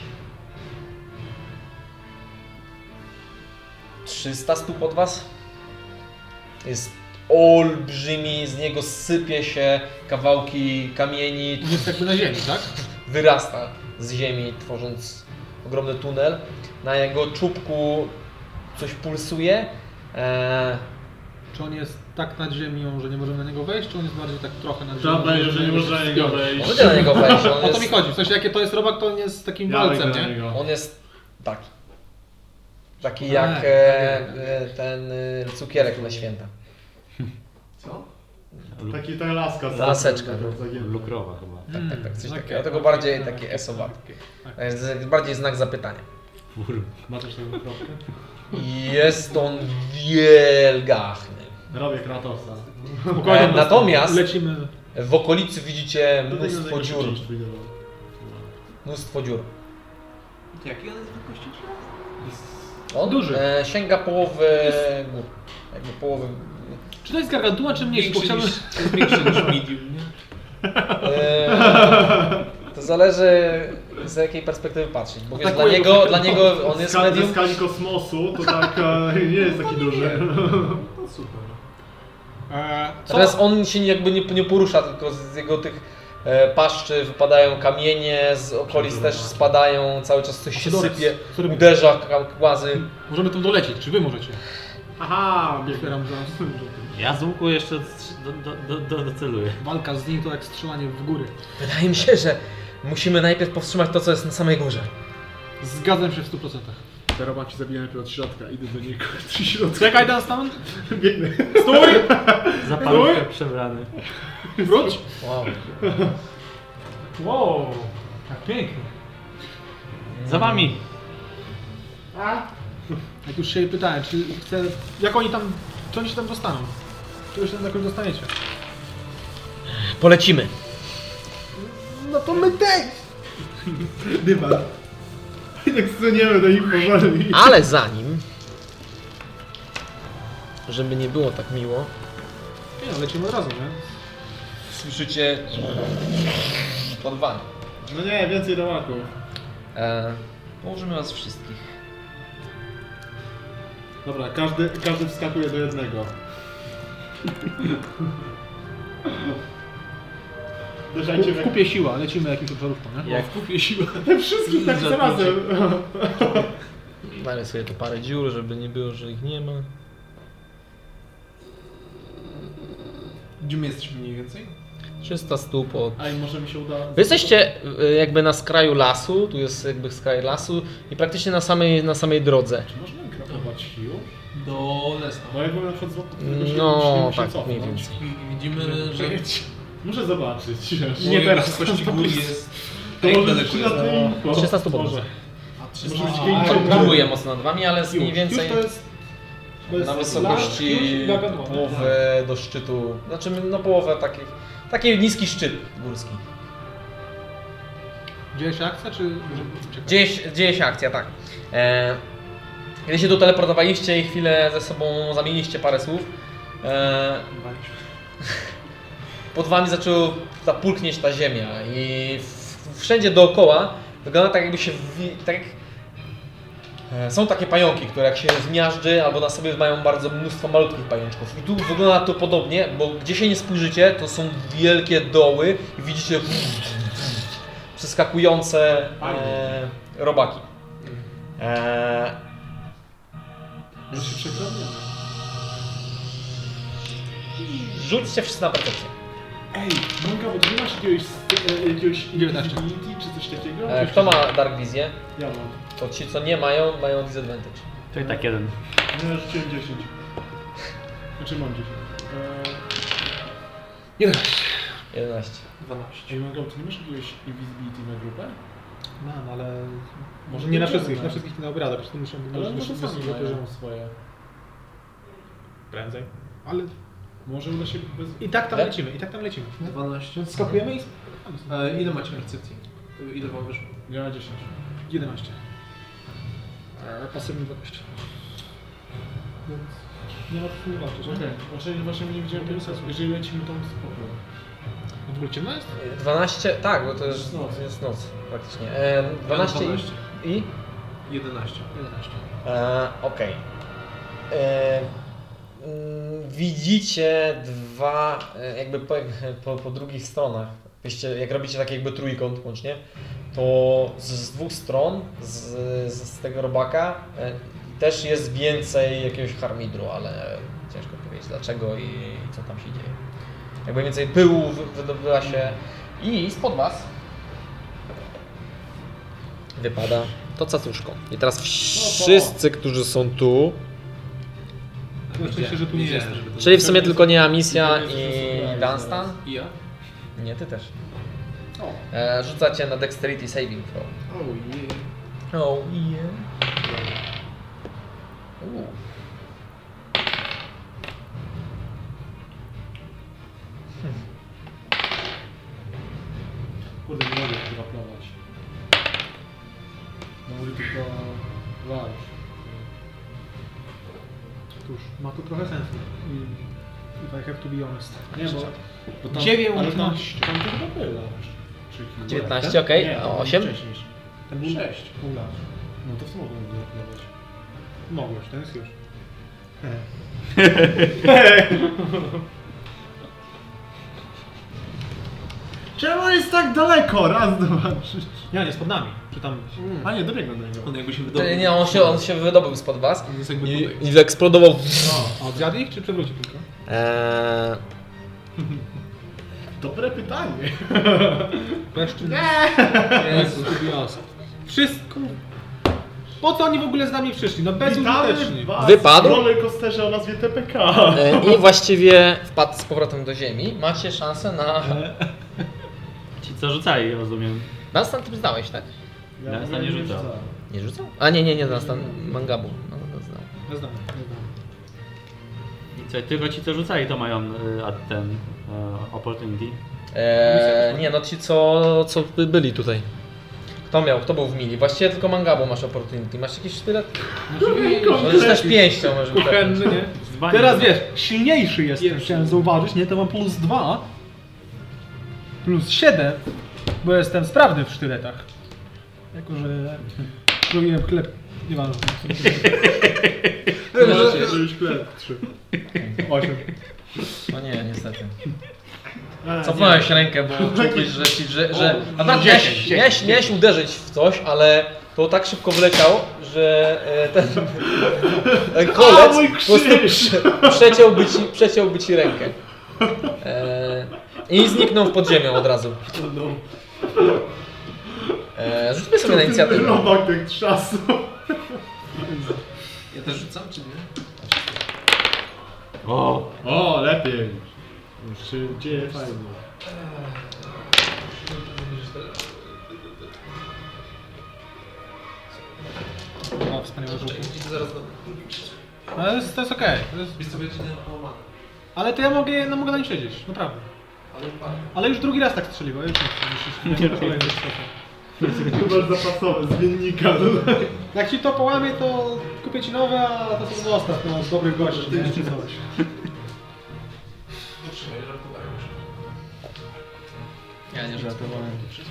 trzysta stóp od was. Jest olbrzymi, z niego sypie się kawałki kamieni. Jest jakby na ziemi, tak? Wyrasta z ziemi, tworząc ogromny tunel. Na jego czubku coś pulsuje. Eee, Czy on jest tak nad ziemią, że nie możemy na niego wejść, czy on jest bardziej tak trochę nad Trzeba ziemią? powiedzieć, że nie można na niego wejść. możecie na niego wejść. On O to jest, mi chodzi, w sensie jakie to jest robak, to on jest takim Ja walcem, wejdę na nie? niego. on jest taki. Taki Tak, jak tak, e, tak. e, ten e, cukierek na święta. Co? Taki ta laska. z- Laseczka. zagięta. Lukrowa chyba. Tak, tak, tak, coś okej, takiego. Tylko okej, bardziej okej, takie okej, esowate. okej, tak. To jest bardziej znak zapytania. Ma też taką kropkę? Jest on wielgachny. Robię Kratosa. E, natomiast Lecimy. w okolicy widzicie Do tego mnóstwo tego dziur. część wydawał. Mnóstwo dziur. Jaki on jest wielkości? On Duży. E, sięga połowy gór. Jakby połowy. Czy to jest gargantua, czy mniejszy? Bo Większy chciałbym... niż, to jest większy niż medium, nie? E, to zależy z jakiej perspektywy patrzeć. Bo wiesz, dla Atakuje niego, go. dla niego on jest Ska- Ze medium. skali kosmosu to tak e, nie jest taki duży. No super. Eee, co? Natomiast on się jakby nie, nie porusza, tylko z jego tych e, paszczy wypadają kamienie, z okolic też spadają, cały czas coś się Doryk, sypie, który- uderza, ka- kłazy. Możemy tu dolecieć, czy wy możecie? Aha, biegnę. Otwieram za... Ja z łuku jeszcze do, do, do, do, doceluję. Walka z nim to jak strzelanie w góry. Wydaje mi się, że musimy najpierw powstrzymać to, co jest na samej górze. Zgadzam się w stu procentach. Te robaki zabijają najpierw od środka, idę do niego. Trzy środka. Czekaj, Dan Stan! Biegnę. Stój! Zapalówkę przebrany. Wróć! Wow. Wow, jak pięknie. Za wami! Jak już się pytałem, czy chcę... Jak oni tam... Czy oni się tam dostaną? Czy wy się tam jakoś dostaniecie? Polecimy. No to my też! Dywan. I tak staniemy do nich powoli. Ale zanim, żeby nie było tak miło, Nie no, lecimy od razu, nie? słyszycie pod wami. No nie, więcej robaków. E, położymy was wszystkich. Dobra, każdy, każdy wskakuje do jednego. Uderzajcie W kupie siła, lecimy jakimś obszarówką, nie? Jak Kupię siłę. we wszystkich tak zarazem. Daj sobie tu parę dziur, żeby nie było, że ich nie ma. Gdzie my jesteśmy mniej więcej? trzysta stóp od... A i może mi się uda... Wy jesteście y, jakby na skraju lasu, tu jest jakby skraj lasu i praktycznie na samej, na samej drodze. Czy można kratować już? Do Lesna. Bo jakbym na przykład z tego się No, musimy się tak, cofnąć. mniej więcej. I widzimy, że Muszę zobaczyć. Nie teraz. wysokości gór jest... To Jak może daleko być jest? przydatne info. trzysta stóp od Może. was. A trzysta Może być A, pięknie. a, Próbuję mocno nad wami, ale jest mniej Już, więcej już to jest... To jest na las, wysokości już i gargantua, nie? połowę do szczytu. Znaczy no połowę takich, taki niski szczyt górski. Dzieje się akcja, czy... Dzieje, się- dzieje się akcja, tak. E, kiedy się tu teleportowaliście i chwilę ze sobą zamieniliście parę słów, e, pod wami zaczęło zapulchnieć ta ziemia i w, wszędzie dookoła wygląda tak jakby się... Wwi- tak, e, są takie pająki, które jak się zmiażdży albo na sobie mają bardzo mnóstwo malutkich pajączków. I tu wygląda to podobnie, bo gdzie się nie spojrzycie, to są wielkie doły i widzicie przeskakujące e, robaki. E, Może się przekradniemy. rzućcie wszyscy na percepcję. Ej, Monka, bo ty nie masz jakiegoś, e, jakiegoś dziewiętnaście. invisibility czy coś takiego? E, kto ma Dark Wizję? Ja mam. To ci co nie mają, mają disadvantage. To i tak jeden. No ja rzuciłem dziesięć. Znaczy mam dziesięć. Eee, jedenaście. jedenaście. dwanaście. Ej, Monka, ty nie masz jakiegoś invisibility na grupę? Mam, ale... Może nie na będziemy, wszystkich, no. na wszystkich nie da obrada, po prostu muszę... Ale muszę- może muszę- sami muszę- mają swoje. Prędzej. Ale... Może uda się bez... I tak tam Tak? lecimy, i tak tam lecimy. dwanaście. Więc skakujemy i... E, ile macie percepcji? Ile wam wyszło? Ja dziesięć. jedenaście. E, pasywny dwadzieścia. Więc nie ma co nie walczyć. Okej, okay. Właśnie nie widziałem tego sensu. Jeżeli lecimy tą spoko. W ogóle ciemno jest? dwanaście, tak, bo to jest Jest noc, noc. jest noc praktycznie. E, dwanaście dwanaście. i... i? jedenaście. jedenaście. E, Okej. E, mm, Widzicie dwa, e, jakby po, po, po drugich stronach, byście, jak robicie taki jakby trójkąt łącznie, to z, z dwóch stron, z, z, z tego robaka e, też jest więcej jakiegoś harmidru, ale ciężko powiedzieć dlaczego i, i co tam się dzieje. Jakby więcej pyłu wy- wydobywa się i spod was wypada to cacuszko. I teraz wszyscy, którzy są tu, Myślę, że tu nie jest. czyli w sumie tylko nie Amisja i Dunstan. I ja? Nie, ty też. O, E, rzucacie na Dexterity Saving Throw. Oh yeah. Oh yeah. Uuu. kurde, nie mogę chyba planować. No mówię tylko walcz. Cóż, ma to trochę sensu. I, if I have to be honest. Nie, bo... bo tam, dziewiętnaście. Ale tam, tam to chyba było. Czy- dziewiętnaście, okej. Nie, A tam osiem? wcześniej. Ten był Sześć. pół lat. No to w co mogłem planować? Mogłeś, to jest już. Czemu jest tak daleko? Raz, dwa, trzy. Nie, nie, jest pod nami. Czy tam... A nie, dobiegnę do niego. On jakby się To, wydobył. nie, on się, on się wydobył spod was On jest jakby i, tutaj. i wyeksplodował. A zjadł ich, czy przewrócił tylko? Eee, Dobre pytanie. Jeszcze nie. Jezu, wszystko. Po co oni w ogóle z nami przyszli? No bezużytecznie. was Wypadł? w rollercoasterze o nazwie T P K. e, I właściwie wpadł z powrotem do ziemi. Macie szansę na... Ci co rzucali, rozumiem. Dunstan ty znałeś, tak? Ja Ja w ogóle nie rzucał. rzucałem. Nie rzucał? A nie, nie, nie, Dunstan. Mangabu. No, no, znał. Nie znam, nie znam. I co, tylko ci co rzucali to mają y, a ten y, opportunity. Eee, nie, no ci co, co by- byli tutaj. Kto miał? Kto był w mili? Właściwie tylko Mangabu masz opportunity. Masz jakiś sztylet? Możesz też pięścią. Możesz Kuchenny, nie? Dzwanie. Teraz wiesz, silniejszy jestem, chciałem zauważyć, nie? To mam plus dwa, plus siedem, bo jestem sprawny w sztyletach. Jako, że kroiłem chleb, nieważne. Możecie zrobić chleb. Trzy. osiem. No nie, niestety. A, Cofnąłeś rękę, bo czułeś, że, ci- że, że naprawdę miałeś, miałeś, miałeś uderzyć w coś, ale to tak szybko wyleciało, że e, ten, ten kolec mój po prostu krzyż! prze, przeciąłby, ci, przeciąłby ci rękę. E, I zniknął w podziemiu od razu. E, rzućmy sobie na inicjatywę. Robak tak trzasnął. Ja też rzucam, czy nie? O! O, lepiej. Już się dzieje fajnie. O, wspaniały żółty. Zaraz No, to jest, to jest okej. To jest... Wiesz co, będzie połamane. Ale to ja mogę, no mogę na nim siedzieć, naprawdę. Ale upadł. Ale już drugi raz tak strzeliło, ja już nie chcę. Kolejny Tu masz zapasowe, zmiennika. Jak ci to połamie, to kupię ci nowe, a to sobie zostaw, to masz dobrych gości, nie? Czy coś. No trzymaj, żartowałem już. Ja nie żartowałem.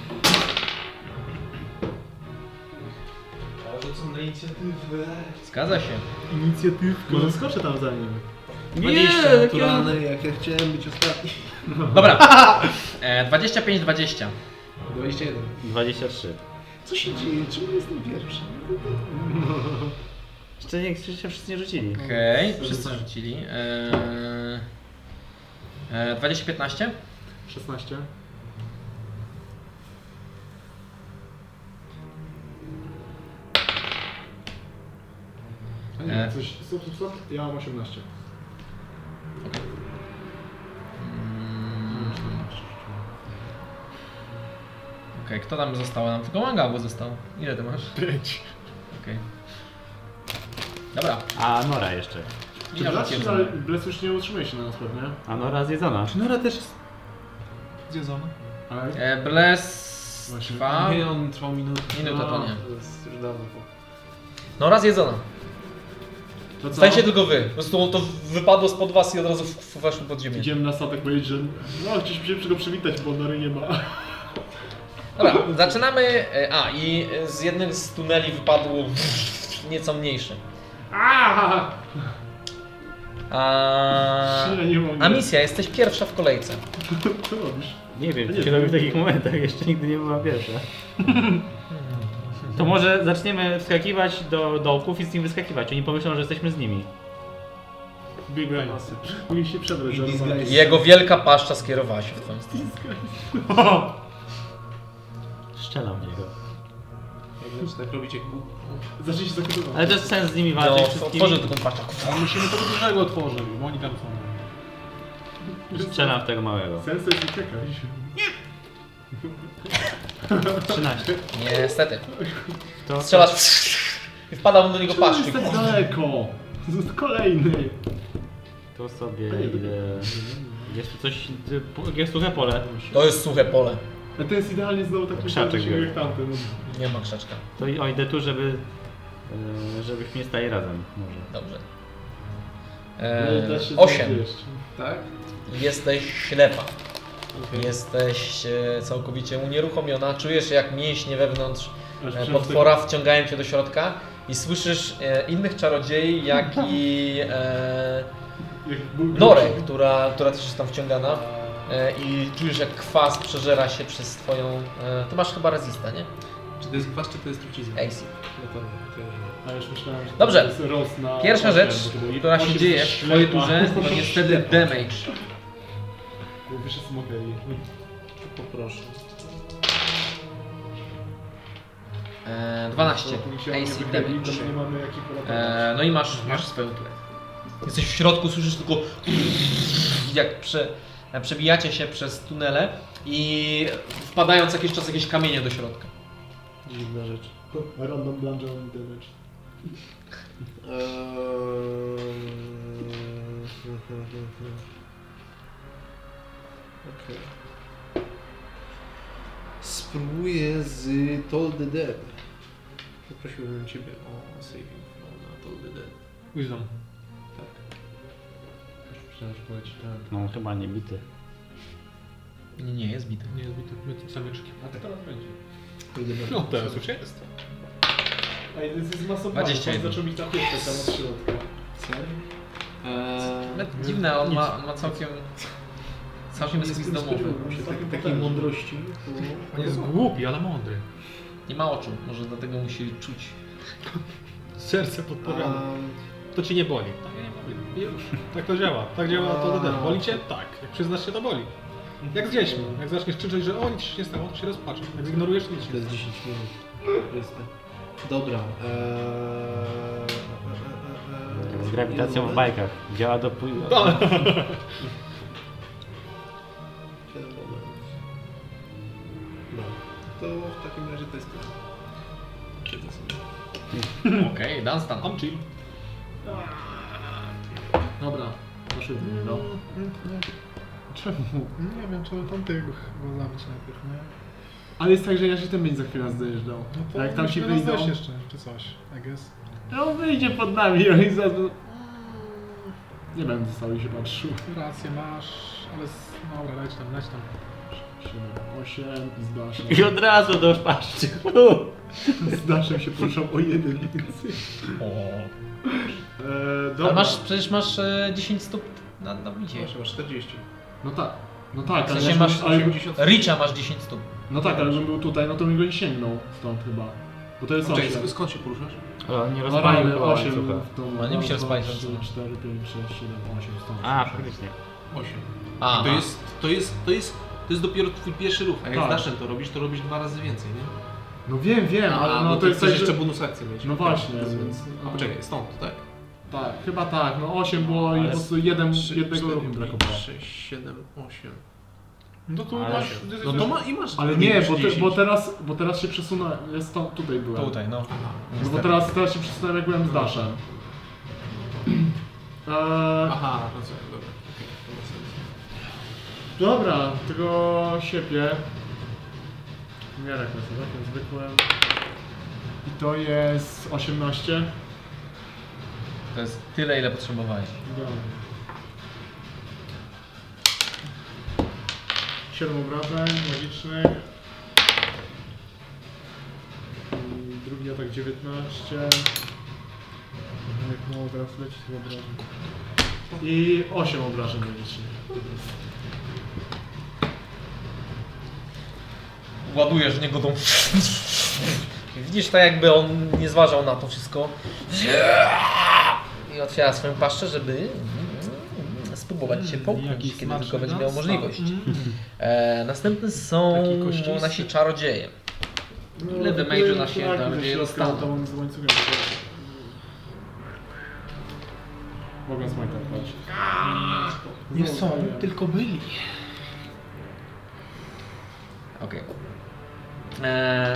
A rzucam na inicjatywę. Zgadza się. Inicjatywka. Może skoczę tam za nim. dwadzieścia naturalne, jak ja chciałem być ostatni. Dobra. E, dwadzieścia pięć dwadzieścia. dwadzieścia jeden. dwadzieścia trzy. Co się dzieje? Czemu jestem pierwszy? Jeszcze nie, jeszcze wszyscy nie rzucili. Okej, wszyscy rzucili. E, e, dwadzieścia piętnaście? szesnaście. A nie, E. coś, stop, stop, stop. Ja mam osiemnaście. Mm, Okej, kto tam został? Nam tylko Mangabu został. Ile ty masz? Pięć. Okej. Dobra. A Nora jeszcze. Czy Ja Bless, rzuciłem ale za- Bless już nie utrzymuje się na nas pewnie? A Nora zjedzona. Czy Nora też jest zjedzona? Ale... E, Bless Właśnie. trwa... Nie, on trwał minutę. Minutę to nie. To jest już dawno po. No raz jedzona. To co? Stajecie tylko wy. Po prostu to wypadło spod was i od razu w- w- weszło pod ziemię. Idziemy na statek powiedzieć, że no chcieliśmy się przy- przywitać, bo Nory nie ma. Dobra, zaczynamy. e, A, i z jednym z tuneli wypadło nieco mniejsze. Aaaa! A, Ja nie mogę. a misja, jesteś pierwsza w kolejce. Co robisz? Nie wiem, Nie co się wiem. robi w takich momentach, jeszcze nigdy nie była pierwsza. To może zaczniemy wskakiwać do dołków i z nimi wyskakiwać. Oni pomyślą, że jesteśmy z nimi. Big Brain. Powinien się przebrać za Disguise. robotę. Jego wielka paszcza skierowała się w twoją stronę. Strzelam w niego. Jak zaczyna tak robić jak Bóg. Zacznij się zakrywać. Ale to jest sens z nimi No, walczyć wszystkimi. otworzył taką paszczę. A musimy tego dużego otworzyć, bo oni tam są. Strzelam w tego małego. Sens jest uciekać. trzynaście. Niestety. To Strzelasz i wpada mu do niego Czemu paszczy. jest tak daleko? Kolejny. To sobie A nie, idę... Jest tu coś... Jest suche pole. To jest suche pole. A ten jest idealnie znowu tak Krzaczek myślałem, był. jak tamten. Nie ma krzaczka. To i- o, idę tu, żeby... e, żebyśmy nie stali razem. Może. Dobrze. No, da Eee, się osiem. znaleźć. Tak? Jesteś ślepa. Okej. Jesteś e, całkowicie unieruchomiona. Czujesz, jak mięśnie wewnątrz Aż e, przez potwora wciągają cię do środka i słyszysz e, innych czarodziei, jak i e, te- jak był Norę, grubszy. która, która też jest tam wciągana. E, I czujesz, jak kwas przeżera się przez twoją... E, ty masz chyba rezista, nie? Czy to jest kwas, czy to jest trucizna? AC. No to nie, to nie. A już myślałem, że Dobrze. to jest rost na Pierwsza osiem, rzecz, bo to było która się osiem dzieje to w twojej ślepa. turze, to niestety damage. Bo wyższe smoke Poproszę. E, dwanaście. A C damage. Nie mamy jakich E, no i masz, masz swoją turę. Jesteś w środku, słyszysz tylko jak prze, przebijacie się przez tunele i wpadają co jakiś czas jakieś kamienie do środka. Dziwna rzecz. Random bludgeon damage. Okej. Spróbuję z Toll the Dead. Poprosiłbym Ciebie o saving throw na Toll the Dead. Wisdom. Tak. Przecież powiedzieć tak. No chyba nie bity. Nie, nie, jest bity. Nie jest bity, my tu samieczki. A teraz będzie. Toll the Dead. No teraz już jest. Ej, to jest masowany. dwadzieścia jeden. Zaczął bić na pierwsze tam od środka. Serio? Eee, Dziwne, on ma, on ma całkiem... Całkiem jest nie wisdomowy. spodziewałbym się tak, Takim takiej potężnym. mądrości. On jest głupi, ale mądry. Nie ma oczu, może dlatego musi czuć. Serce podpowiada. Eee, To ci nie boli. Tak, nie boli. I już. Tak to działa. Tak działa to D D. Boli cię? Tak. Jak przyznasz się, to boli. Jak z dziećmi. Jak zaczniesz krzyczeć, że o nic się nie stało, to się rozpaczy. Jak zignorujesz, to nic się To nie jest stało. dziesięć minut. Jestem. Dobra. Eee, Z grawitacją w bajkach. Działa do pój... siedem moment. No. To w takim razie to jest to. Siedzę sobie. Okej, okay, Dunstan. On chill. Dobra, proszę. No. Czemu? Nie wiem, trzeba tamtego chyba zabić najpierw, nie? Ale jest tak, że ja się ten będzie za chwilę zdojeżdżał. No to Jak tam się musimy wyjdą. nas dojść jeszcze, czy coś, I guess. No wyjdzie pod nami, oni za... Nie będę stał i się patrzył. Rację masz, ale z... dobra, leć tam, leć tam. siedem, osiem i z daszem. I od razu do paszczy. Z daszem się poruszam o jeden więcej. O. Eee, dobra. Ale masz, przecież masz e, dziesięć stóp na, na bicie. Proszę, masz czterdzieści. No tak. No tak, W ale, sensie ja masz ale, osiemdziesiąt. Richa masz dziesięć stóp. no tak, ale bym był tutaj, no to bym go nie sięgnął stąd chyba. Bo to jest Czekaj, osiem. sk- skąd się poruszasz? Ale on nie No rozpalił ramy, chyba osiem łańcucha. w tą... Ale nie musi raz, rozpalić dwa, trzy, łańcucha. cztery, pięć, sześć, siedem, osiem, stąd. A, sześć. faktycznie. osiem. A, To jest, to jest, to jest, to jest dopiero twój pierwszy ruch, a jak Tak. z daszem to robisz, to robisz dwa razy więcej, nie? No wiem, wiem, ale A, no bo to ty jest chcesz tak, jeszcze że... bonus akcję mieć. No właśnie, Więc, więc... a poczekaj, stąd, tak? Tak, chyba tak, no osiem było i Ale po prostu jeden, trzy, jednego cztery, ruchu pięć, brakowało. sześć, siedem, osiem. No to Ale- masz... No to ma, i masz. Ale nie, bo, te, dziesięć. bo teraz, bo teraz się przesunąłem, jest to, tutaj byłem. tutaj, no. Aha. No bo teraz, teraz się przesunąłem jak byłem z daszem. Eee, Aha, no co, dobra. Okay, to ma sens. Dobra, tego siepię. Miarek lecę, tak? Jak zwykłe. I to jest osiemnaście. To jest tyle, ile potrzebowałeś. Dobra. siedem obrażeń magicznych. I drugi atak dziewiętnaście. Jak mało teraz leci tych obrażeń. I osiem obrażeń magicznych. Ładujesz w niego tą... Widzisz tak jakby on nie zważał na to wszystko. I otwiera swoją paszczę, żeby spróbować się połknąć, kiedy tylko będzie miał możliwość. E, następne są nasi czarodzieje. Ile damage'u nasi czarodzieje dostaną? To on z łańcuchem. Mogę smajta wpaść. Nie są, tylko byli. Okej. Eee,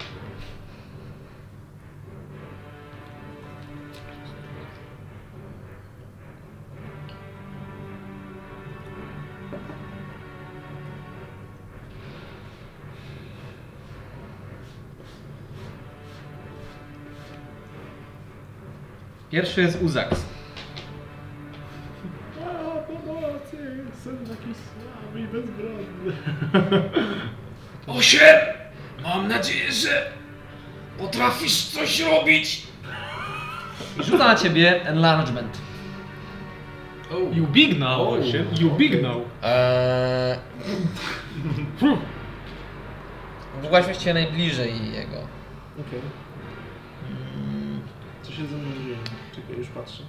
Pierwszy jest Uzax. A, pomocy! Syn taki słaby i bezbronny. Osiem! Mam nadzieję, że potrafisz coś robić! I rzuca na ciebie enlargement. Oh. You big now, Oh. osiem. You big now. Eee... Byłaś właściwie najbliżej jego. Okej. Co się ze mną dzieje? Czekaj, już patrzę.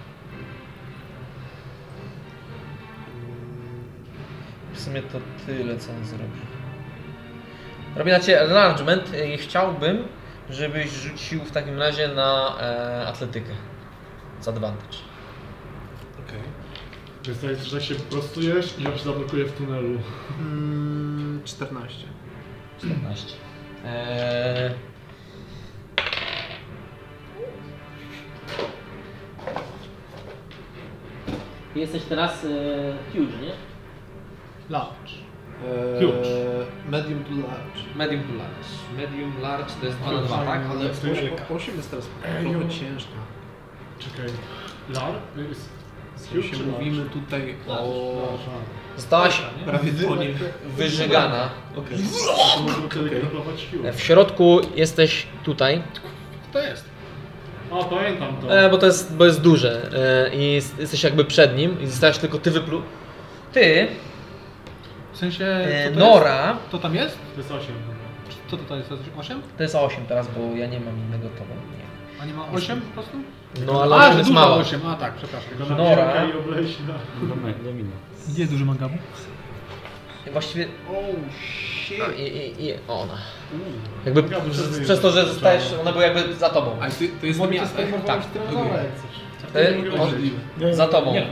W sumie to tyle, co on zrobi. Robię na ciebie enlargement i chciałbym, żebyś rzucił w takim razie na e, atletykę. Z advantage. Okej. Wystarczy, że się prostujesz i on się zablokuje w tunelu. Mm, czternaście. czternaście. Eee... Jesteś teraz e, huge, nie? Large. Eee, Huge. Medium to large. Medium to large. Medium large to jest dwa na dwa, tak? Ale Z tym rzeka. osiem jest teraz trochę ciężka. Czekaj. Lar? Jest... W sensie mówimy tutaj o Zostałaś prawie tonie. wyżygana. Okej. To można tyle grapplować siłą. W środku jesteś tutaj, To jest. A, pamiętam to. e, bo to jest, bo jest duże e, i jest, jesteś jakby przed nim i zostałeś tylko ty wyplu... Ty, W sensie, e, co to Nora, jest? To tam jest? To jest osiem. Co to tam jest? osiem? to jest osiem teraz, bo ja nie mam innego towu. Nie. A nie ma osiem po prostu? No ale A, osiem że jest dużo mało. osiem. A tak, przepraszam. Tylko na Nora. wielka i obleśna. Domino. Gdzie jest duży mangabu? Właściwie Oh a, shit. i, i, i ona. Jakby Mangabu przez, żeby przez to, że jest zostajesz, one były jakby za tobą. A ty, to jest Mogę cię miasto. streamować tak. trenera jak coś. Ty, on, Możliwe. za tobą Nie.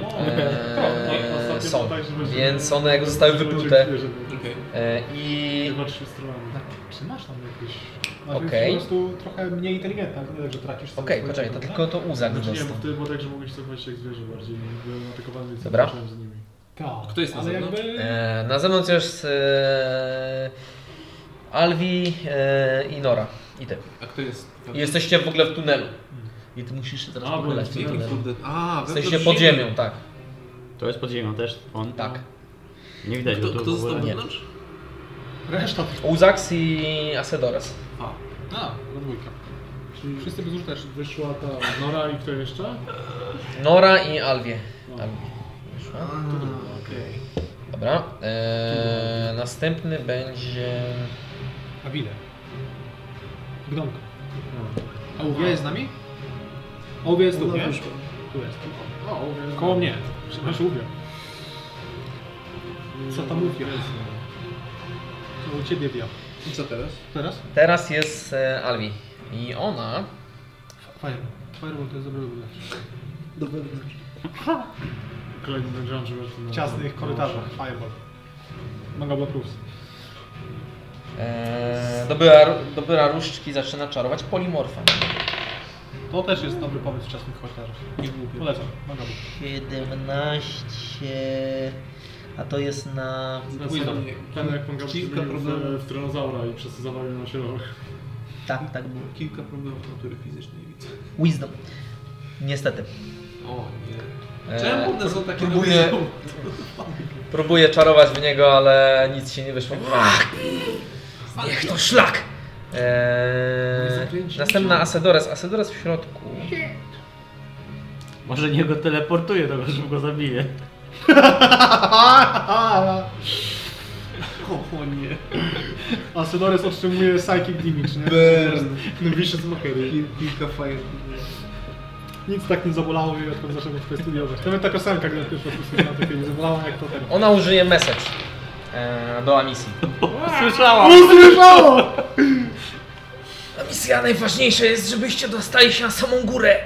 e, Ostatnio są, było tak, że będzie- więc one jakby zostały wyplute Okej. e, i Chyba trzy stronami. Czy masz tam jakieś... Masz Okej. po prostu trochę mniej inteligentna, nie tak, że tracisz sobie okej, swoje poczekaj, to tego, tylko to Uzak Znaczy nie, bo dostał. wtedy było tak, że mogłeś cofać jak zwierzę bardziej. Byłem atakowany, więc Dobra. patrzyłem z nimi. Tak. Kto jest na ale zewnątrz? jakby... E, na zewnątrz jest e, Alvi e, i Nora. I ty. A kto jest? I jesteście w ogóle w tunelu. I ty musisz się teraz A, pochylać bo w tym jest Jaki tunelu. kurde... A, Jesteście wewnątrz pod ziemi. ziemią, tak. To jest pod ziemią też, on? Tak. Nie widać Kto, go tu kto w został ogóle. wewnątrz? Reszta tych... Uzax i Asedores. A. A, na dwójkę. Czyli Wszyscy bezużyteczni. wyszła ta Nora i kto jeszcze? Nora i Alwie. No. Alwie. Wyszła. Okej. Dobra. E, następny będzie... A Wile. Gdomka. No. A Uwia jest z nami? A Uwia jest tu, Ona nie? wyszła. Tu jest. O, więc... Koło mnie. Masz Uwia. Co tam Uwia? Co u ciebie Wia? I co teraz? Teraz? Teraz jest e, Alwi. I ona... Fireball. Fireball to jest dobre w ogóle. Do wewnątrz. Kolejny dungeon, żeby... W ciasnych korytarzach. Fireball. Manga Plus. E, dobyra, dobyra różdżki, zaczyna czarować polimorfa. To też jest dobry pomysł wczesnych chociaż. Nie głupie. Polecam, Mangabu. siedemnaście... A to jest na... Wisdom. Ten jak Mangabu się Kilka zmienił problemów. w, w tyrannozaura i przez to zawalił na się rok. Tak, tak było. Kilka problemów natury fizycznej widzę. Wisdom. Niestety. O nie. Eee, Czemu one są takie próbuję- dobre? Próbuję czarować w niego, ale nic się nie wyszło. Ach, niech to szlak! Eee, następna Asedores. Asedores w środku. Może nie go teleportuje, to żeby go zabije. O nie. Asedores otrzymuje Psychic Damage, nie? Burn. Vicious Mockery. Kil, kilka fire. Nic tak nie zabolało mnie, jak zacząłem tutaj studiować. To ta piosenka, gdy pierwszy raz usłyszałem, takie nie zabolała jak to teraz. Ona użyje message eee, do Amisji. Słyszałam! Usłyszało! Misja najważniejsza jest, żebyście dostali się na samą górę.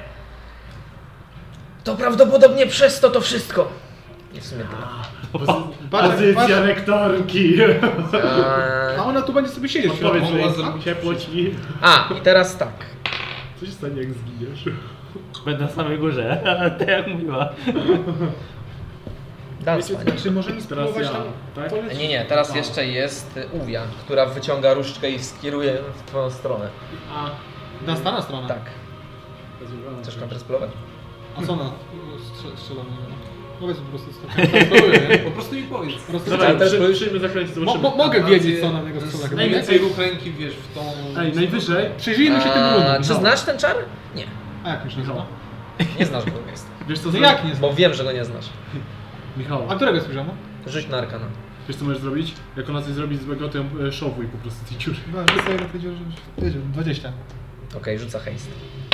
To prawdopodobnie przez to to wszystko. I w sumie tyle. Pozycja rektorki. Eee, A ona tu będzie sobie siedzieć w środku. Odpowiedz, mogła że zrobić ciepło ci. a, i teraz tak. Co się stanie jak zginiesz? Będę na samej górze, tak jak mówiła. Dans, panie. Czy możemy Teraz spróbować ja, tam? tak? To jest- Nie, nie, teraz jeszcze jest Uwia, która wyciąga różdżkę i skieruje w twoją stronę. A, na stara strona? Tak. Chcesz kontrsplować? A co ona strze- strzela w niego? Powiedz po prostu co. Po prostu mi powiedz. Po prostu Dawaj, też przy- powiedz- przyjmijmy zaklęcie, Mo, zobaczymy. mo, mogę Rację. wiedzieć co na niego strzela. chyba, nie? Najwięcej ruch ręki wiesz w tą... Ej, najwyżej. Przyjrzyjmy się tym A, runom. czy znasz ten czar? Nie. A jak już nie zna? Nie znasz go jest. Wiesz co, No zrobić? jak nie zna? Bo wiem, że go nie znasz. Michał, A którego jest poziomu? Rzuć na arkana. wiesz co możesz zrobić? Jak ona coś zrobi złego, to ją e, szowuj po prostu tej dziury. No, to sobie powiedział, że wiedział, dwadzieścia. Okej, rzuca haste.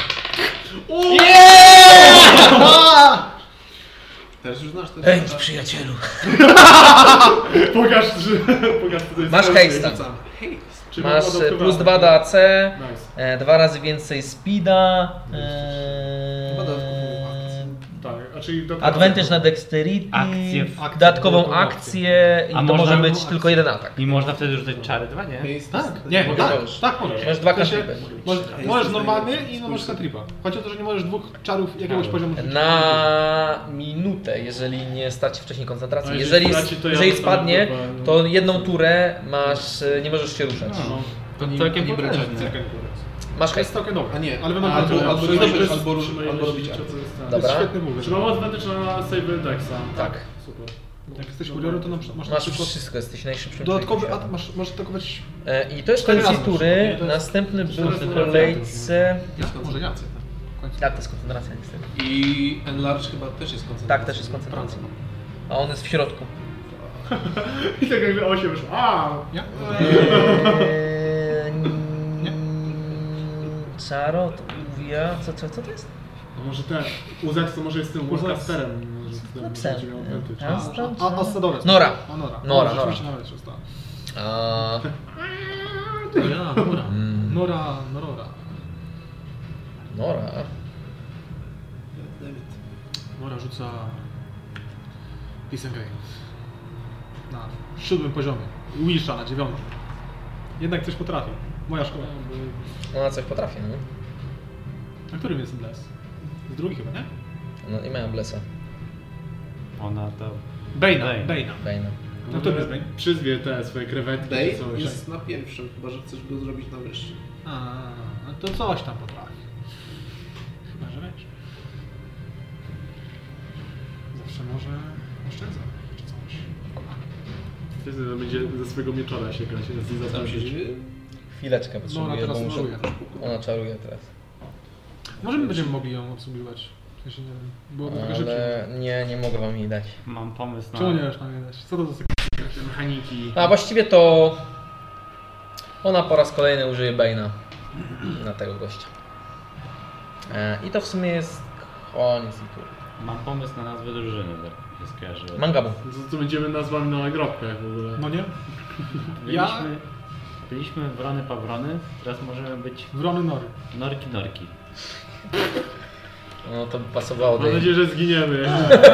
Teraz już znasz ten Pędź, przyjacielu. Pokaż, że... Pokaż, co to jest. Masz haste. haste'a. Rzucam. Hej. Czy Masz mam e, adaptowane? plus dwa do A C, Nice. e, dwa razy więcej speeda, e, Chyba dodatkową akcję. Tak, a czyli do advantage na dexterity, Akcje w- dodatkową dodatkową akcję i A to można- może być tylko jeden atak. I można wtedy rzucać czary dwa, nie? Hejs, Tak, to nie, jest- tak, możesz. tak możesz. Masz dwa W sensie, cantripy. Możesz, Hejs możesz jest normalny najlepszy. i no możesz cantripa. Chodzi o to, że nie możesz dwóch czarów jakiegoś Tak. poziomu rzucić. Na minutę, jeżeli nie stać wcześniej koncentracji. A jeżeli Jeżeli, straci, to ja jeżeli dostanę spadnie, grupę, no. to jedną turę masz, e, nie możesz się ruszać. No. To nie, Całkiem nie brać potężne. akcji. Masz To jest haste. całkiem dobre. A nie, ale wy albo- mam albo- albo- to jest albo- dobre. albo- Trzymaj albo się, robić co akcję. to jest, tak. To jest Dobra. świetny move. Czy mam advantage na save Dexa? Tak. Super. Jak jesteś kurierem, to na przykład masz na Masz przykład wszystko, jesteś najszybszym dodatkowy człowiekiem atak, masz, możesz atakować... E, I to jest Cztery koniec razy tury. to jest- Następny był cztery w razy kolejce. Jest Może ja. koncentracja, tak. W końcu. Tak, to jest koncentracja niestety. I Enlarge chyba też jest koncentracja. Tak, też jest koncentracja. A on jest w środku. I tak jakby osiem wyszło. A! Ja? Eee, Nie? Czaro, to Uwia. Co, co, co to jest? No może ten. Uzak to może jest tym Uzak. Warcasterem. Może ten Napisałem. będzie miał advantage. Ja? A, a, a Asadores. Nora. A Nora. Nora, O, Nora. rzeczywiście nawet się stała. A, Ja, Nora. mm, Nora, Norora. Nora. David. Nora rzuca... Disengage. Na siódmym poziomie. Wisha na dziewiątym. Jednak coś potrafi. Moja szkoła. Ona coś potrafi, no. Na którym jest Bless? Z drugi chyba, nie? No i mają blesa. Ona to... Bane'a. Bane. Bane'a. Fajne. No to jest Bane. Przyzwie te swoje krewetki. Dave czy coś. jest na pierwszym, chyba że chcesz go zrobić na wyższym. A, no to coś tam potrafi. Chyba, że wiesz. Zawsze może oszczędza, czy coś. Wtedy będzie ze swojego mieczora się grać. Jest nie Tam się zaznaczyć. dziwi. Chwileczkę No, potrzebuję, ona teraz bo muszę... czaruje. Ona czaruje teraz. Może my będziemy mogli ją obsługiwać. W sensie, nie wiem, byłoby trochę szybciej. Ale nie, nie mogę wam jej dać. Mam pomysł na... Czemu nie wiesz nam nie dać? Co to za sekret? Mechaniki. A właściwie to... Ona po raz kolejny użyje Bane'a na tego gościa. E, I to w sumie jest koniec i tury. Mam pomysł na nazwę drużyny, tak się skojarzyło. Mangabu. To, to będziemy nazwani na nagrobkach w ogóle. No nie? Ja... Byliśmy, byliśmy wrony pawrony, teraz możemy być Wrony Nory. norki norki. No to by pasowało do Mam jej. nadzieję, że zginiemy.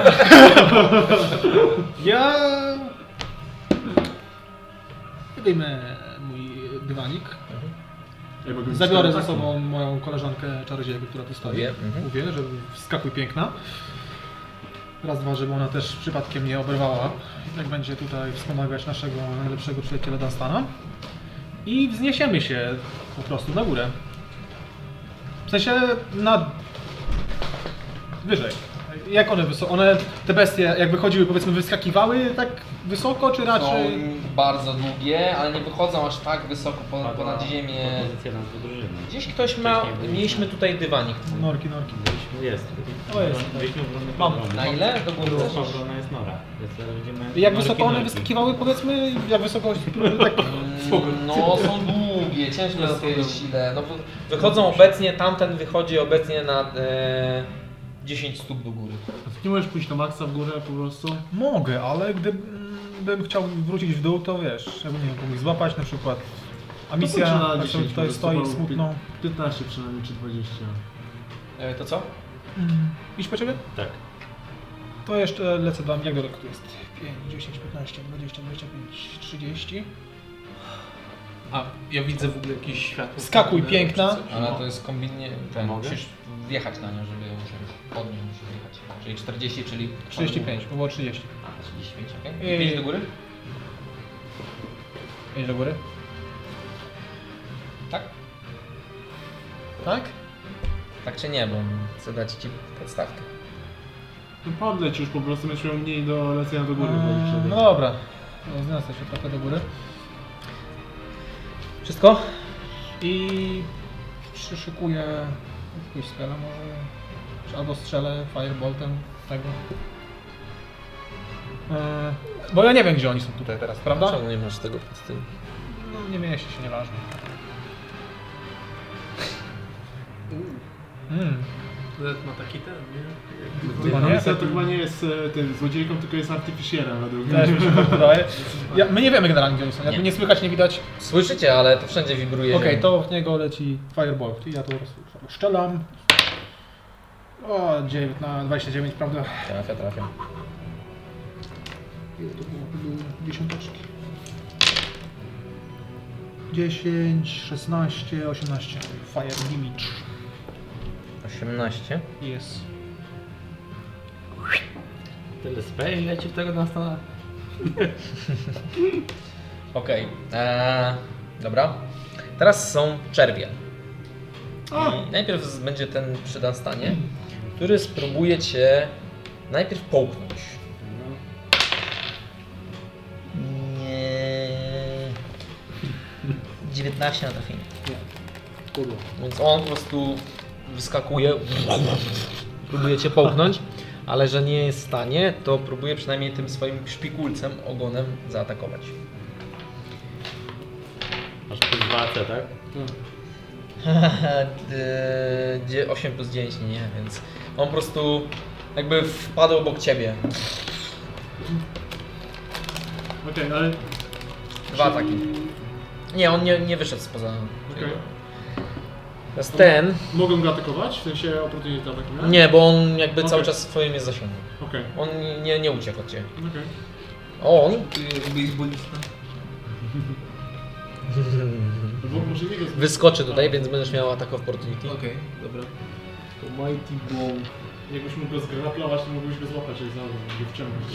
Ja... Wyjmę mój dywanik Ja mogę Zabiorę ze cztery sobą moją koleżankę czarodziejkę, która tu stoi. Mówię, mhm. Mówię, że wskakuj piękna. Raz, dwa, żeby ona też przypadkiem nie oberwała. Jak będzie tutaj wspomagać naszego najlepszego przyjaciela Dunstana. I wzniesiemy się po prostu na górę. W sensie na... wyżej. Jak one wysoko? One, te bestie, jak wychodziły, powiedzmy, wyskakiwały tak wysoko, czy raczej... Są bardzo długie, ale nie wychodzą aż tak wysoko po, ponad ziemię. Pozycja nas wydłużymy. Gdzieś ktoś ma... Mieliśmy tutaj dywanik. Norki, norki. Jest. O, jest. Byliśmy obrony Mam. obrony. Na ile? Do góry też? Obrona jest nora. Więc teraz będziemy Jak norki, wysoko one norki. wyskakiwały, powiedzmy, jak wysoko... tak... No są długie, ciężko jest powiedzieć ile. No, bo wychodzą obecnie, tamten wychodzi obecnie na e, dziesięć stóp do góry. Nie możesz pójść na maksa w górę po prostu? Mogę, ale gdybym chciał wrócić w dół, to wiesz, ja bym nie wiem, mógł ich złapać na przykład. A misja, To tak dziesięć, tutaj po stoi prostu, smutną. piętnaście przynajmniej, czy dwadzieścia. E, to co? Mm. Idź po ciebie? Tak. To jeszcze lecę do... jak daleko tu jest? pięć, dziesięć, piętnaście, dwadzieścia, dwadzieścia pięć, trzydzieści. A ja widzę w ogóle jakieś światło. Skakuj, piękna. Ale to jest kombinie... Ten, Mogę? musisz wjechać na nią, żeby ją użyć. Pod nią musisz wjechać. Czyli czterdzieści, czyli... trzydzieści pięć, bo było trzydzieści. A, trzydzieści pięć, okej. Ej. pięć do góry? Idź do góry. Tak? Tak? Tak czy nie, bo chcę dać Ci podstawkę. No podleć już po prostu, będziesz miał mniej do lecenia do góry. Eee, no dobra. No, zniosę się trochę do góry. Wszystko? I przyszykuję jakąś skalę może, czy albo strzelę fireboltem tego. Eee, bo ja nie wiem, gdzie oni są tutaj teraz, prawda? Czemu nie masz tego pod tym? No nie mieści się, nieważne. Mm. Nawet ma taki ten, nie? Chyba Chyba nie, nie, to taki- chyba nie jest e, tym złodziejką, tylko jest artyficjerem według mnie. Też mi się tak wydaje. Ja, my nie wiemy generalnie, gdzie oni są. Jakby Nie. nie słychać, nie widać. Słyszycie, ale to wszędzie wibruje. Okej, to w niego leci firebolt i ja to po prostu szczelam. O, dziewięć na dwadzieścia dziewięć, prawda? Trafia, trafia. Ile to było? Były dziesiąteczki. dziesięć, szesnaście, osiemnaście. Fire damage. osiemnaście. Jest. Tyle spray leci w tego Dunstana. Okej. Eee, dobra. Teraz są czerwie. I najpierw z- będzie ten przy Dunstanie, który spróbuje Cię najpierw połknąć. Nie. dziewiętnaście na trafienie. Więc on po prostu wyskakuje, próbuje Cię połknąć, ale że nie jest w stanie, to próbuje przynajmniej tym swoim szpikulcem, ogonem zaatakować. Masz plus dwa C, tak? Dzie- osiem plus dziewięć nie, więc on po prostu jakby wpadł obok Ciebie. Okej, ale... Dwa ataki. Nie, on nie, nie wyszedł spoza. Okej. Teraz ten. Mogę go atakować? W sensie opportunity attack, nie? Nie, bo on jakby cały Okej. czas w swoim jest zasięgu. Okej, On nie, nie uciekł od Ciebie. okej. On Ty jak baseballista. Bo może nie go z... wyskoczy tutaj, więc będziesz miał atak of opportunity. Okej, dobra. To Mighty Blow. Jakbyś mógł go zgraplować, to mógłbyś go złapać jak znalazł, go wciągnąć.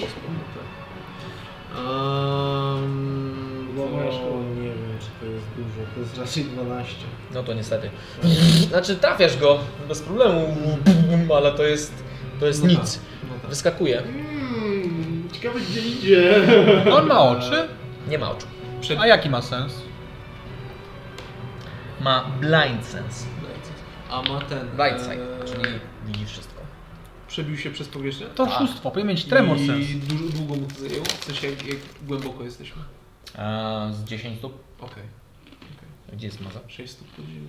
Um, Głowa to szkoła. nie wiem, czy to jest dużo. To jest raczej dwanaście. No to niestety. Znaczy trafiasz go bez problemu, ale to jest, to jest No nic. tak, no tak. Wyskakuje. Hmm, ciekawe gdzie idzie. On ma oczy? Nie ma oczu. Przed... A jaki ma sens? Ma blind sense. A ma ten... Blind sight, eee, czyli widzi wszystko. Przebił się przez powierzchnię? To oszustwo, powinien mieć tremor I sens. dużo, długo mu to zajęło? W sensie jak, jak głęboko jesteśmy? A z dziesięć stóp? Okej. Gdzie jest maza? sześć stóp pod ziemią.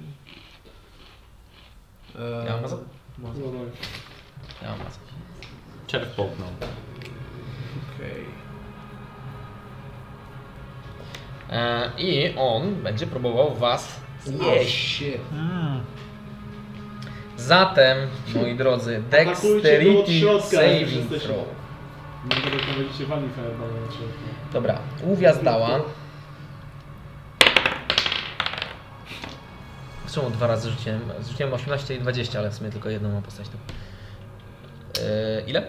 Eee, Ja mam mazę? mazę. Ja mam mazę. Czerw połknął. Okej. E, I on będzie próbował was zjeść. Mm. Zatem, moi drodzy, Atakujcie go od Dexterity środka, jak już Saving jesteśmy. Throw. Nie będę tam będziecie wali fireball na środku. Dobra, Uwiazdała. Czemu dwa razy rzuciłem? Rzuciłem osiemnaście i dwadzieścia, ale w sumie tylko jedną mam postać. Tu. Yy, ile?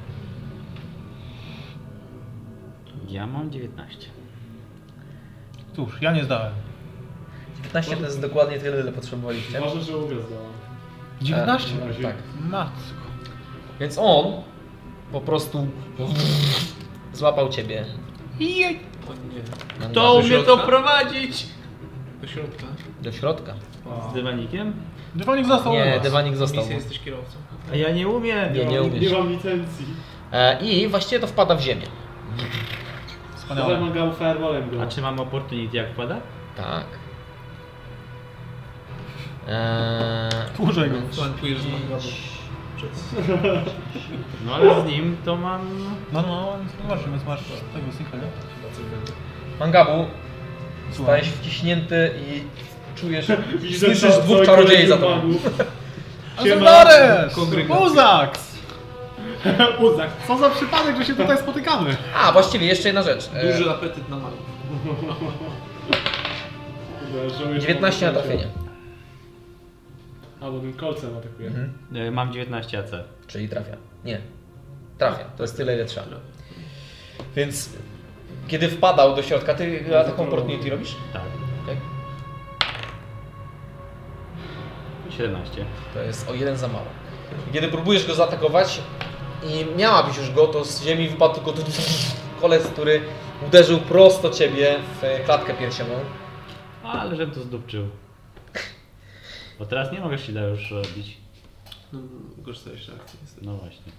Ja mam dziewiętnaście. Cóż, ja nie zdałem. dziewiętnaście to jest dokładnie tyle, ile potrzebowaliście. Ważne, że Uga zdała. dziewiętnaście? E, tak. Matko. Więc on po prostu złapał ciebie. Jej. O nie. Mangabu. Kto umie to środka? prowadzić? Do środka. Do środka. Z dywanikiem? Dywanik został u Nie, nas. dywanik został. Misja, jesteś kierowcą. A ja nie umiem. Nie, nie Nie umiesz. mam licencji. E, I właściwie to wpada w ziemię. Ale Wspaniale. mam go fireballem go. A czy mam opportunity jak wpada? Tak. Eee, Użej go. Flankujesz z Mangabu. Przez... No ale z nim to mam... No, no, zobaczmy, więc masz tego synka, nie? Mangabu, Słucham. stajesz wciśnięty i czujesz, Widzę słyszysz ca- dwóch cały czarodziei za kolektyw tobą. magów. Azodares! Kongregacja. Uzax! Uzak, co za przypadek, że się tutaj spotykamy? A, właściwie jeszcze jedna rzecz. E, Duży apetyt na magów. Kurde, żałuję, że dziewiętnaście na mam trafienie. A, bo ten kolcem atakuje. Mhm. e, Mam dziewiętnaście A C. Czyli trafia. Nie. Trafia. To jest tyle, ile trzeba. Więc kiedy wpadał do środka, ty taką opportunity robisz? Tak. Okay. siedemnaście. To jest o jeden za mało. Kiedy próbujesz go zaatakować i miałabyś już go, to z ziemi wypadł tylko tu- tu- tu- kolec, który uderzył prosto ciebie w klatkę piersiową. Ale żem to zdupczył. Bo teraz nie mogę się da już robić. No, korzystałeś reakcji niestety. No właśnie.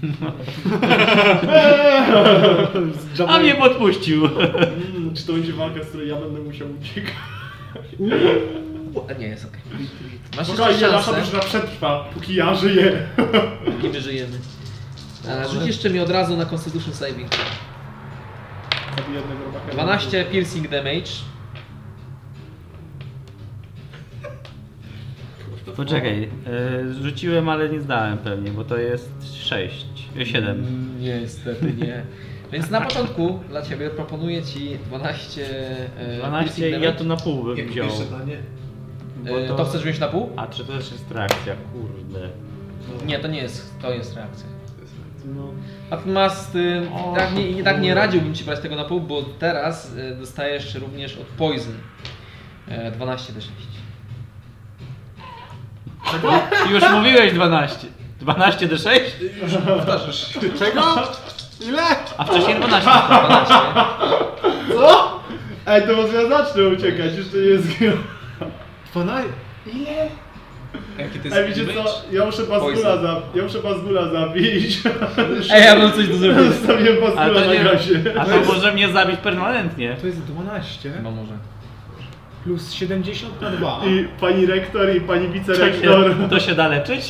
Z A mnie podpuścił! Mm, czy to będzie walka, z której ja będę musiał uciekać? A nie, jest okej. Masz jeszcze Spokojnie, nasza szansę, drużyna przetrwa, póki ja żyję. póki my żyjemy. E, Rzuć jeszcze mi od razu na Constitution Saving. Zabiję jednego robaka. dwanaście piercing damage. Poczekaj, e, rzuciłem, ale nie zdałem pewnie, bo to jest sześć, siedem. Mm, Niestety nie. Więc na początku dla Ciebie proponuję Ci dwanaście e, dwanaście piercing i ja damage. to na pół bym Jak wziął. pierwsze danie? Bo E, to chcesz wziąć na pół? A czy to też jest reakcja? Kurde. Nie, to nie jest, to jest reakcja. To jest reakcja. No. Natomiast y, O, tak, nie, i tak nie kurde. radziłbym Ci brać tego na pół, bo teraz y, dostajesz również od Poison e, dwanaście D sześć. Już mówiłeś dwanaście. dwanaście D sześć? Powtarzasz. Czego? Ile? A wcześniej dwanaście. dwanaście. Co? Ej, to może ja zacznę uciekać, jeszcze nie jest gra. dwanaście? Ile? Jaki to jest Ej, wiecie damage? co? Ja muszę Bazgula zabić. Ja muszę Bazgula zabić. Ej, ja mam coś do zrobienia. Zostawiłem A Bazgula to na nie. gazie. A to może mnie zabić permanentnie. To jest dwanaście Chyba może. plus siedemdziesiąt na dwa. I pani rektor i pani To wicerektor. się, to się da leczyć?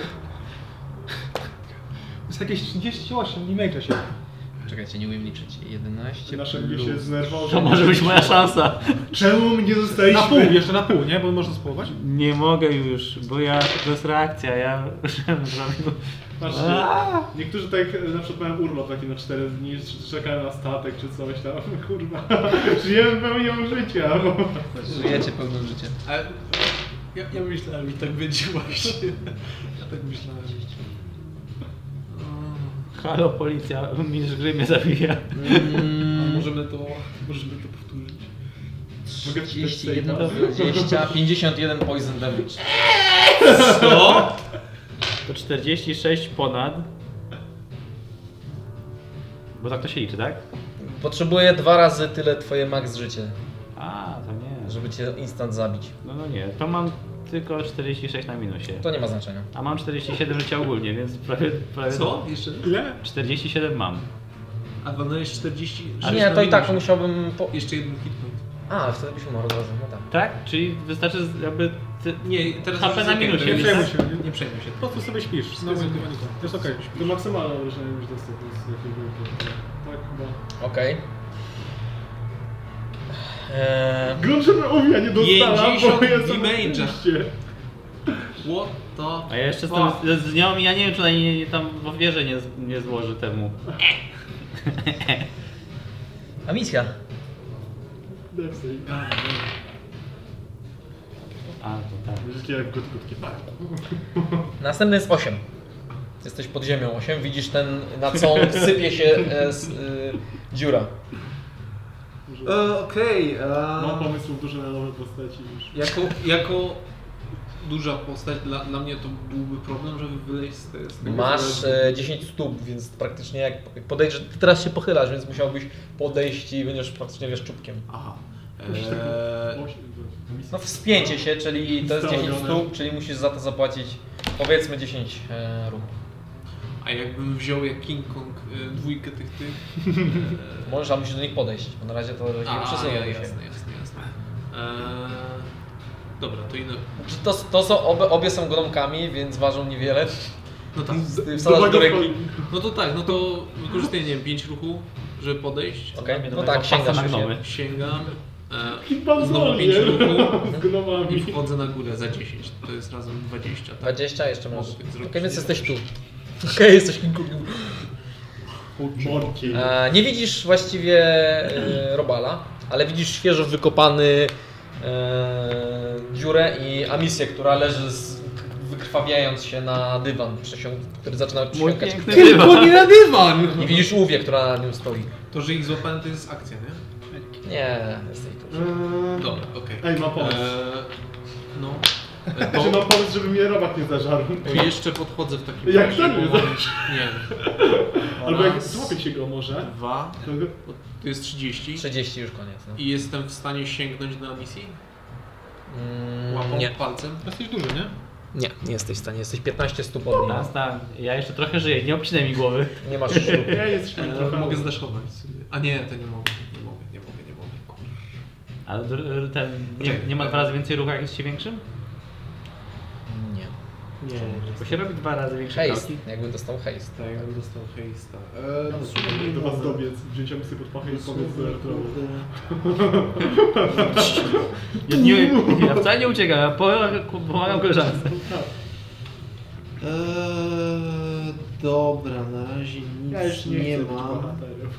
To jest jakieś trzydzieści osiem, nie męczę się. Czekajcie, nie umiem liczyć. jedenaście Nasze mnie plus... się znerwował. To może być moja szansa. Czemu mnie Na zostaliśmy? pół, jeszcze na pół, nie? Bo można spróbować. Nie mogę już, bo ja, to jest reakcja, ja żebym zrobił... Patrzcie, Aaa! niektórzy tak na przykład mają urlop taki na cztery dni, czy- czekają na statek czy coś tam. Kurwa. Żyjemy pełnią życia. Bo... Żyjecie pełnym życiem. Ale ja, ja myślałem, że tak będzie właśnie. Ja tak myślałem. Halo policja, mistrz gry mnie zabija. A Mm, możemy to, możemy to powtórzyć. Mogę trzydzieści jeden, dwadzieścia, pięćdziesiąt jeden poison damage. Co? To czterdzieści sześć ponad. Bo tak to się liczy, tak? Potrzebuję dwa razy tyle Twoje max życie, A, to nie. żeby Cię instant zabić. No, no nie, to mam tylko czterdzieści sześć na minusie. To nie ma znaczenia. A mam czterdzieści siedem życia ogólnie, więc prawie... prawie Co? Jeszcze? Ile? czterdzieści siedem mam. A dwanaście czterdzieści. A nie, to i tak musiałbym... Po... Jeszcze jeden hit point. A, wtedy byśmy mogli razem, no tak. Tak? Czyli wystarczy z- jakby... Ty... Nie, teraz H P już na jest okej, minusie, to Nie jest- przejmuj się. Nie, nie przejmuj się. Po prostu sobie śpisz na moim dywaniku. To jest okej. To maksymalne wrażenie już dostępne z jakiegoś. Tak chyba. Okej. Eee, Grunt, żeby Uwia nie dostała, bo pięćdziesiąt jest damage'a. oczywiście. What the A ja jeszcze fuck? jestem z, z nią i ja nie wiem, czy ona nie, nie, tam w wieży nie, z- nie złoży temu. a misja. Depsej. A, A, to tak. Takie jak gut, gut, takie Następny jest osiem. Jesteś pod ziemią osiem, widzisz ten, na co sypie się e, s, e, dziura. E, Okej. Mam Okay, pomysł dużo na nowe postaci już. jako, jako duża postać, dla, dla mnie to byłby problem, żeby wyleźć z, te, z tego. Masz e, dziesięć stóp, więc praktycznie jak podejdziesz, ty teraz się pochylasz, więc musiałbyś podejść i będziesz praktycznie wiesz czubkiem. Aha. Musisz Eee, taką- osiem- No wspięcie się, czyli to jest dziesięć Ustawione. stóp, czyli musisz za to zapłacić powiedzmy dziesięć e, ruchów. a jakbym wziął jak King Kong e, dwójkę tych tych. E, Możesz, a musisz do nich podejść, bo na razie to nie a, przesuną ja, się. jasne, jasne, jasne. Eee, dobra, to inne. To, to są, obie, obie są gnomkami, więc ważą niewiele. No tak. Ty wsadzasz do ręki. No to tak, no to wykorzystuję, nie wiem, pięć ruchu, żeby podejść. Okej, Mnie do no mojego tak, sięgasz pasa na się. gnomy. Sięgam. E, Pan znowu zwolnie. pięć ruchu Z gnomami. i wchodzę na górę za dziesięć. To jest razem dwadzieścia, tak? dwadzieścia jeszcze Mogę możesz. tak Okej, zrobić. więc jesteś tu. Okej, jesteś King Kongiem. Morki. E, nie widzisz właściwie e, robala, ale widzisz świeżo wykopany e, dziurę i Amisję, która leży z, wykrwawiając się na dywan, przysiąg, który zaczyna Mój przysiągać. piękny Tylko dywan. nie na dywan! I widzisz łówię, która na nim stoi. To, że ich złapałem, to jest akcja, nie? Nie, jesteś tu. Eee, Dobra, okej. Ej, mam pomysł. Eee, no. E, Znaczy To, mam pomysł, żeby mnie robak nie zażarł. to jeszcze podchodzę w takim Jak razie, ten mnie bo- zażarł. Nie. Albo jak Raz, złapię się go może. Dwa, To... bo to jest trzydzieści. trzydzieści już koniec. No. I jestem w stanie sięgnąć do misji? Łapą, Mm, nie, palcem? Jesteś duży, nie? nie, nie jesteś w stanie. Jesteś piętnaście stóp od niej. Teraz tam, ja jeszcze trochę żyję, nie obcinaj mi głowy. Nie masz śruby. Ja jesteśmy Eee, trochę... mogę zdaszować sobie. A nie, to nie mogę. Nie mogę, nie mogę, nie mogę. Kur- Ale dr- ten, nie, nie ma dwa razy więcej ruchu, jak jest się większym? Nie. Nie, bo się robi dwa razy większe Haste, kroki. jakby dostał haste. Tak, jakbym dostał hejsta. Eee, Do was dobiec, wziąć misję pod pachę i powiedz do Arturowi. Ja, nie, ja wcale nie uciekam, ja po- pomagam koleżance. Eee, dobra, na razie nic Ja już nie, nie, chcę być mam. bohaterem.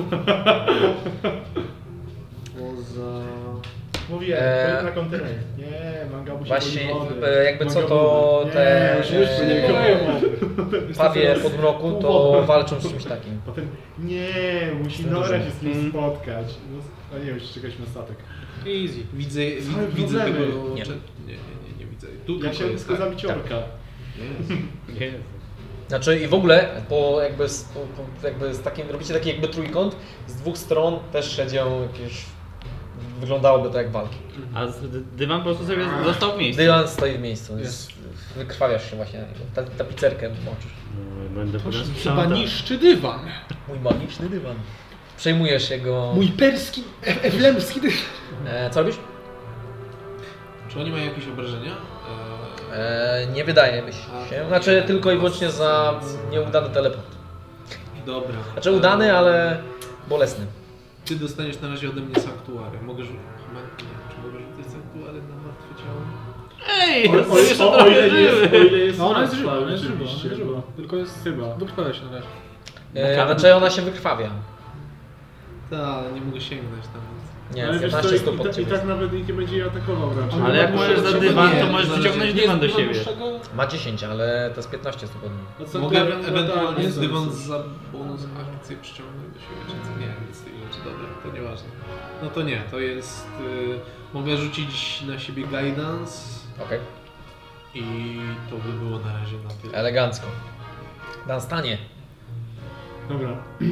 Poza... Mówiłem, Eee, eee, na kontynent. Nie, mangabu się Właśnie, boi wody. e, jakby co, Mangabu to wody. te, Nie, już e, nie kochają. Pawie pod mroku to walczą z czymś takim. Potem, nie, musi Nora się z nim spotkać. No, a nie wiem, jeszcze czekać na statek. Easy. Widzę, Same wi- widzę problemy. tego... Nie. Nie, nie, nie, nie widzę. Tu Jak tylko się jest, tylko tak. zabić orka. Jest. Znaczy i w ogóle, po jakby, z, po, po, jakby z takim, robicie taki jakby trójkąt, z dwóch stron też siedział jakieś, wyglądałoby to jak walki. A z- dy- dywan po prostu sobie został w miejscu. Dywan stoi w miejscu, jest, wykrwawiasz się właśnie na niego, Ta, tapicerkę moczysz. No, Będę To potem chyba sprzątał. niszczy dywan. Mój magiczny dywan. Przejmujesz jego... Mój perski, e- ewlemski dywan. E, co robisz? Czy oni mają jakieś obrażenia? Eee, E, nie wydaje mi się, znaczy tylko i wyłącznie za nieudany teleport. dobra. Znaczy udany, ale bolesny. Ty dostaniesz na razie ode mnie sanktuary. Mogę rzucić... Chyba nie. Czy mogę rzucić sanktuary na martwe ciało? Ej, O, jest o, jeszcze o, o trochę ile jest, o żywy. ile jest No ona jest martwa, żywa, ona jest żywa, ona rzeczywiście, jest żywa. bo- Tylko jest Chyba. wykrwawia się na razie. E, znaczy ona się wykrwawia. Tak, ale nie mogę sięgnąć tam. Nie, Ale wiesz piętnaście co, stóp i, pod ta, i ciebie. tak nawet nikt nie będzie jej atakował raczej. Ale jak możesz za dywan, to Nie, możesz zależy. wyciągnąć dywan do siebie. Ma dziesięć, ale to jest piętnaście stóp od niej. No co, Mogę to- e- no ewentualnie tak, z nie dywan sens. za bonus akcję przyciągnąć do siebie, czy co? Nie, nic z tych rzeczy. Dobra, to nieważne. No to nie, to jest... Y, mogę rzucić na siebie guidance Okej, i to by było na razie na tyle. elegancko. Dan stanie. Dobra.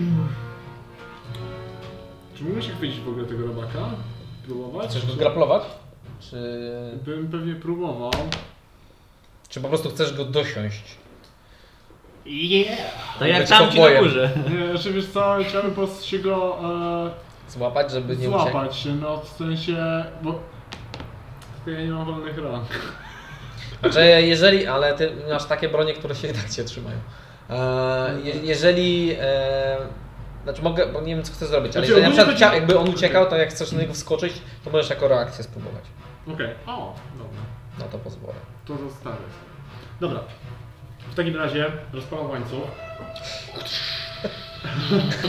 Czy mógłbym się chwycić w ogóle tego robaka? Próbować? Chcesz go Czy- grapplować? Czy, Bym pewnie próbował. czy po prostu chcesz go dosiąść? To jak Być tam ci na cowboyem. górze. Nie, znaczy wiesz co, chciałbym po prostu się go e, Złapać, żeby nie uciekł? złapać się, no w sensie, bo ja nie mam wolnych rąk. Znaczy, jeżeli, ale ty masz takie bronie, które się i tak cię trzymają. E, je, jeżeli, e, znaczy mogę, bo nie wiem co chcę zrobić, ale Znaczy, jeżeli na ogólnie przykład chodzi- chcia, jakby on uciekał, to jak chcesz na niego wskoczyć, to możesz jako reakcję spróbować. Okej, o, dobra, No to pozwolę. to zostawię. Dobra, w takim razie rozpalam łańcuch.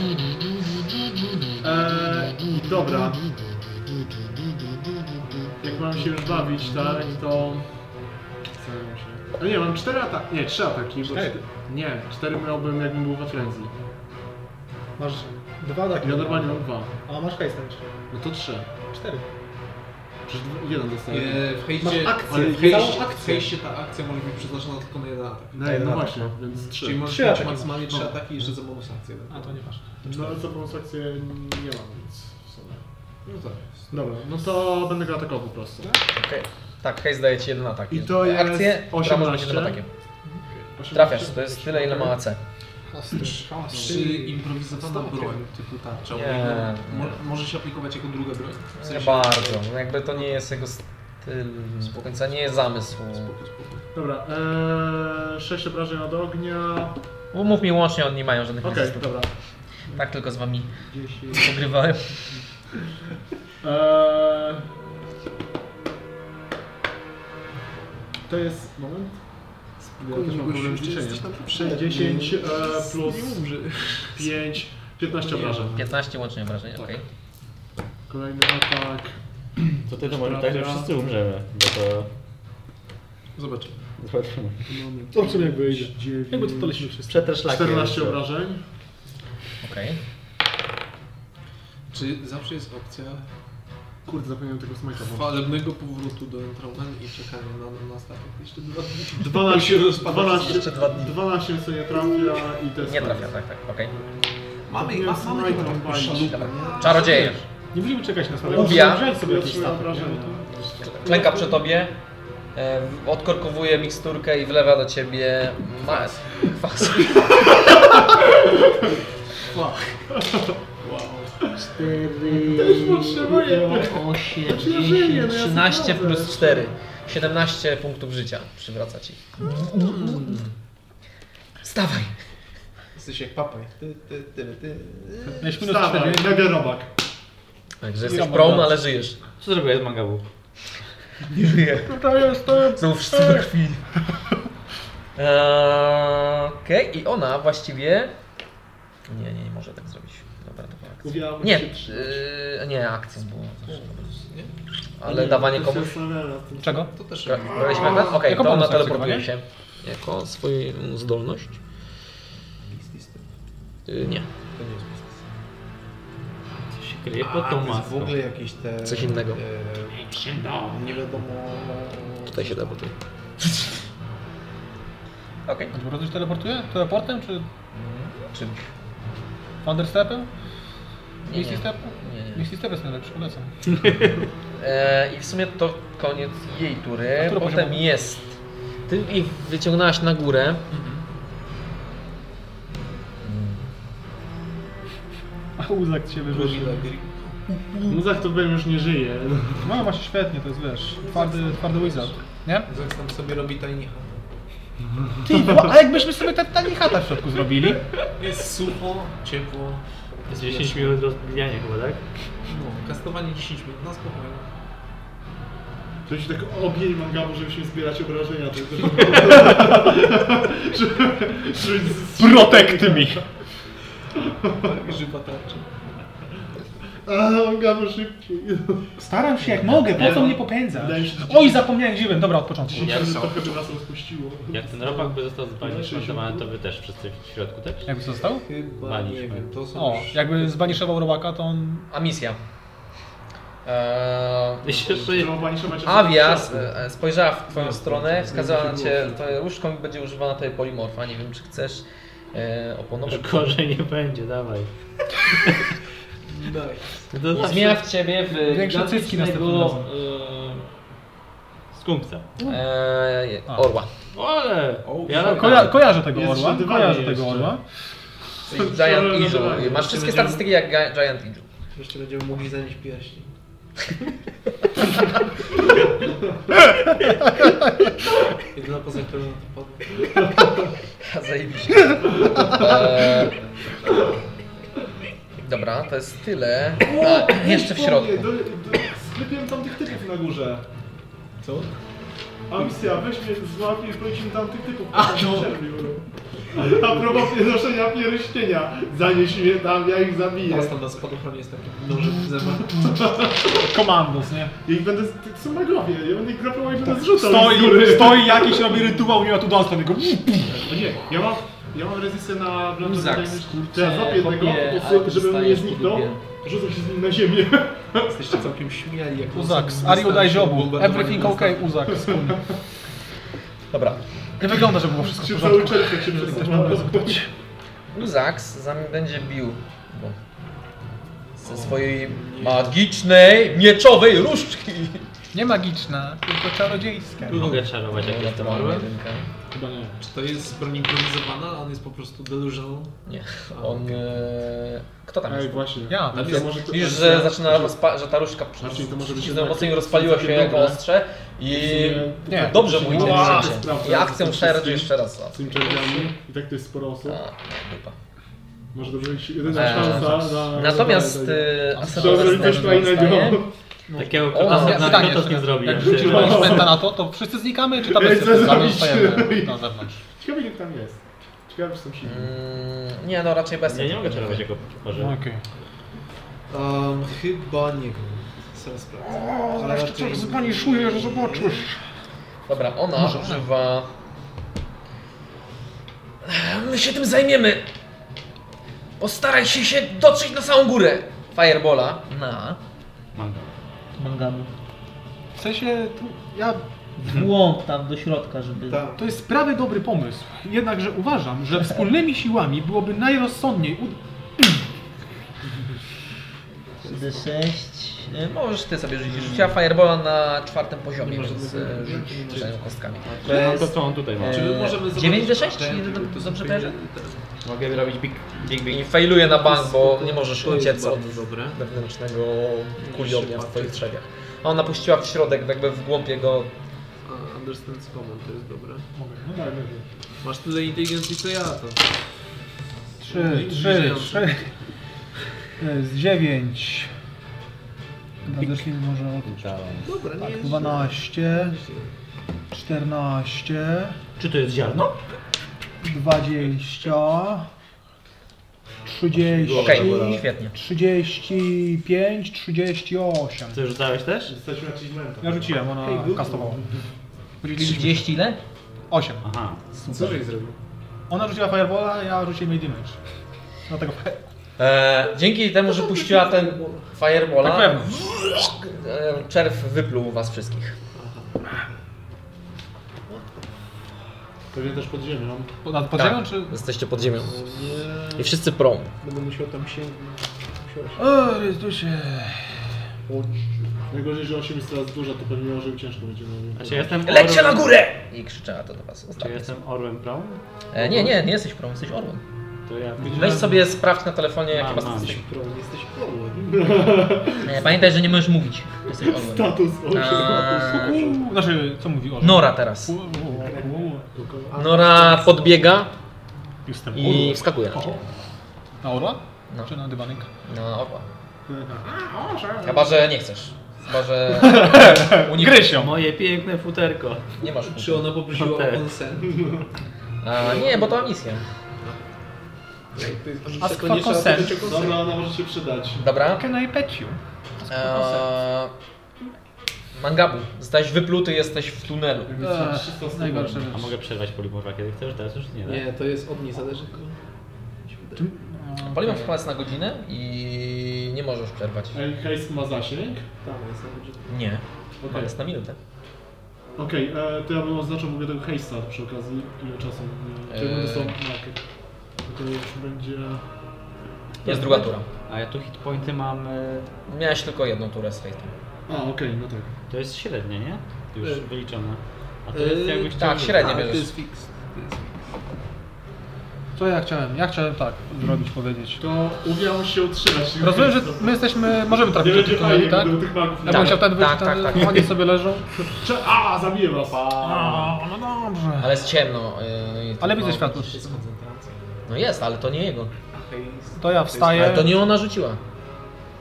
eee, dobra. Jak jak mam się już bawić, tak, to... Zastanawiam się. A nie, mam cztery ataki, nie, trzy ataki, bo... Cztery? Nie, cztery miałbym jakbym był we frenzy. Masz dwa ataki. Ja normalnie mam dwa. A masz hejsta jeszcze. No to trzy. Cztery. Przecież jeden dostaję. E, W hejście, Masz akcję, ale w całą hejście, akcję. w hejście ta akcja może być przeznaczona tylko na jeden atak. No, no właśnie, więc trzy. Czyli możesz Trzy mieć ataki maksymalnie masz. trzy No. ataki i jeszcze za bonus akcję. A to nie masz. No ale za bonus akcję nie mam nic w sumie. No tak jest. Dobra, no to będę go atakował po prostu. Okay. Tak, hejs daje ci jeden atak. I to jest akcję, która może być osiemnaście. jednym atakiem. osiemnaście. Trafiasz, to jest tyle ile ma A C. Czy improwizowana broń typu tarcza Nie. mo może się aplikować jako druga broń? W Nie sensie- bardzo, no jakby to nie jest jego styl, do końca nie jest zamysł. Spoko, spoko. Dobra, ee, sześć obrażeń od ognia. Umów mi łącznie, oni nie mają żadnych Okej, rezystów. dobra. Tak tylko z wami dziesięć. pogrywałem. Eee, to jest. Moment. Ja też mam problem z liczeniem. dziesięć e, plus pięć, piętnaście obrażeń. piętnaście łącznie obrażeń, okej. Kolejny atak. To wtedy może tak, że wszyscy umrzemy, bo to... Zobaczymy. Zobaczymy. To w sumie jak wyjdzie. dziewięć, Jakby to to lecimy wszyscy. Przetrz szlaki. czternaście obrażeń. Okej. Czy zawsze jest opcja Kurde, zapomniałem tego smajta. bo- chwalebnego powrotu do Entraumen i czekania na, na statek? Jeszcze dwa dni. dwanaście, rozpada dwanaście, jeszcze dwa dni. dwanaście co nie trafia i to jest Nie koniec. trafia, tak, tak, okej. Mamy, Powinien ma, mamy smajta chyba taką walić. szalupę, Dobra. nie? Czarodzieje. Nie będziemy czekać na stałe. Ubija. Wziąć sobie jakiś statek. obrażenia. Klęka przy tobie, e, odkorkowuje miksturkę i wlewa do ciebie ma... kwas. Też potrzebuję. osiem, Znaczy, ja żyję, no ja dziesięć, trzynaście sobie plus radzę. cztery. siedemnaście punktów życia przywraca ci. Wstawaj. Jesteś jak papaj. Ty, ty, ty, ty. Miałeś minus Wstawaj, cztery. mega robak. Także jesteś Robot prone, dobrze. ale żyjesz. Co zrobiłeś z Mangabu? Nie żyję. To jest, to jest. Znowu wszyscy we krwi. Eee, Okej, i ona właściwie... Nie, nie, nie może tak zrobić. Dobra, to była akcja. Mówiłam, Nie, że się trzymać. yy, nie, akcja było. Nie? Ale dawanie To się komuś... zastanawiałem nad tym. Czego? To też Gra- Graliśmy jak Okej, Jako to ona bonus akcji teleportuje chyba, się. Jako swoją zdolność? Yy, nie, To nie jest biznes. Co się kryje pod A, tą to jest w maską? ogóle jakieś te... Coś innego. E, nie wiadomo... tutaj się teleportuje. Okej. A Dwuro coś teleportuje? Teleportem czy Czym? Thunderstepem? Nie, Misty nie. Step? Nie, nie. Misty Step jest najlepszy, polecam. E, I w sumie to koniec jej tury. A który Potem poziom? jest... Ty ich wyciągnęłaś na górę. A Uzak się wyrzucił. Muzak to bym już nie żyje. No ma się świetnie, to jest wiesz, twardy, twardy wizard. Nie? Zaraz tam sobie robi tiny hat. Ty, bo- a jakbyśmy sobie te tani chata w środku zrobili? Jest sucho, ciepło. Jest dziesięć minut rozbijania chyba, tak? No, kastowanie dziesięć minut, na spokojnie. To się tak objęli mangabu, żebyśmy zbierać obrażenia. To jest... Protect me! Żywa tarcza. A, mangabu szybciej. Staram się jak mogę, po co mnie popędzasz? Wydaje mi się, że Oj, zapomniałem gdzie byłem, dobra, od początku. dziesięć Jak minut są? trochę by nas rozpuściło. Jak ten robak by został sześćdziesiąt zbanisowany, to wy też wszyscy w środku też? Jakby co został? Chyba Baliśmy. nie wiem, to są O, już... jakby zbaniszował robaka, to on... A misja. Eee, Jeszcze Trzeba baniszować Avias e, spojrzała w twoją stronę, wskazała na cię twoją różdżką i będzie używana tutaj polimorfa. Nie wiem, czy chcesz e, oponować. Już gorzej nie będzie, dawaj. Daj. No to zawsze Zmienia w ciebie w Większe cycki następnym gigantycznego, skunkca. e, A. orła. Ole! O, Ja Koja Koja kojarzę tego Jest orła, przydywany kojarzę jeszcze. tego orła. Giant Eagle. Masz wszystkie statystyki jak Gi- Giant Eagle. Wreszcie będziemy mogli zanieść pierścień. Jedyna poza którą na to padło. Zajebiście. Eee, dobra, to jest tyle. A, jeszcze w środku. Do, do, sklepiłem tam tych typów na górze. Co? Amisja, weź mnie złap i wrócimy tam tych typów. A, no. A propos noszenia pierścienia, zanieś mnie tam, ja ich zabiję. Teraz tam na spadochronie jest taki nożyk w zębach. Komandos, nie? Ja ich będę, to są magowie, ja będę ich grapował i będę zrzucał Stoi, z góry. stoi jakiś, robi rytuał, nie ma tu dostęp, tylko... A nie, ja mam, ja mam rezystę na Blood Uzak, to ja złapię jednego, po prostu, żeby mnie nie zniknął, rzucę się z nim na ziemię. Jesteście całkiem śmiali jak Uzaks, are you dajżobu? Everything okay, Uzaks. Dobra. Nie wygląda, że było wszystko w Się porządku. cały czerwek się przesunął. Uzax zam- będzie bił bo ze swojej magicznej, mieczowej różdżki. Nie magiczna, tylko czarodziejska. Mogę czarować jak jestem orłem? Chyba nie. Czy to jest broń improwizowana, a on jest po prostu delusional? Nie, A, on... okej. E... Kto tam Ej, jest? właśnie. Ja. Znaczy, Jest, może to- widzisz, że zaczyna rozpa- że ta różdżka Znaczy, to może być przez jednak mocniej rozpaliła się takie jako dobre. ostrze i Nie. dobrze mu idzie Wow. życie. Sprawdzę, I akcją z tym szerzy wszystkim. jeszcze raz. Z tymi czerwiami. I tak to jest sporo osób. A, dupa. Może to być jedyna Eee, szansa na... Natomiast na- e, Dobra, Ascendant też fajnego. zostaje. Takiego O, krotos ja- na pytanie krotos nie jeszcze. zrobi. Jak jak wrzucisz ty. managementa na to, to wszyscy znikamy, czy tam Ej, jest co tam zrobić? zostajemy na zewnątrz? Ciekawe ile tam jest. Ciekawe, czy są silni. Mm, nie, no raczej bez Ja nie mogę czarować jako orzeł. Okej. Um, chyba nie wiem. Sam sprawdzę. Ale raczej... Zapaniszuje, że zobaczysz. Dobra, ona używa... My się tym zajmiemy! Postaraj się się dotrzeć na samą górę! Firebola na... Mam go. Mangami. W sensie, tu ja... W głąb tam do środka, żeby... Tak. To jest prawie dobry pomysł. Jednakże uważam, że wspólnymi siłami byłoby najrozsądniej ud... D sześć. Y, Możesz ty sobie rzucić. Rzuciła Firebola na czwartym poziomie, Nie ma więc żadnego- y, rzuć rzucają kostkami. No to co on tutaj ma? e, Czy możemy zobaczyć... dziewięć D sześć? te- Nie, do- to są dobrze pieniądze- Mogę robić big, big, I big. failuje na bank, bo nie możesz To jest uciec od bardzo dobre. wewnętrznego kuliognia w twoich trzewiach. A ona puściła w środek, jakby w głąb jego... A, Understands common, to jest dobre. Mogę. No tak, tak. Masz tyle inteligencji co ja, to... Trzy, trzy, trzy. To jest dziewięć. Dobra, zacznijmy może od... Dobra, nie Tak, jest dwanaście, czternaście, Czy to jest ziarno? dwadzieścia, trzydzieści, Okej, świetnie. trzydzieści pięć, trzydzieści osiem. Ty rzucałeś też? Jesteśmy achievementa. Ja rzuciłem, ona kastowała. Podzieliliśmy. trzydzieści ile? osiem. Aha. Co żeś zrobił? Ona rzuciła Firebola, ja rzuciłem jej damage. Dlatego E, dzięki temu, że puściła ten Firebola, tak pewno. e, czerw wypluł was wszystkich. Pewnie też pod ziemią. Pod, pod ziemią Tak, czy... jesteście pod ziemią. Nie... I wszyscy prą. Będę musiał tam sięgnąć. Musiałeś... O, Jezusie. Najgorzej, że osiem jest teraz duża, to pewnie orzeł ciężko będzie na Znaczy jestem Lećcie na orłem- górę! I krzyczała to do was. Czy Ostatnio. jestem orłem prą? E, nie, nie, nie jesteś prą, jesteś orłem. To ja... Weź sobie sprawdź na telefonie, jakie Mam, masz mam. statystyki. Pro, jesteś orłem. E, pamiętaj, że nie możesz mówić. Jesteś orłem. Status osiem. Eee, Uuu, znaczy, co mówi o Nora teraz. Uuu, uuu. Nora podbiega Jestem i orłem. wskakuje na ciebie. Na orła? No. Czy na dywanek? Na orła. Chyba, że nie chcesz. Chyba, że... Grysią! Moje piękne futerko. Nie masz. Czy ona poprosiła o Tak. consent? A, nie, bo to misja. To jest- Ask to for nie trzeba consent. pytać o consent. Dobra, ona może się przydać. Dobra. Can I pet you? Eee, Mangabu, zostałeś wypluty, jesteś w tunelu. Eee, najgorsze A rzecz. mogę przerwać polimorfa kiedy chcesz? Teraz już nie, tak? Nie, to jest od niej zależy. Polimorf chyba jest na godzinę i nie możesz przerwać. Ej, hejs ma zasięg. Tam jest na godzinę. Nie, Okej, okay. jest na minutę. Okej, e, to ja bym oznaczył w ogóle tego hejsa przy okazji, ile czasu. E, Czy Eee. będę są markę. To już będzie... Jest druga tura. A ja tu hit pointy mam... y, Miałeś tylko jedną turę z hejtem. A, okej, no tak. To jest średnie, nie? Już Y, wyliczone. A to y, jest jakbyś tak, chciał- średnie Ale to bierzesz. jest fix. To jest fix. Co ja chciałem? Ja chciałem tak zrobić, powiedzieć. To uwiał się utrzymać. Rozumiem, że my jesteśmy, możemy Nie trafić do będzie tych tuneli, fajnie, tak? tak? tych magów. Ja Tak, bym chciał ten wyjść, tak, ten, tak, tak. oni sobie leżą. Cze- A, zabiję was! A, no dobrze. Ale jest ciemno. Yy, i Ale tylko- widzę światło. Jest koncentracja. No jest, ale to nie jego. A hejs... To ja wstaję. Ale to nie ona rzuciła.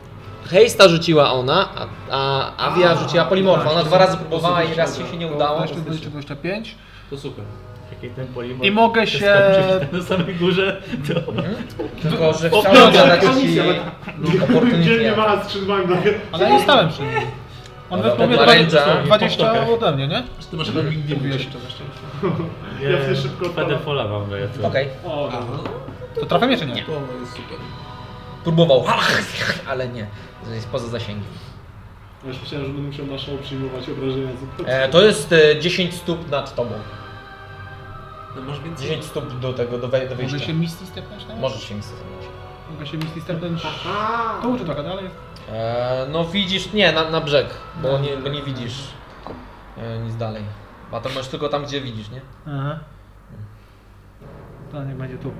Hejsta rzuciła ona, a, a Avia rzuciła polimorfa. Ona dwa razy próbowała i raz się, się nie udało. dwadzieścia, dwadzieścia, dwadzieścia pięć. To super. Jaki ten polimor I mogę się... na samej górze, to... Mhm. Tylko, że chciałem zadać ci Dziennie opportunity. ma skrzydłami na Ale ja nie stałem przy nim. On Dobra, wypowie to dwadzieścia, Range'a. dwadzieścia ode mnie, nie? Ty masz chyba Big Deal jeszcze na szczęście. Ja wtedy szybko odpalam. Fedefola mam, bo ja co? Okej, O, Aha, dobra. To trafia mnie czy nie? to jest super. próbował, ale nie, to jest poza zasięgiem. Ja już myślałem, że będę musiał na show przyjmować obrażenia. E, to jest e, dziesięć stóp nad tobą. No masz więcej. dziesięć stóp do tego, do, wej- do Mogę wyjścia. się Misty stepnąć na Możesz się misję zrobić. Mogę się Misty stepnąć tu czy trochę dalej? E, no widzisz, nie, na, na brzeg, bo nie, bo nie widzisz e, nic dalej. A to masz tylko tam, gdzie widzisz, nie? Aha. To niech będzie tu.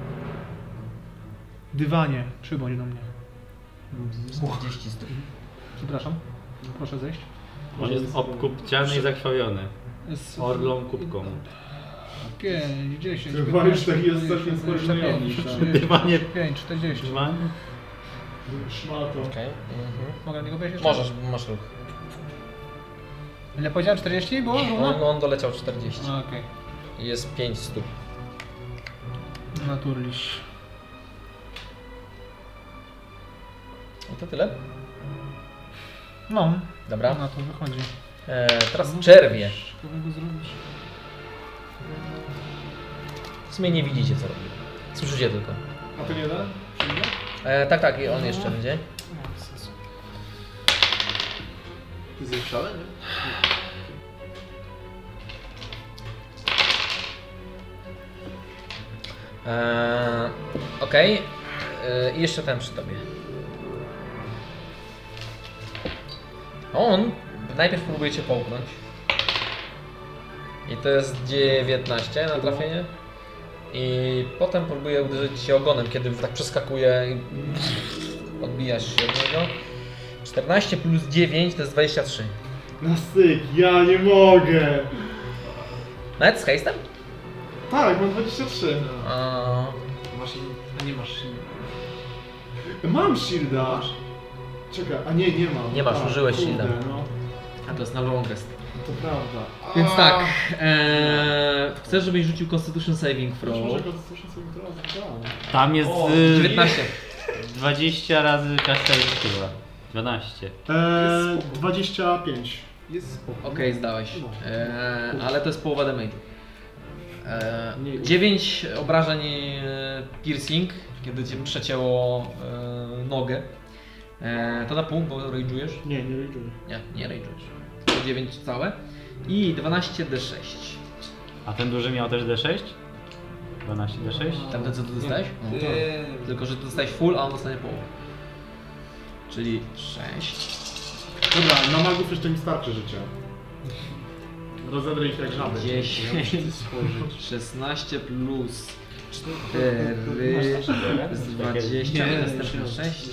Dywanie, przybądź do mnie. czterdzieści stóp. Przepraszam. Proszę zejść. On jest obkupciany i zakrwawiony. Jest Orlą kubką. pięć, dziesięć, Chyba już tak jest całkiem spory znajomych, tak. Dywanie pięć, czterdzieści. Dywanie? Szmato. Okej. Mhm. Mogę do niego wejść jeszcze? Możesz, masz ruch. Ile powiedziałem? czterdzieści było? On, Równo? on doleciał czterdzieści. A, okej. I jest pięć stóp. Naturliś. I to tyle? No, Dobra. na to wychodzi. E, teraz czerwie. Ciekawego zrobić. W sumie nie widzicie, co robi. Słyszycie tylko. A to nie da? Przyjmę? E, tak, tak, i on jeszcze będzie. Ty jesteś szalony? Eee, Okej. Eee, I jeszcze ten przy tobie. On najpierw próbuje cię połknąć. I to jest dziewiętnaście na trafienie. I potem próbuje uderzyć cię ogonem, kiedy tak przeskakuje i odbijasz się od niego. czternaście plus dziewięć to jest dwadzieścia trzy. Na styk, ja nie mogę! Nawet z hejstem? Tak, mam dwadzieścia trzy. A, Masz in... A nie masz in... Mam shielda. Czekaj, a nie, nie mam. Nie masz, Tak, użyłeś kurde, shielda. No, a to jest na long rest. to prawda. Więc tak, eee, chcesz, żebyś rzucił Constitution Saving Throw. Może go słyszę sobie teraz dałem. Tam jest O, y, dziewiętnaście. dwadzieścia razy kastel chyba. dwanaście. Eee, dwadzieścia pięć. Jest spoko. Okej, zdałeś. Eee, ale to jest połowa damage'u. Nie, Eee, dziewięć obrażeń e, piercing, kiedy cię przecięło e, nogę. Eee, to na pół, bo rage'ujesz. Nie, nie liczyłem. Nie, nie rage'ujesz. To dziewięć całe. I dwanaście D sześć. A ten duży miał też D sześć? dwanaście D sześć? Tamten co ty dostałeś? No, Ty... tylko, że ty dostałeś full, a on dostanie połowę. Czyli sześć. Dobra, na magów jeszcze mi starczy życia. Rozedrę ich jak żaby. dziesięć, szesnaście plus cztery, to jest dwadzieścia, Nie, następne nie, sześć,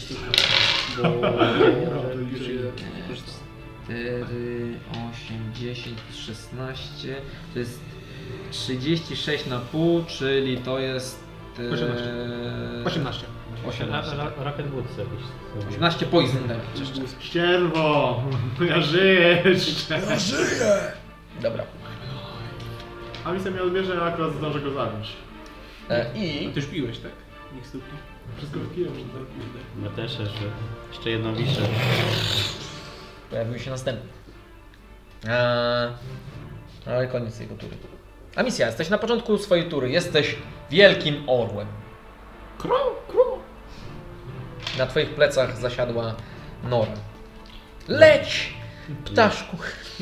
cztery, osiem, dziesięć, szesnaście, to jest trzydzieści sześć na pół, czyli to jest e, osiemnaście. osiemnaście. Rocket Boots jakiś. osiemnaście poison damage jeszcze. Ścierwo! Ja żyję jeszcze! Dobra. A mi sobie mnie odbierze, a akurat zdążę go zabić. E, I Ty już piłeś, tak? Niech stuknie. Wszystko wypiłem. Ja też jeszcze. Jeszcze jedną wiszę. pojawił się następny. Eee, ale koniec jego tury. A misja, jesteś na początku swojej tury. Jesteś wielkim orłem. Kro, kro. Na twoich plecach zasiadła Nora. Leć, ptaszku!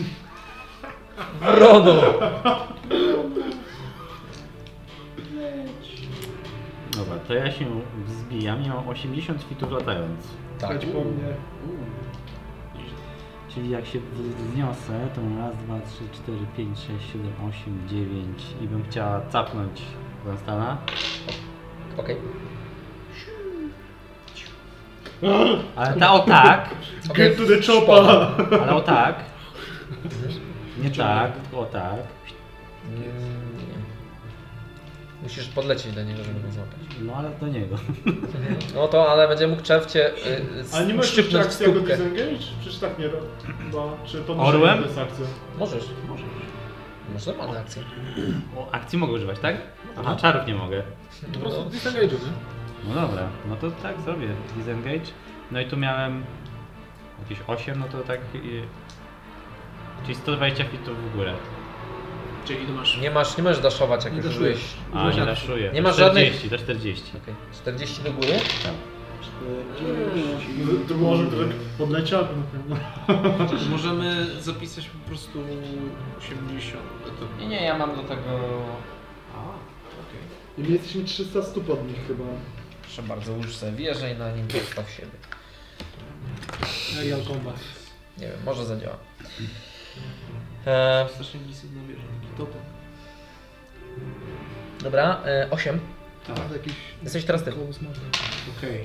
Wrono! Dobra, to ja się wzbijam i mam osiemdziesiąt fitów latając. Tak. Chodź po mnie. Czyli jak się w- wzniosę, to mam raz, dwa, trzy, cztery, pięć, sześć, siedem, osiem, dziewięć i bym chciała capnąć Dunstana. Okej. Ale ta o tak, Okej, Get to the chopa! ale o tak. Nie tak, tylko o tak. Mm, Musisz podlecieć do niego, żeby go złapać. No ale do niego. No to, ale będzie mógł czerwcie yy, Ale nie możesz szczypnąć w akcji jako stópkę. disengage? Przecież tak nie robi. Bo, czy to Orłem? to jest akcja? Możesz. Masz normalne akcje. O, akcji mogę używać, tak? Aha, czarów nie mogę. Po prostu disengage'u, nie? No dobra, no to tak zrobię. Disengage. No i tu miałem jakieś osiem, no to tak... i- Czyli sto dwadzieścia fitów w górę. Czyli to masz... Nie masz, nie możesz daszować jak Nie już daszujesz. byłeś. A, nie daszuję. Nie To masz żadnych- czterdzieści, to czterdzieści. Okej. czterdzieści do góry? No, to może to tak podleciał? Możemy zapisać po prostu osiemdziesiąt. To... Nie, nie, ja mam do tego... A, okej. I my jesteśmy trzysta stóp od nich chyba. Proszę bardzo, ułóż sobie wieżę i na nim postaw siebie. Aerial combat. Nie wiem, może zadziała. E, Strasznie agresywna wieża. Taki totem. dobra, e, osiem. Tak. Jakiś Jesteś teraz ty. koło smoka. Okej.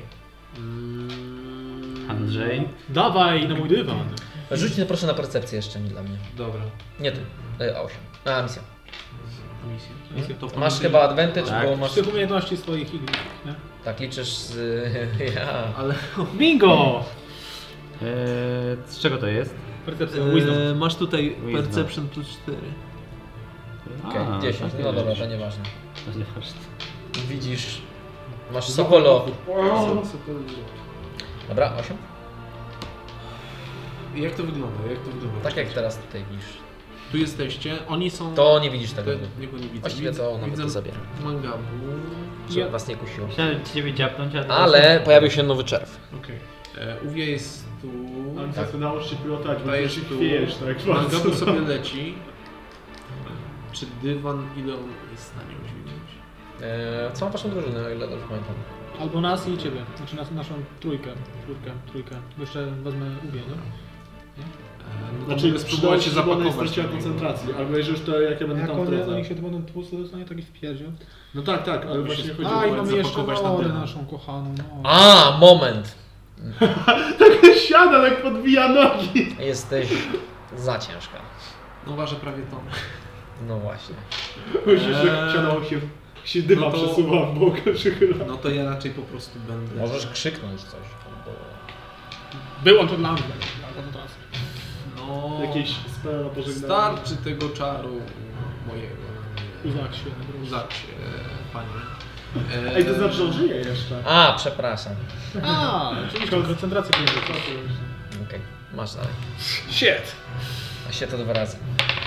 Mm, Andrzej. Dawaj na mój dywan. Rzuć na proszę na percepcję jeszcze, nie dla mnie. Dobra. Nie ty. E, osiem. A, misja. Misja. To Masz pamiętaj- chyba advantage, Tak. bo masz... Z tych umiejętności swoich igli, nie? Tak, liczysz z... ja. Ale... Bingo! Eee, z czego to jest? Percepcja, wisdom. Eee, masz tutaj Wisdom. perception plus cztery. Okej, A, dziesięć. okej. No dobra, to nieważne. To nieważne. Widzisz... Masz sokolo. O, Dobra, osiem. Jak to wygląda? Jak to wygląda? Tak jak teraz tutaj widzisz. Tu jesteście, oni są... To nie widzisz tego. To niego nie widzę. Właściwie Widzę- to nawet widzę to zabiera. Mangabu. Żeby Ja- was nie kusiło. Chciałem ciebie dziapnąć, ale... Ale pojawił się nowy czerw. Okej. E, Uwia jest tu. Ale tak. to naucz się pilotować, bo To to jest się tu. chwiejesz, tak? Mangabu sobie leci. Czy dywan, ile on jest w stanie udźwignąć? Eee, całą waszą drużynę, o ile dobrze pamiętam. Albo nas i ciebie. Znaczy nas, naszą trójkę. Trójkę, trójkę. Bo jeszcze wezmę ubię, nie? E, no to Znaczy, mogę spróbować się żeby ona nie zapakować. straciła na niego. koncentracji, albo jeżeli już to jak ja będę Jak tam one, wprowadzał. oni się tu będą tłusty, dostanie taki wpierdziel. No tak, tak, ale Musi właśnie się chodzi A i o... mamy jeszcze zapakować na Laurę dywan. naszą kochaną. No. A, moment! Siada, tak podbija nogi! Jesteś za ciężka. No waży prawie ton. No właśnie. Musisz, Eee. jak siadało się, się dywan No to- przesuwa w bok, przychyla. No to ja raczej po prostu będę... Możesz krzyknąć coś. Albo... Wyłącz od lampy. Tak, teraz. No... Jakieś spele na pożegnanie. Starczy tego czaru mojego. Uzak się. Uzak się, panie. E, Ej, to znaczy, że on żyje jeszcze. A, przepraszam. A, oczywiście, koncentracja klientów. Okej, masz dalej. Shit! A się to dwa razy.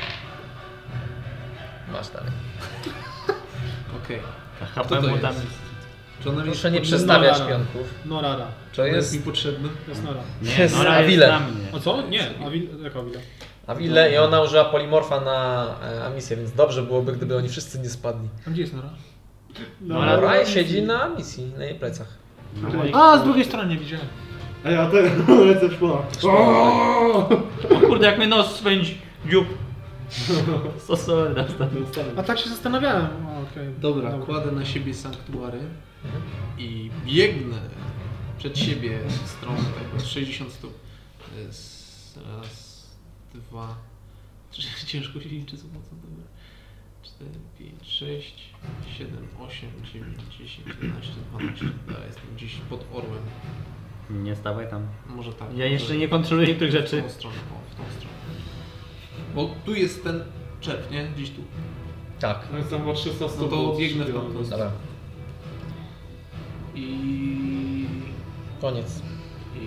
Masz dalej. Okej. H Kto P to mu jest? tam... Czy ona mi Proszę nie jest przestawiać Nora. pionków. Norara. To To jest jest mi potrzebne? To jest Nora. Nie, Jest Nora jest Avile. dla mnie. O co? Nie, Avil... Jaka Avila? Avile i ona użyła polimorfa na e, Amisję, więc dobrze byłoby, gdyby oni wszyscy nie spadli. A gdzie jest Nora? Nora- Nora siedzi na Amisji, na jej plecach. No, moich- A, z drugiej strony nie widziałem. A ja ten lecę w szpona. O kurde, jak mnie nos swędzi. Dziób. Stosowny A tak się zastanawiałem. O, okej. Dobra, kładę na siebie sanktuary i biegnę przed siebie w stronę tego sześćdziesiąt stóp. To jest raz, dwa, trzy, ciężko się liczy, co mocno dobra. cztery, pięć, sześć, siedem, osiem, dziewięć, dziesięć, jedenaście, dwanaście. Dalej jestem gdzieś pod orłem. Nie stawaj tam. Może tak. Ja jeszcze może nie kontroluję tych w rzeczy. tą stronę, o, w tą stronę. Bo tu jest ten czep, nie? Gdzieś tu. Tak, No jest tam chyba trzysta No stóp. to biegnę w tamtą stronę. dobra, I... koniec. I...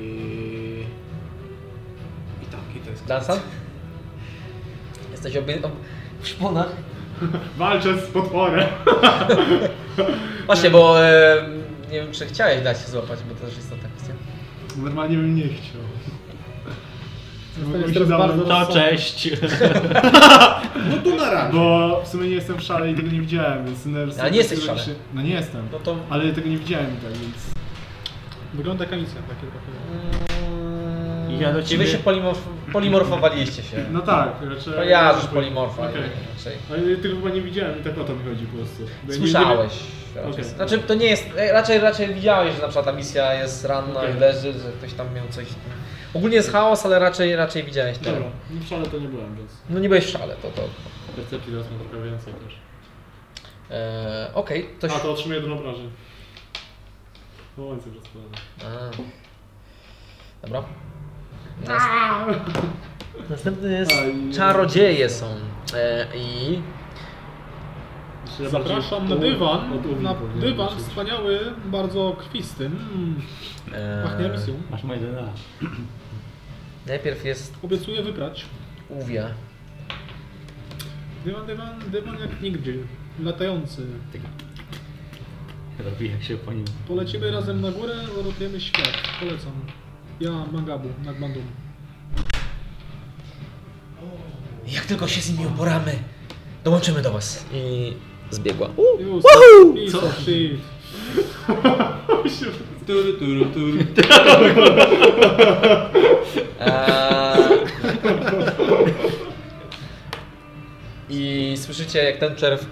I tak, i to jest Dansan? Jesteś obie... ob... w szponach? Walczę z potworem. Właśnie, bo e, nie wiem, czy chciałeś dać się złapać, bo to też jest ta kwestia. Normalnie bym nie chciał. jest teraz bardzo To rozsądny. cześć. No tu na razie. Bo w sumie nie jestem w szale i tego nie widziałem, więc... Ale nie jesteś w szale. No nie jestem. No to... Ale tego nie widziałem tak, więc... Wygląda jak misja, takie trochę. Mm, Ja do Czy ciebie- wy się polimorf... polimorfowaliście się? No tak, raczej... Kojarzysz polimorfa Okej. raczej. Ale tego chyba nie widziałem i tak o to mi chodzi po prostu. Bo ja nie- Słyszałeś. nie- raczej. Okej. Znaczy to nie jest, e, raczej raczej widziałeś, że na przykład ta misja jest ranna Okej. i leży, że ktoś tam miał coś. Ogólnie jest chaos, ale raczej raczej widziałeś to. Dobra, no w szale to nie byłem, więc... No nie byłeś w szale, to to. Percepcji teraz mam trochę więcej też. E, Okej, okay, A, to otrzymuje jedną obrażę. No łańcuch rozkładany. Dobra. Nas... Następny jest... A, i- Czarodzieje są. E, I... Jeszcze Zapraszam na bardziej dywan, od- od na powinien dywan być. wspaniały, bardzo krwisty. Mm, E, pachnie emisją. Masz moje D N A. najpierw jest Obiecuję wybrać. Uwia. Dywan, dywan, dywan jak nigdzie. Latający. Robi jak się po nim. Polecimy razem na górę, uratujemy świat. Polecam. Ja, Mangabu, Nagbandum. Jak tylko się z nimi uporamy, dołączymy do was. I zbiegła. Już, piece of shit. Turu, turu, turu. Eee... I słyszycie, jak ten czerw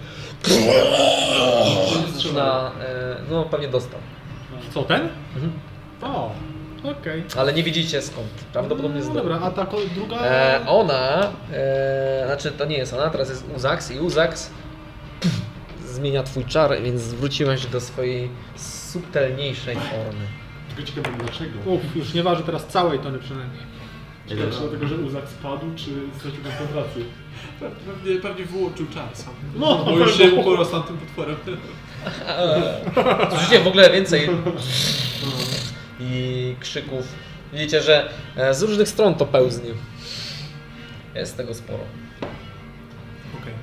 zaczyna, e, no pewnie dostał. Co, ten? Mhm. O, okej. Ale nie widzicie skąd. Prawdopodobnie z No dołu. dobra, a ta ko- druga... E, ona, e, znaczy to nie jest ona, teraz jest Uzax i Uzax zmienia twój czar, więc zwróciłeś do swojej subtelniejszej formy. Tylko ciekawe dlaczego. Uf, już nie waży teraz całej tony przynajmniej. Ciekawe, czy dlatego, że Uzak spadł, czy stracił koncentrację. Pewnie, pewnie wyłączył czar sam. No, Bo już się uporał z tamtym potworem. Słyszycie w ogóle więcej i krzyków. Widzicie, że e, z różnych stron to pełznie. Jest tego sporo. Okej.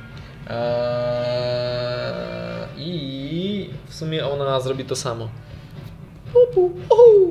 Eee, I w sumie ona zrobi to samo. Pu, pu, pu.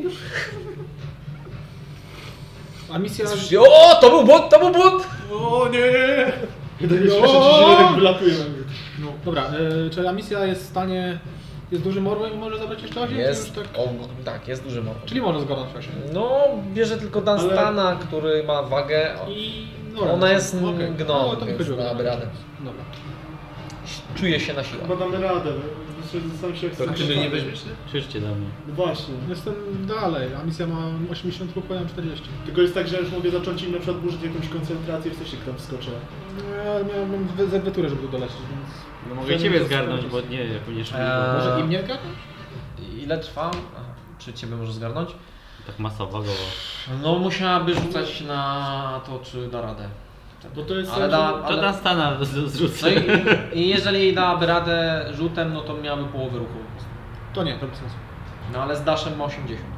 A misja... Słyszycie, o, to był błąd, to był błąd! O nie! Kiedy nie słyszę, ci się tak wylatuje. No, dobra, e, czy ta misja jest w stanie... Jest dużym orłem i może zabrać jeszcze osiem? Jest, Czy już tak... o, tak, jest duży mor. Czyli może zgadnąć osiem. No, bierze tylko Dunstana, który ma wagę. I... No, Ona jest okej. gnom, No, to mi więc chodziło. dałaby radę. Dobra. Czuje się na siłę. Chyba damy radę. Sam się To ty mnie nie weźmiesz, nie? Przyjdźcie do mnie. No właśnie. Jestem dalej, a misja ma osiemdziesiąt ruchu, ja mam czterdzieści. Tylko jest tak, że ja już mogę zacząć im na przykład burzyć jakąś koncentrację, w sensie tam wskoczę. Ja miałem ze dwie żeby tu dolecieć, więc... No mogę ciebie zgarnąć, bo nie, będziesz mi Eee. Może i mnie gadać? Ile trwa? Aha, czy ciebie może zgarnąć? tak masowo go. No musiałaby rzucać na to, czy da radę. Bo to jest Ale tak, da, że- To ale... na Stana z- zrzucę. No i, i jeżeli jej dałaby radę rzutem, no to miałaby połowę ruchu po prostu. To nie, to bez sensu. No ale z daszem ma osiemdziesiąt.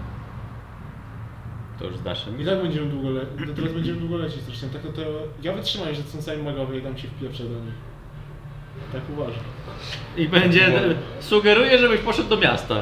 To już zdasz mi. I tak będziemy długo le... no teraz będziemy długo lecieć zresztą. Tak to, to ja wytrzymam, że to są sami magowie i dam się wpieprzę do nich. Tak uważam. I będzie. Sugeruję, żebyś poszedł do miasta.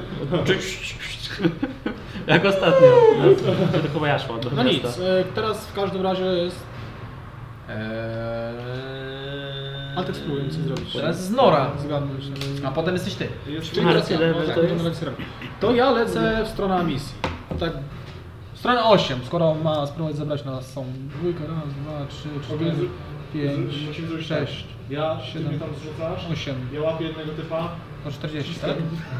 Jak ostatnio. No, to chyba ja szła do No miasta. nic, e, teraz w każdym razie jest... Eee... Altek spróbuję coś zrobić. Teraz z Nora. Zgadnąć. A potem jesteś ty. Jest Czyli A, teraz ja, tyle no, to tak, jest? będziemy lecieć razem. To ja lecę w stronę misji. Tak. Stronę osiem, skoro ma spróbować zebrać nas są dwójka, raz, dwa, trzy, cztery, pięć, Musimy zrobić sześć, tak. Ja, ty siedem, mnie tam zrzucasz, osiem, ja łapię jednego typa, no czterdzieści, tak?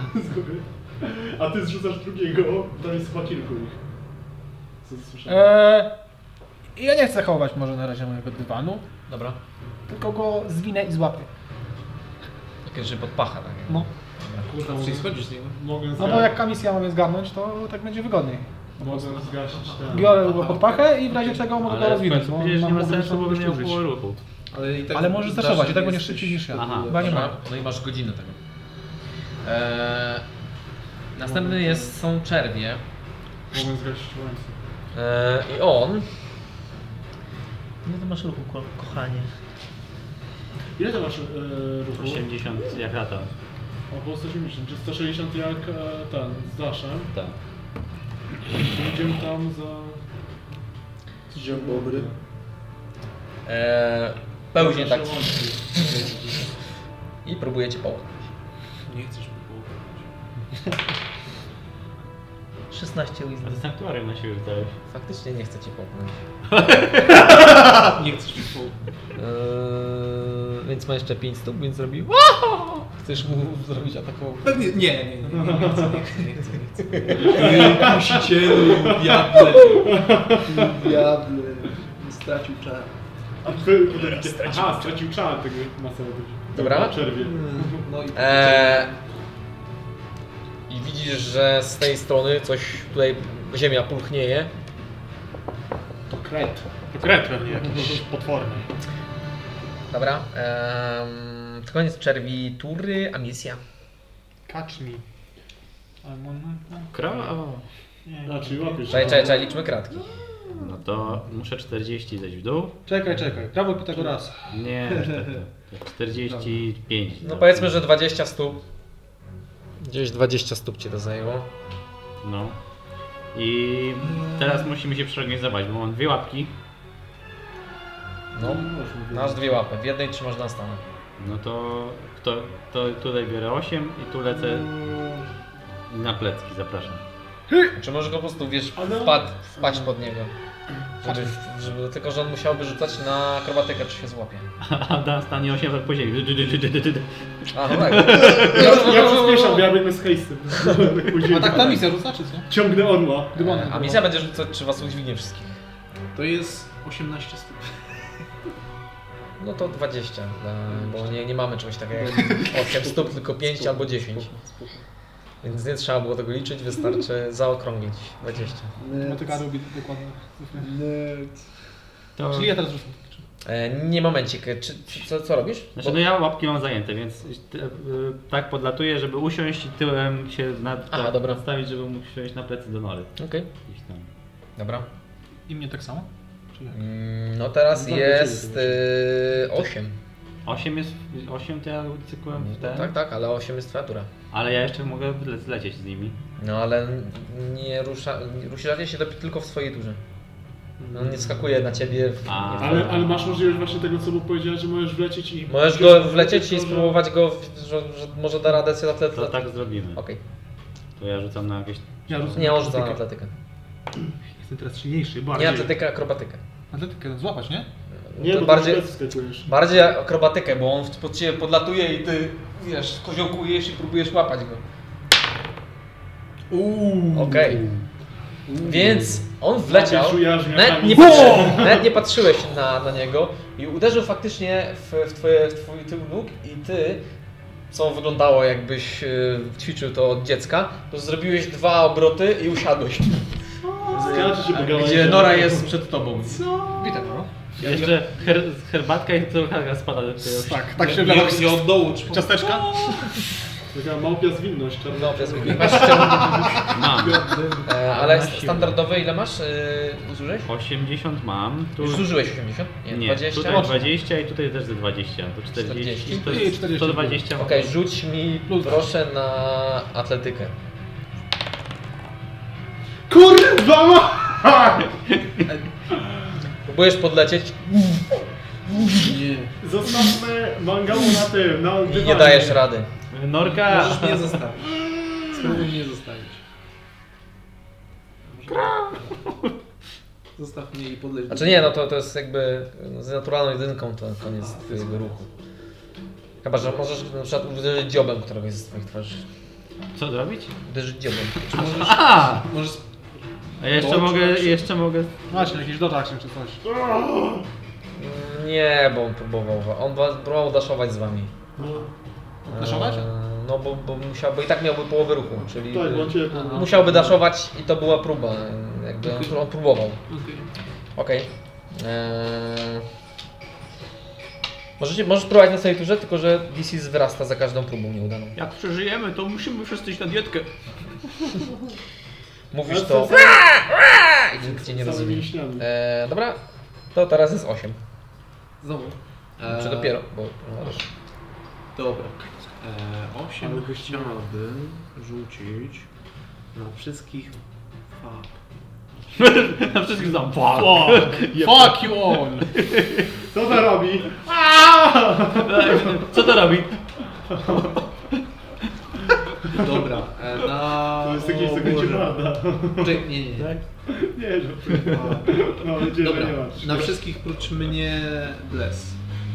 a ty zrzucasz drugiego, tam jest chyba kilku ich. Co słyszałem? Eee, ja nie chcę chować może na razie mojego dywanu, Dobra. tylko go zwinę i złapię. Takie, że pod pachę, tak? No. Kurwa, Czyli schodzisz z niego? mogę No zgasić, bo jak misja ma mnie zgarnąć, to tak będzie wygodniej. mogę zgasić ten. Biorę go pod pachę i w razie czego mogę go Ale rozwinąć, w bo przecież nie mam ma sensu, bo ograniczone bym miał użyć. połowę ruchu. Ale, i tak Ale możesz dasz, zaszować, i tak jesteś- będziesz szybciej niż ja. Aha. Chyba nie ma. No i masz godzinę tego. Eee, następny jest, są czerwie. Mogę zgasić łańcuch. Eee, I on... Nie to masz ruchu, ko kochanie. Ile to masz e, ruchu? osiemdziesiąt jak lata. Około sto osiemdziesiąt, czy sto sześćdziesiąt jak e, ten, z Daszem. Tak. Idziemy tam za... Dzień dobry. Eee, pełźnie tak i próbujecie połknąć. Nie chcesz mi połknąć. szesnaście A wisdom. to sanktuarium na siebie wdałeś. Faktycznie nie chcecie połknąć. Nie chcesz mi połknąć. Eee, więc ma jeszcze pięć stóp, więc zrobi wow! Chcesz mu zrobić atakowo? Pewnie, nie, nie, nie, nie, nie chcę, nie chcę, nie chcę, nie chcę. Kusicielu, diable. Diable. Stracił czar. A wy, aha, stracił czar tego masowego. Dobra. Czerwie. No i Eee, I widzisz, że z tej strony coś tutaj, ziemia pulchnieje. To kret. To kret pewnie jakiś potworny. Dobra. Eee, to koniec czerwi tury, a misja. Catch me. I'm on my... Kro... A, czyli łapiesz. Czekaj, czekaj, czekaj, liczmy kratki. No to muszę czterdzieści zejść w dół. Czekaj, czekaj. Prawo Pitagorasa. Nie, niestety. To czterdzieści pięć. No powiedzmy, że dwadzieścia stóp. Gdzieś dwadzieścia stóp cię to zajęło. No. I teraz musimy się przeorganizować, bo mam dwie łapki. No, masz dwie łapy. W jednej trzymasz na stanę. No to, to, to tutaj biorę osiem i tu lecę na plecki, zapraszam. Czy możesz go po prostu, wiesz, Ale- wpad, wpaść pod niego? Żeby, żeby, tylko, że on musiałby rzucać na akrobatykę, czy się złapie. A da stanie osiem po ziemi. A, no tak. Ja, ja przyspieszam, ja biegnę z hejstem. A tak ta misja rzuca, czy co? Ciągnę orła. Gdyby on- A misja będzie rzucać, czy was udźwignie wszystkich. to jest osiemnaście stóp. No to dwadzieścia, e, bo nie, nie mamy czegoś takiego jak osiem stóp, tylko pięć albo dziesięć. Więc nie trzeba było tego liczyć, wystarczy zaokrąglić dwadzieścia. Motyka robi dokładnie. To... Czyli ja teraz rzucam. E, nie momencik, czy, czy, co, co robisz? Znaczy no ja łapki mam zajęte, więc y, y, tak podlatuję, żeby usiąść i tyłem się nad, Aha, dobra. nadstawić, żeby mógł siąść na plecy do nory. Okej, Gdzieś tam. dobra. I mnie tak samo? Czy jak? Mm, No teraz No, jest e, osiem. osiem jest, osiem to ja cykłem w ten, Tak, tak, ale osiem jest twoja tura. ale ja jeszcze mogę le- zlecieć z nimi. No ale nie rusza, nie- ruszacie się dopiero tylko w swojej turze. On nie skakuje na ciebie. W, A. nie w- Ale, ale masz możliwość właśnie tego, co mu powiedziałeś, że możesz wlecieć i... Możesz go wlecieć i spróbować go, że, że może da radę sobie atlet... To tak zrobimy. Okej. To ja rzucam na jakieś... Ja rzucam Nie, na on rzuca na atletykę. atletykę. Jestem teraz silniejszy, Nie bardziej. atletykę, akrobatykę. Atletykę złapać, nie? Nie, To bo bardziej, bardziej... skakujesz. bardziej akrobatykę, bo on pod ciebie podlatuje i ty, wiesz, koziołkujesz i próbujesz łapać go. Uuu. Okej. Więc on wleciał, Łapiesz ujarzmia nawet tam. nie, patrzy, nawet nie patrzyłeś na, na niego i uderzył faktycznie w, w, twoje, w twój tył nóg i ty, co wyglądało jakbyś y, ćwiczył to od dziecka, to zrobiłeś dwa obroty i usiadłeś. Skacze się po gałęziach. Gdzie Nora jest przed tobą. Witam, no. Jeszcze her, herbatka i trochę spada do tego. Tak, tak się Nie, wlewa. nie od dołu, czy Ciasteczka? Taka małpia zwinność. czarna. No, pies wybiegł. Masz jeszcze, Mam. e, ale standardowe ile masz? E, zużyłeś? osiemdziesiąt mam. Tu... Już zużyłeś osiemdziesiąt? Nie, Nie, dwadzieścia? tutaj dwadzieścia i tutaj też ze dwadzieścia. To czterdzieści. czterdzieści. To I jest czterdzieści. sto dwadzieścia. Okej, rzuć mi proszę na atletykę. Kurwa ma! Próbujesz podlecieć nie. Zostawmy mangału na tym, na i nie dywanie. dajesz rady. Norka! Możesz mnie zostawić. Spróbuj mnie zostawić. Zostaw mnie i podleć. Znaczy nie, no to, to jest jakby z naturalną jedynką to koniec twojego ruchu. Chyba, że możesz na przykład uderzyć dziobem któregoś z twoich twarzy. Co zrobić? Uderzyć dziobem. Czy możesz, A! możesz A jeszcze To, mogę, czy- jeszcze mogę... Właśnie, jakiś dodge action czy coś. Nie, bo on próbował. On wa- próbował daszować z wami. Daszować? Eee, No bo, bo musiał, bo i tak miałby połowę ruchu, czyli Tak, y, macie... musiałby daszować i to była próba. Jakby on, on próbował. Okej. Okej. Eee... Możecie, możesz próbować na swojej turze, tylko że D C wzrasta za każdą próbą nieudaną. Jak przeżyjemy, to musimy wszyscy iść na dietkę. Mówisz Ale to co- i nikt cię nie z całymi rozumie. mięśniami. Eee, dobra, to teraz jest osiem. Znowu. Czy Eee, dopiero, bo... Dobra. Eee, osiem chciałbym rzucić na wszystkich fab. Na wszystkich znam. Fuck! Fuck you all! Co to robi? Co to robi? Dobra, e, na... To jest jakieś o taka Boże. dziurada. Czekaj, nie, nie, nie. Nie, że... No, mam nadzieję, Dobra, że nie masz. na wszystkich prócz mnie bless.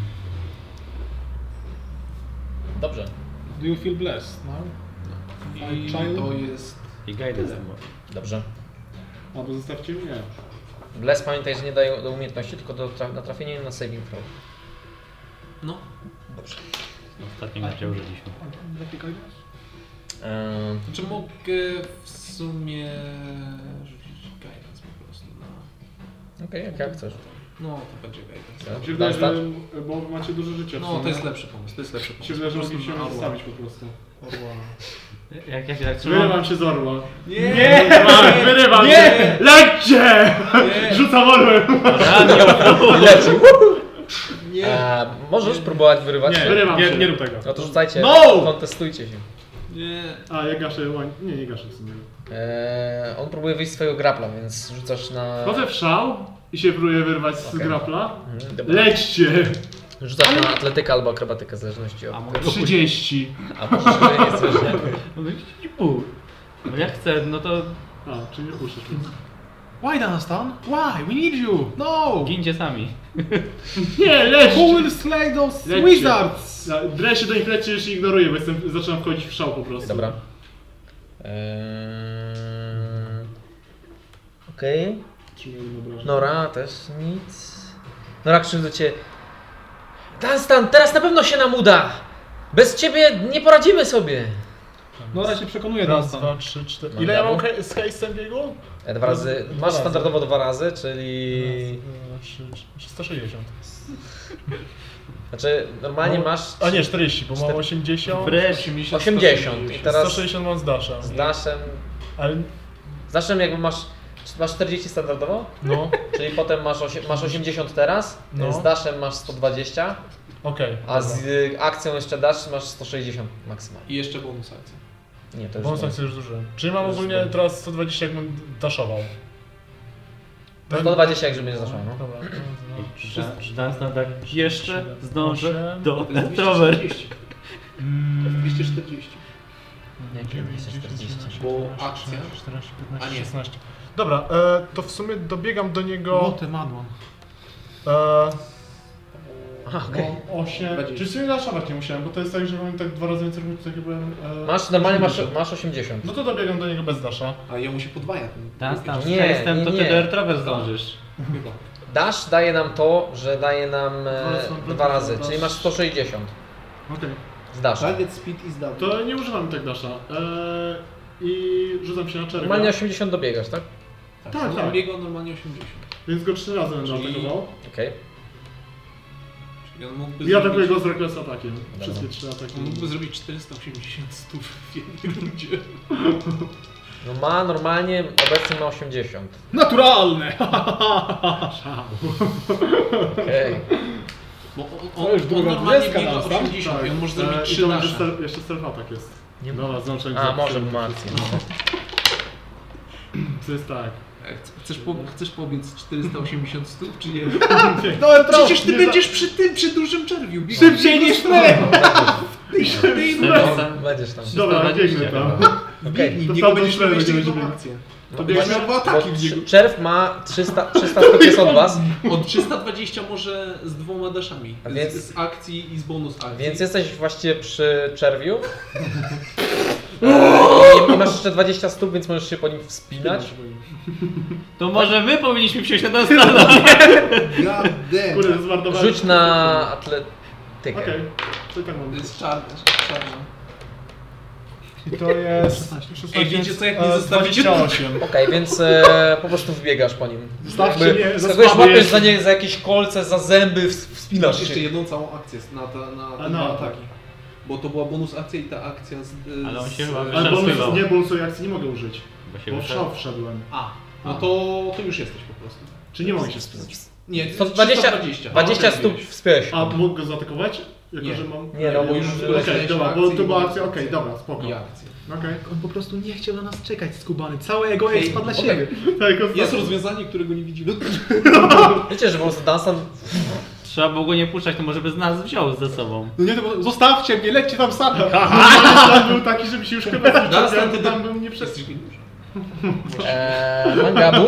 Dobrze. Do you feel blessed now? I Child? to jest... I guidance. Dobrze. A, bo zostawcie mnie. Bless pamiętaj, że nie daje do umiejętności, tylko do tra na trafienie na saving throw. No. Dobrze. Ostatnim meczu użyliśmy. Jaki guidance? Eee, Znaczy mogę w sumie rzucić guidance po prostu na... Okej, jak, jak chcesz. No, to będzie guidance. Mi się wydaje, Dasz że, bo macie dużo życia. w No, sumie. to jest lepszy pomysł, to jest lepszy Mi pomysł. się wydaje, że Po prostu mogliśmy na ją orła. zostawić po prostu. Orła. Jak ja się tak trzymam? Wyrywam się z orła. Nie! Nie! Wyrywam Nie! się! Lećcie! Nie! Rzucam orłem! I leci. Nie! Eee, możesz próbować wyrywać Nie, się? wyrywam Nie, się. nie rób tego. No to rzucajcie, No! kontestujcie się. Nie! A, ja gaszę łań... Nie, nie gaszę w sumie. Eee, on próbuje wyjść z swojego grapla, więc rzucasz na... Wchodzę w szał i się próbuję wyrwać z Okej. grapla. Mhm, dobra. Lećcie! Rzucasz na atletykę albo akrobatykę, w zależności od... A mogę trzydzieści. A możesz sobie nie słyszę. No jak chcę, no to A, czy nie puszczę. Why, Dunstan? Why? We need you! No! gincie sami. Nie, Who lećcie! will slay those Lećcie. wizards? Ja Drę się do nich leci, już ignoruję, bo jestem, zaczynam wchodzić w szał po prostu. Dobra. Eee... Okej. Trzymaję wyobrażenie. Nora też nic. Nora krzyczy do ciebie. Dunstan, teraz na pewno się nam uda! Bez ciebie nie poradzimy sobie! Nora się przekonuje, Raz, Dunstan. dwa, trzy, cztery. Mam Ile ja mam dawał? he- z hejstem biegu? E, Dwa razy. Dwa Masz razy. standardowo dwa razy, czyli. Raz, dwa, trzy, sto sześćdziesiąt. Znaczy, normalnie No, masz. A nie, czterdzieści, bo mam czter- osiemdziesiąt. Wreszcie. osiemdziesiąt. I sto teraz sześćdziesiąt mam z Dasha. z dashem. Ale Z dashem jakby masz. Masz czterdzieści standardowo, no, czyli potem masz, osie, masz osiemdziesiąt teraz, No. z dashem masz sto dwadzieścia, okej. a z y, akcją jeszcze dash masz sto sześćdziesiąt maksymalnie. I jeszcze bonus akcja. Nie, to już Bonus nie. akcji już zużyłem. Czyli mam Już ogólnie zużyłem. teraz sto dwadzieścia jakbym dashował. sto dwadzieścia jak żeby nie zaszło, no. Dobra. Dunstan tak jeszcze zdążę osiem. do To jest Trover. dwieście czterdzieści. Mm, dwieście czterdzieści. Jak dwieście czterdzieści? Bo akcja. czternaście, A piętnaście, nie. szesnaście. Dobra, e, to w sumie dobiegam do niego. O, te madłam. E, Aha, okej. mam osiem. dwadzieścia. Czyli w sumie daszować nie musiałem, bo to jest tak, że mam tak dwa razy więcej ruchu, tak jak byłem. E, Masz, normalnie masz, osiemdziesiąt. masz osiemdziesiąt. No to dobiegam do niego bez dasha. A jemu się podwaja ten. Dunstan, z Nie, hejstem to nie, ty nie. do Air Trover zdążysz. Chyba. Dash daje nam to, że daje nam e, Dwa razy mam dwa razy, dash. czyli masz sto sześćdziesiąt Okej. z dasha. Target speed is down. To nie używam tak dasha. Eee, I rzucam się na czerwę. Normalnie osiemdziesiąt dobiegasz, tak? Tak, tak, no, tak. biegał normalnie osiemdziesiąt. Więc go trzy razy będę Czyli- atakował. Okej. Czyli on mógłby I atakuję zrobić, go z reckless atakiem. Dobra. Wszystkie trzy ataki. on mógłby zrobić czterysta osiemdziesiąt stów w jednej rundzie. No ma normalnie, obecnie ma osiemdziesiąt. Naturalne! Okej. Bo on, To on, już on druga normalnie dwudziestka biega nas tam? osiemdziesiąt i on może Eee, zrobić I trzy to będzie nasze. sel, jeszcze self attack jest. Nie- Dobra, załączę. A, może ma akcję. To jest tak. E, Chcesz, po, chcesz pobiec czterysta osiemdziesiąt stów, czy nie? No, Przecież ty nie będziesz przy tym, przy dużym czerwiu. biegł. Szybciej niż my! No, będziesz tam. Dobra, biegnę tam. Okej. Biegnij, To nie tam będziesz do miał jeszcze czterech jedną będzie akcję. No, To będziesz właśnie, miał dwa ataki bo w niego. trz- Czerw ma trzysta, trzysta stóp jest od was, Od trzysta dwadzieścia może z dwoma daszami. A Z, więc- z akcji i z bonus akcji. więc jesteś właściwie przy czerwiu. E, I masz jeszcze dwadzieścia stóp, więc możesz się po nim wspinać. To może my powinniśmy wsiąść na Dunstana. God damn. Kurde, zmarnowałem. Rzuć na atletykę. Okej, to i tak To mam. jest czarny. czarny. I to jest. Ej, wiecie co, jak nie e, zostawicie- dwadzieścia osiem. Okej, więc e, po prostu wbiegasz po nim. Zostawcie Jakby mnie, za skakujesz, słaby łapiesz za, jestem. nie, za jakieś kolce, za zęby, ws- wspinasz Masz jeszcze się. jedną całą akcję na, ta, na te A, dwa no, ataki. Bo to była bonus akcja i ta akcja z... y, Ale on z- się chyba Ale Wyszedł bonus, spływał. nie, bonusu akcji nie mogę użyć. Bo się Bo w wyszedł. szał wszedłem. A, no to, to już jesteś po prostu. Czy nie mogę się wspinać? Nie, sto dwadzieścia, trzysta dwadzieścia. dwadzieścia A, stóp wspiąłeś. A mógł go zaatakować? Jako, Nie. że mam... Nie, no bo już Okej, wyleciałeś dobra, w bo akcji to i była bonus akcja, okej, akcja. dobra, spoko. I akcję. Okej. On po prostu nie chciał na nas czekać, skubany. Całe jego Okej, expa dla okej. siebie. Tak, Jest ostatnio. rozwiązanie, którego nie widzi. Wiecie, że po prostu Dunstan Trzeba było go nie puszczać, to może by z nas wziął ze sobą. No nie, to było, zostawcie mnie, lećcie tam sami. Plan był taki, żeby się już chyba Teraz zliczył, ty tam bym nie przez... Jesteś geniuszem. e, Mangabu.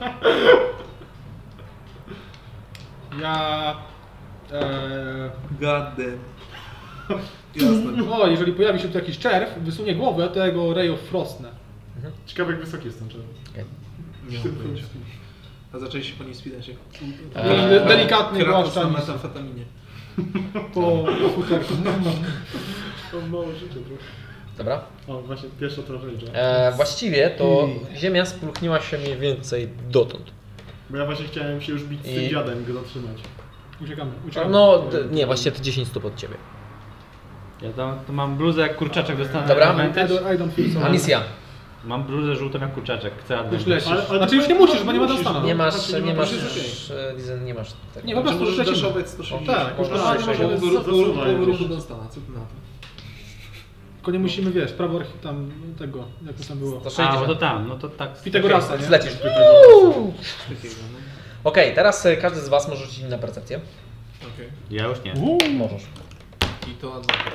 Ja... Eee, God damn. Jasne. o, jeżeli pojawi się tu jakiś czerw, wysunie głowę, to ja go Ray of Frostnę. Ciekawe jak wysoki jest ten czerw. Nie mam pojęcia. A zaczęli się po nim spinać jak... Eee, Delikatny Kratos na głaszczan. metamfetaminie. Po futerku. Mam mało życia trochę. Dobra. O, właśnie pierwsza trochę idzie. E, właściwie to ziemia spróchniła się mniej więcej dotąd. Bo ja właśnie chciałem się już bić z I- tym dziadem, go zatrzymać. Uciekamy, uciekamy. No, d- nie, właściwie to dziesięć stóp od ciebie. Ja tam to mam bluzę jak kurczaczek dostanę. Dobra. I don't, I don't feel so. A misja. Mam bluzę żółtą jak kurczaczek, chcę Już adventure. lecisz. Ale- ale Znaczy ty już nie masz- musisz, bo nie ma musisz, dostanu. Nie masz, Znaczy, nie nie masz, masz- e, Lizen, nie masz tego. Nie, po prostu Możesz lecimy. daszować sto sześćdziesiąt. Tak, Można tak, sześćdziesiąt. możemy Połowy ru- zasuwać. połowy ruchu Dunstana, co ty na to? Tylko nie musimy, wiesz, prawo archi- tam tego, jak to tam było. sto A, sześćdziesiąt. no to tam, no to tak. Pitagorasa, nie? Zlecisz. Takiego, no. Okej, teraz e, każdy z was może rzucić na percepcję. Okej. Ja już nie. Możesz. I to advantage.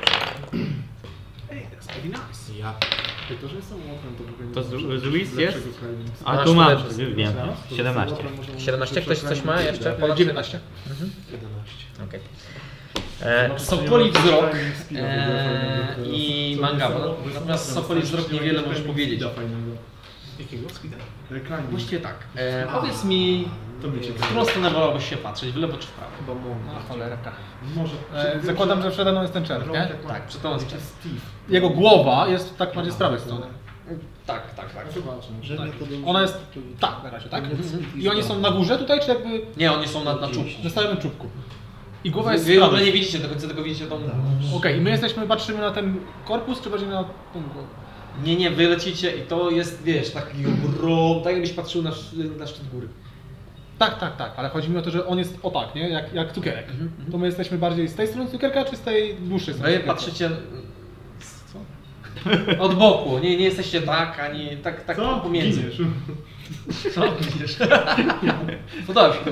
Ja. Jak to, że jestem łotrem, to w ogóle nie To ma z- z Luis lepszego jest? Skyrim. A Masz tu mam, tyle. wiem, To siedemnaście. łotrem może- siedemnaście? Ktoś coś ma jeszcze? E, Ponad dziewiętnaście. jedenaście. Okej. E, Znaczy, Sokoli nie ma wzrok Skyrim Speeda w ogóle e, fajnego. i Co Mangaba. jest- No, Natomiast Sokoli wzrok niewiele możesz powiedzieć. Speeda fajnego. Jakiego? Speeda? E, Climbing. Właściwie tak. E, powiedz mi, To mnie w którą stronę wolałbyś się patrzeć, w lewo czy w prawo? Chyba mądro. No cholerka. Może. E, zakładam, że przede mną jest ten czerw, nie? Tak, przed tobą jest czas. Steve. Jego głowa jest tak bardziej z prawej strony. Tak, tak, tak. Zobaczmy. Ona jest tak na razie, tak? I oni są na górze tutaj, czy jakby Nie, oni są na, na czubku. na samym czubku? I głowa Wy, jest z wy w ogóle prawej. nie widzicie do końca, tylko widzicie tą... Okej, i my jesteśmy, patrzymy na ten korpus, czy bardziej na tą głowę? Nie, nie, wy lecicie i to jest, wiesz, taki ogrom, tak jakbyś patrzył na, sz- na szczyt góry. Tak, tak, tak, ale chodzi mi o to, że on jest o tak, nie? Jak, jak cukierek. Mhm, To my jesteśmy bardziej z tej strony cukierka, czy z tej dłuższej strony Wy cukierka? patrzycie... Co? Od boku, nie, nie jesteście tak, ani tak, tak Co? pomiędzy. Giniesz. Co widzisz? Podoba mi się to.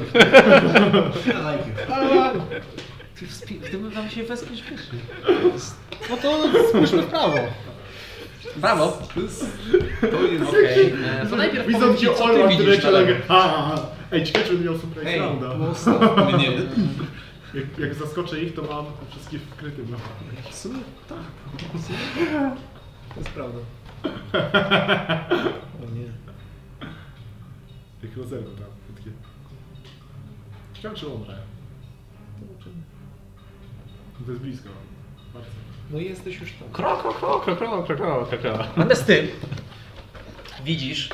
Ty, wspi- ty tam się wespniesz pierwszy. No to spójrzmy w prawo. Brawo. To jest... Okej. e, To najpierw powiem Widząc ci, cię co ty Orła, widzisz który na lewo. cię ha, ha, ha. Ej, ciekawe, czy miał surprise Ej, rounda. postaw mnie. Jak, jak zaskoczę ich, to mam wszystkie wkryte. No. W sumie tak. W sumie to jest prawda. O nie. Jak rozerwę tam, krótkie. Ciekawe, czy umrę. To jest blisko. Bardzo. No i jesteś już tam. Krok, krok, krok, krok, krok, krok, krok, krok, krok. Natomiast ty widzisz,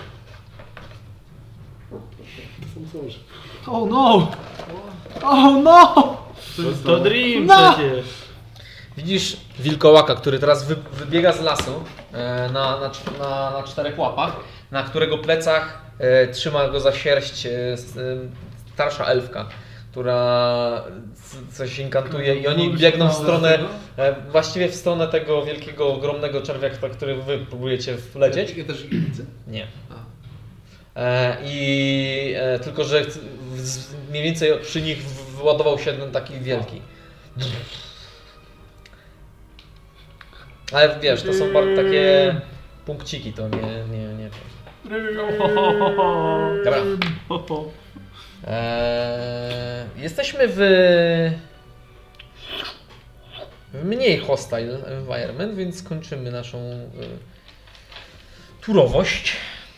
To są sorze. Oh no! Oh no! Co się To stało? Dream No! przecież. widzisz wilkołaka, który teraz wy, wybiega z lasu e, na, na, cz- na, na czterech łapach, na którego plecach e, trzyma go za sierść e, s- e, starsza elfka, która c- coś inkantuje i oni biegną w stronę, e, właściwie w stronę tego wielkiego, ogromnego czerwiaka, który wy próbujecie wlecieć. Ja też ich widzę. Nie. A. E, I e, tylko, że w- z- mniej więcej przy nich w- wyładował się jeden taki wielki. Ale wiesz, to są bardzo takie punkciki, to nie, nie, nie. Dobra. Eee, jesteśmy w, w mniej hostile environment, więc skończymy naszą y, turowość.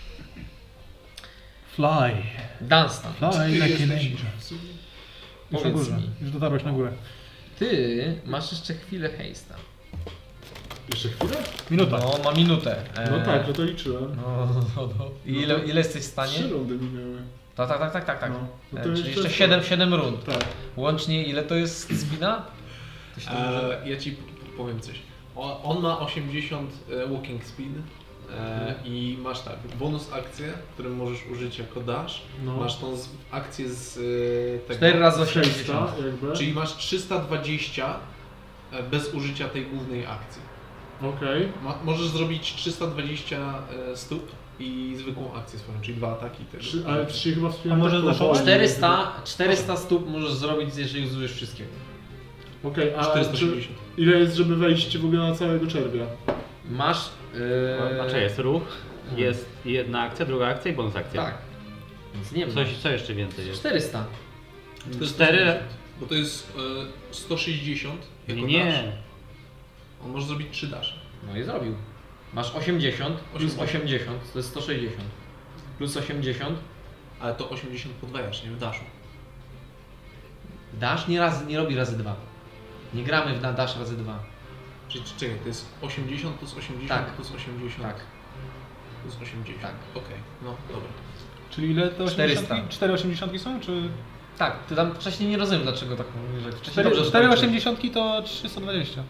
Fly. Dunstan, Fly like an angel. Już na Powiedz górze. mi. Już dotarłeś na górę. ty masz jeszcze chwilę hejsta. Jeszcze chwilę? Minuta. No, ma minutę. No Eee, tak, no to liczyłem. No, no, no. I ile, ile jesteś w stanie? Trzy rundy minęły. Tak, tak, tak, tak, tak. tak. No, no E, to czyli jeszcze jeszcze jest- siedem, siedem rund. Tak. Łącznie ile to jest spina? To się to może... E, ja ci p- powiem coś. On, on ma osiemdziesiąt e, walking speed e, i masz tak, bonus akcję, którą możesz użyć jako dash. No. Masz tą z, akcję z e, tego. cztery razy Sześćsta osiemdziesiąt. jakby. Czyli masz trzysta dwadzieścia e, bez użycia tej głównej akcji. Okej. Ma, możesz zrobić trzysta dwadzieścia e, stóp i zwykłą akcję swoją, czyli dwa ataki. Tego. Trzy- Ale czy się chyba wspinam A może tak zaszować? powoli? czterysta, czterysta stóp możesz zrobić, jeżeli użyjesz wszystkiego. Okej, a czterysta czy, osiemdziesiąt. ile jest, żeby wejść w ogóle na całego czerwia? Masz... Yy... Znaczy jest ruch, jest jedna akcja, druga akcja i bonus akcja. Tak. Więc nie wiem. Coś, co jeszcze więcej jest? czterysta. Cztery... Bo to jest e, sto sześćdziesiąt jako Nie, dash. nie. On może zrobić trzy dasze. No i zrobił. Masz osiemdziesiąt plus osiemdziesiąt. osiemdziesiąt, to jest sto sześćdziesiąt. Plus osiemdziesiąt. Ale to osiemdziesiąt podwajasz, nie w daszu. Dash nie, raz, nie robi razy dwa. Nie gramy w na dash razy dwa. Czyli czekaj, to jest osiemdziesiąt plus osiemdziesiąt Tak. plus osiemdziesiąt Tak. plus osiemdziesiąt. Tak. Okej, no dobra. Czyli ile te czterysta. osiemdziesiątki? cztery osiemdziesiątki są, czy... Tak, ty tam wcześniej nie rozumiem dlaczego tak mówisz, że wcześniej dobrze cztery skończyłeś. osiemdziesiątki to trzysta dwadzieścia.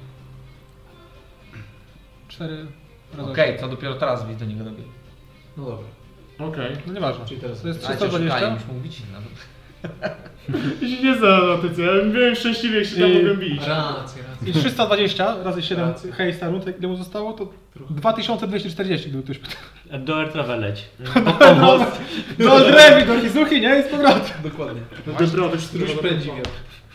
cztery razy Okej, to dopiero teraz widzę do niego robię. No dobra. Okej. No nieważne. Czyli teraz To jest Ale cię trzysta dwadzieścia. szukali, już mówić. No. Ja się nie znam na notyce, ale byłem szczęśliwy, jak się tam Yy, mogłem bić. Racja, racja. I trzysta dwadzieścia razy siedem Racja. hejsta rund, ile mu zostało, to dwa tysiące dwieście czterdzieści, gdyby ktoś pytał. Do Airtravel leć. Do drewi, do Kizuchi, nie? I z powrotem. Dokładnie. No dobra, to się Któryś pędzi wiatr.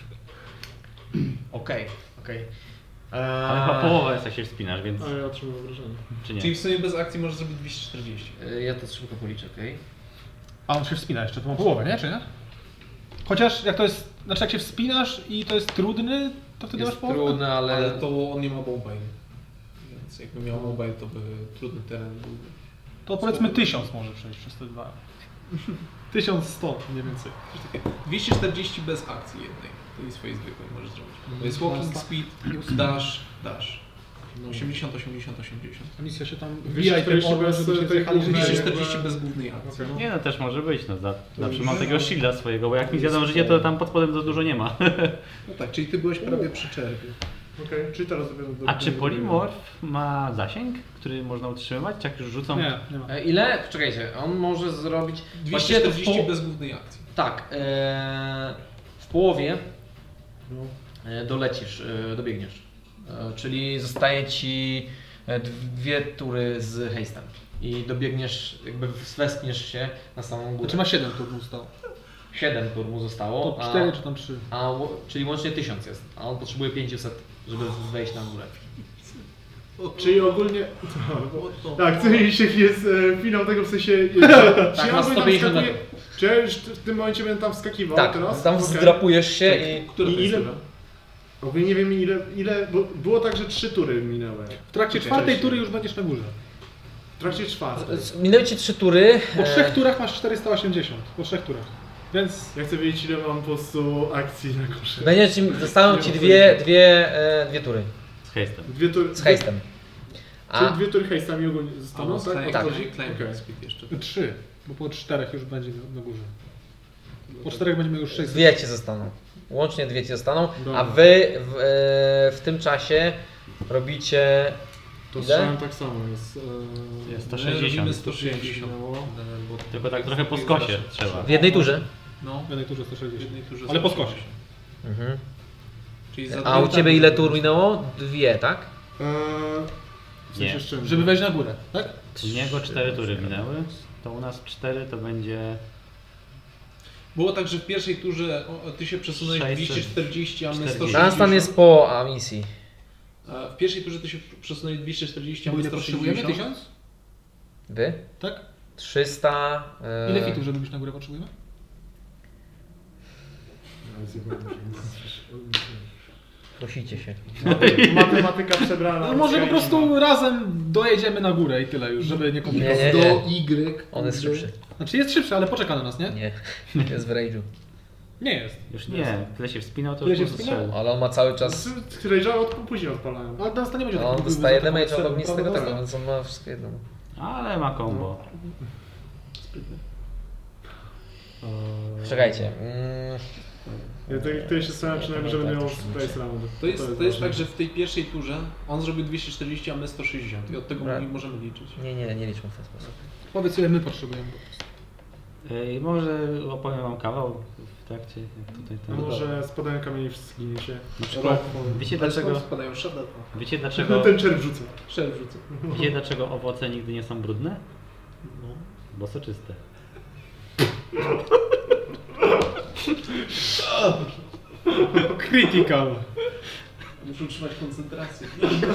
Okej, okej. Ale chyba połowa jest jak się wspinasz, więc... A ja otrzymałem wrażenie. Czy nie? Czyli w sumie bez akcji możesz zrobić dwieście czterdzieści. Eee, Ja to szybko policzę, okej. A on się wspina jeszcze, to ma połowę, nie? Czy nie? Chociaż jak to jest, znaczy jak się wspinasz i to jest trudny, to wtedy masz Jest połowę? trudne, ale... Ale to on nie ma mobile. Więc jakby miał mobile, to by trudny teren był. To powiedzmy tysiąc może przejść przez te dwa. tysiąc sto mniej więcej. dwieście czterdzieści bez akcji jednej. Tej swojej zwykłej możesz zrobić. To jest walking speed, dash, dash. osiemdziesiąt, osiemdziesiąt, osiemdziesiąt. Misja się tam dwieście wbija i ten czterdzieści orłem, bez żeby się tej zjechali, że głównej- dwieście się... czterdzieści bez głównej akcji. Okej. Nie no, też może być, no za, zawsze mam takiego shielda swojego, bo jak mi zjadą życie, to tam pod spodem za dużo nie ma. No tak, czyli ty byłeś prawie przy czerwiu. Okej, czyli teraz dopiero... do- A czy do- Polymorph ma zasięg, który można utrzymywać? Czy jak już rzucą... Nie, nie ma. E, Ile? Czekajcie, on może zrobić... dwieście Właściwie to w czterdzieści pół- bez głównej akcji. Tak, e, w połowie No. e, dolecisz, e, dobiegniesz. E, czyli zostaje ci e, dwie tury z hejstem. I dobiegniesz, jakby wespniesz się na samą górę. Znaczy ma siedem tur mu zostało. siedem tur mu zostało, To a, cztery czy tam trzy. a, ło- czyli łącznie tysiąc jest, a on potrzebuje pięćset, żeby wejść na górę. Czyli ogólnie... O to. Tak, co jeśli jest e, finał tego w sensie... Czy, Tak, ja ma bym sto tam pięćdziesiąt wskakuję- metrów. Czy ja już w tym momencie będę tam wskakiwał Tak, teraz? tam Okej. zdrapujesz się i... Która I to jest ile- tura? Ogólnie nie wiem ile, ile, bo było tak, że trzy tury minęły. W trakcie Okej. czwartej tury już będziesz na górze. W trakcie czwartej. Minęły ci trzy tury. Po e, trzech turach masz czterysta osiemdziesiąt. Po trzech turach. Więc Ja chcę wiedzieć ile mam po prostu akcji na kosze. Będzie ci, zostaną ci dwie, dwie, e, dwie tury Z hejstem. Dwie tury... z hejstem. Czyli A dwie tury hejstami ogólnie zostaną, Albo tak? climb- tak. climb Okej. speed jeszcze. trzy, bo po czterech już będzie na, na górze. Po czterech będziemy już sześć. dwie ci zostaną. Łącznie dwie ci zostaną, Dobra. a wy w, e, w tym czasie robicie... To Ile? strzałem tak samo jest. E... Jest sto My robimy sześćdziesiąt. sto sześćdziesiąt. bo Tylko tak trochę po skosie trzeba. W jednej turze. No, W jednej turze sto w sześćdziesiąt. jednej turze Ale po sto skosie. sześćdziesiąt. Mhm. Czyli za A u dwie- ciebie ile tur minęło? Dwie, tak? E... W sensie Nie. z czym? Żeby wejść na górę, tak? U niego cztery tury minęły, to u nas cztery to będzie... Było tak, że w pierwszej turze o, ty się przesunąłeś sześćset dwieście czterdzieści, a my sto czterdzieści. sześćdziesiąt. Transtan jest po a, misji. A w pierwszej turze ty się przesunąłeś dwieście czterdzieści, a Bo my ile sto potrzebujemy? sześćdziesiąt. Tysiąc? Wy? Tak? trzysta... E... Ile fitów, żeby być na górę potrzebujemy? Prosicie się. Matematyka przebrana. No może po Skype. prostu razem dojedziemy na górę i tyle już, żeby nie komplikować. Nie, nie, Do nie. Y. On jest szybszy. Znaczy jest szybszy, ale poczeka na nas, nie? Nie, jest w rage'u. Nie jest. Już nie, tyle się wspinał, to Tyle już się po prostu wspinał? strzelał. Ale on ma cały czas... Rage'a od później odpalają. Ale nas to nie będzie A on tak dostaje taką damage od potrzebą, ognistego prawda? tego, więc on ma wszystko jedno. Ale ma combo. Czekajcie. Mm, Ja tak, tutaj się stałem przynajmniej, że będę miał space round. To jest, to jest ważne. tak, że w tej pierwszej turze on zrobił dwieście czterdzieści, a my sto sześćdziesiąt. I od tego Dobra. nie możemy liczyć. nie, nie, nie liczmy w ten sposób. Powiedz ile my potrzebujemy. Ej, może opowiem wam kawał w trakcie, jak tutaj A ten... może spadają kamienie w skinie się. Na przykład, wiecie dlaczego, Spadają szada. wiecie No dlaczego, ten czerw rzuca. Szelf rzucę. wiecie dlaczego owoce nigdy nie są brudne? No. Bo soczyste. Critical. Muszę utrzymać koncentrację.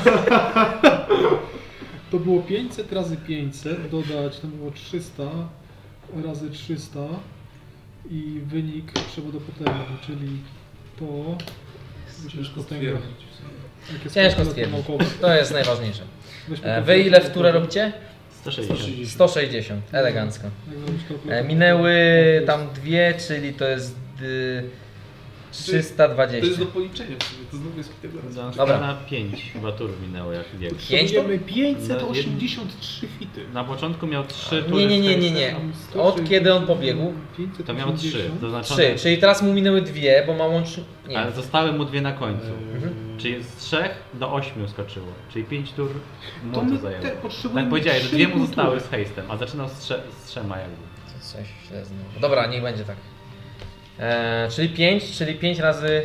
To było pięćset razy pięćset, dodać to było trzysta razy trzysta i wynik przewodopotężny, czyli to... Ciężko potęga. stwierdzić. Jakie Ciężko sposoby stwierdzić. naukowe. To jest najważniejsze. Weźmy E, to Wy ile w turę robicie? sto sześćdziesiąt. sto sześćdziesiąt. Elegancko. Jak zrobić E, kalkulator? Minęły tam dwie, czyli to jest y, trzysta To dwadzieścia. jest do policzenia w sumie, to znowu jest Pitagora. Dobra. Na pięć chyba tur minęło jak biegł. pięć to? Potrzebujemy pięćset osiemdziesiąt trzy fity. Na początku miał trzy tury. Nie, nie, nie, nie, z nie. hejstem. Od kiedy on pobiegł? To miał trzy, zaznaczone. Trzy, czyli teraz mu minęły dwie, bo ma łącznie... Nie. Ale zostały mu dwie na końcu. Mhm. Czyli z trzech do ośmiu skoczyło. Czyli pięć tur mu To to, my zajęło. te potrzebujemy Tak powiedziałeś, że trzy dwie mu kultury. zostały z hejstem, a zaczynał z, trze z trzema jakby. To coś źle znowu. Dobra, niech będzie tak. Eee, czyli pięć, czyli pięć razy...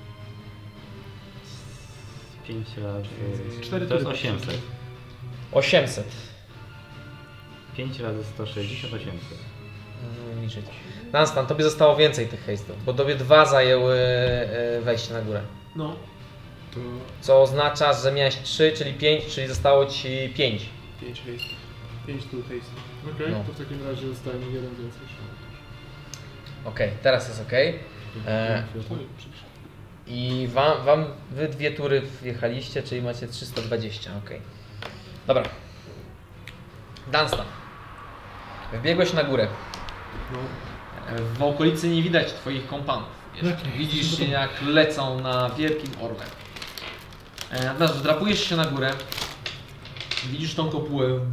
pięć razy... Cztery to jest tury osiemset. osiemset. pięć razy sto sześćdziesiąt, osiemset. Mm, liczyć. Dunstan, tobie zostało więcej tych hejstów, bo tobie dwa zajęły e, wejście na górę. No. To... Co oznacza, że miałeś trzy, czyli pięć, czyli zostało ci pięć. pięć hejst. pięć tu hejst. Okej, No. to w takim razie zostaje mi jeden więcej. Okej, teraz jest okej. E, I wam, wam, wy dwie tury wjechaliście, czyli macie trzysta dwadzieścia, okej. Dobra. Dunstan. Wbiegłeś na górę. No. W okolicy nie widać twoich kompanów. Jeszcze. Widzisz jak lecą na wielkim orle. E, Natomiast wdrapujesz się na górę. Widzisz tą kopułę, e,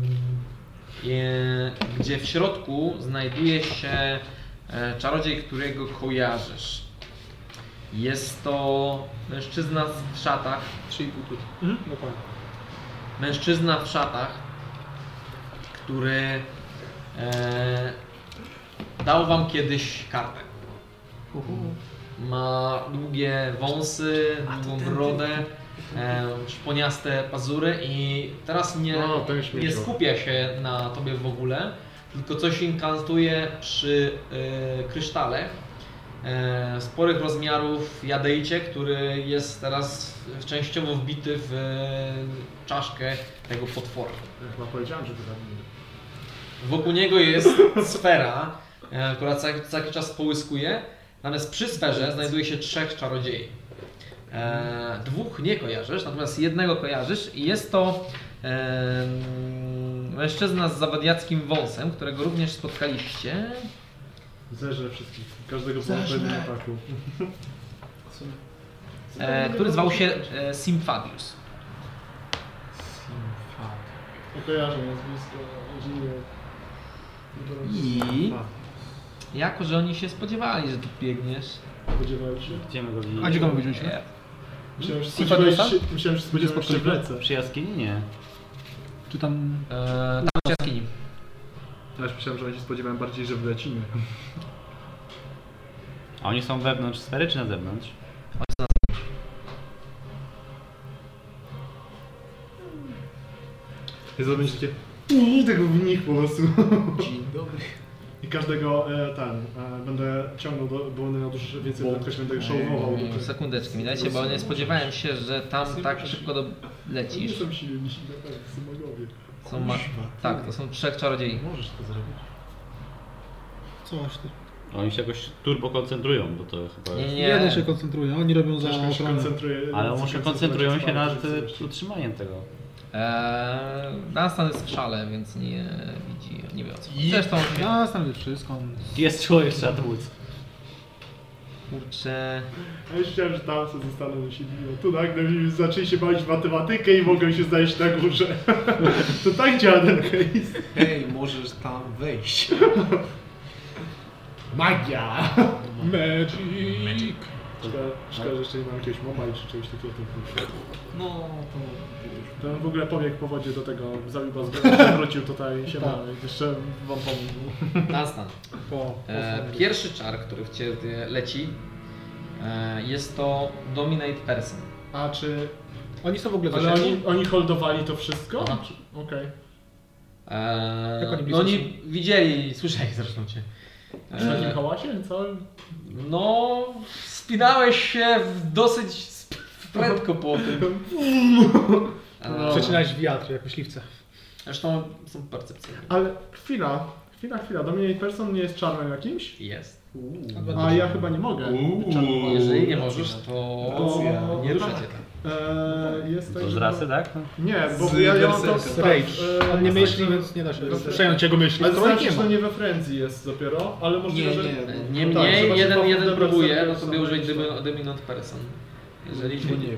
gdzie w środku znajduje się e, czarodziej, którego kojarzysz. Jest to mężczyzna w szatach. trzy i pół tury. Mhm, dokładnie. Mężczyzna w szatach, który e, dał wam kiedyś kartę. Ma długie wąsy, długą brodę, e, szponiaste pazury i teraz nie, O, ten nie śmiecior. skupia się na tobie w ogóle, tylko coś inkantuje przy e, krysztale e, sporych rozmiarów jadeicie, który jest teraz częściowo wbity w e, czaszkę tego potwora. Ja chyba powiedziałem, że wydamy. Wokół niego jest sfera, e, która cały, cały czas połyskuje, natomiast przy sferze znajduje się trzech czarodziei. E, dwóch nie kojarzysz, natomiast jednego kojarzysz i jest to e, mężczyzna z zawadiackim wąsem, którego również spotkaliście. Zeżrę wszystkich. Każdego po odpowiednim ataku. E, który zwał się e, Simfadius. Kojarzę nazwisko, inżynier. I jako, że oni się spodziewali, że tu biegniesz. Spodziewałem się. Gdzie my go widzimy? A gdzie go my widzieliśmy? Nie. Myślałem, że Simfadiusa? spodziewałeś się, myślałem, że spodziewałeś się w lecę. Przy jaskini? Nie. Czy tam... E, tam w jaskini. Ja już myślałem, że oni się spodziewałem bardziej, że wlecimy. A oni są wewnątrz sfery czy na zewnątrz? I to będzie takie... Uuu, tego w nich po prostu. Dzień dobry. I każdego e, ten, e, będę ciągnął, do, bo będę miał dużo więcej prędkości, będę szałwował. Mm, Sekundeczkę mi dajcie, bo nie spodziewałem się, że tam tak szybko do... Nie lecisz. są silni, są magowie. Są ma... Tak, to są trzech czarodziei. Możesz to zrobić. Coś ty. Oni się jakoś turbo koncentrują, bo to chyba Nie, jest... nie, Jeden się nie. koncentruje, oni robią za Ciężko się ochronę. koncentruje. Ale co może koncentruje koncentrują się nad bardziej, co utrzymaniem tego. Eee, Dunstan jest w szale, więc nie widzi, nie wie o co. Zresztą, Ja stanowię wszystko. on- Jest człowiek, trzeba to móc. kurczę... A już chciałem, że tam sobie zostaną się biło. Tu nagle mi zaczęli się bawić w matematykę i mogą się znaleźć na górze. To tak działa ten case. Hej, możesz tam wejść. Magia! Magic! Szkoda, szkoda, że jeszcze nie mam jakiegoś mobile czy czegoś takiego. No, to... To on w ogóle pobiegł po wodzie do tego, zabił was, wrócił tutaj, się ma, jeszcze wam pomógł. Dunstan. Po, po E, pierwszy czar, który w ciebie leci, e, jest to Dominate Person. A czy... Oni są w ogóle Ale zasięgu? oni, oni holdowali to wszystko? Aha. Czy- Okej. Eee, Jak oni no blisko oni widzieli, słyszeli zresztą cię. Przy takim Eee, hałasie? Co? no, spinałeś się w dosyć sp- prędko po tym. Eee, Przecinałeś wiatr jak myśliwce. Zresztą są percepcyjne. Ale chwila, chwila, chwila. Dominate Person nie jest czarnym jakimś? Jest. A ja chyba nie mogę. być czarnym. Jeżeli nie możesz, to To- nie ruszacie tam. Eee, jest tak, To z że- rasy, tak? No. Nie, bo Z ja, ja mam to Berserka. tak, Rage. e, On nie jest myśli, tak, że- więc nie da się Berserka. przejąć jego myśli. Ale Skoro ich znaczy, nie że ma. to nie we Frenzy jest dopiero, ale możliwe, Nie, że... nie. No Niemniej tak, trzeba się jeden, po- jeden po- próbuje, Berserka no to by sobie użyć iść. domi- dominant person. Jeżeli Bo nie wiem.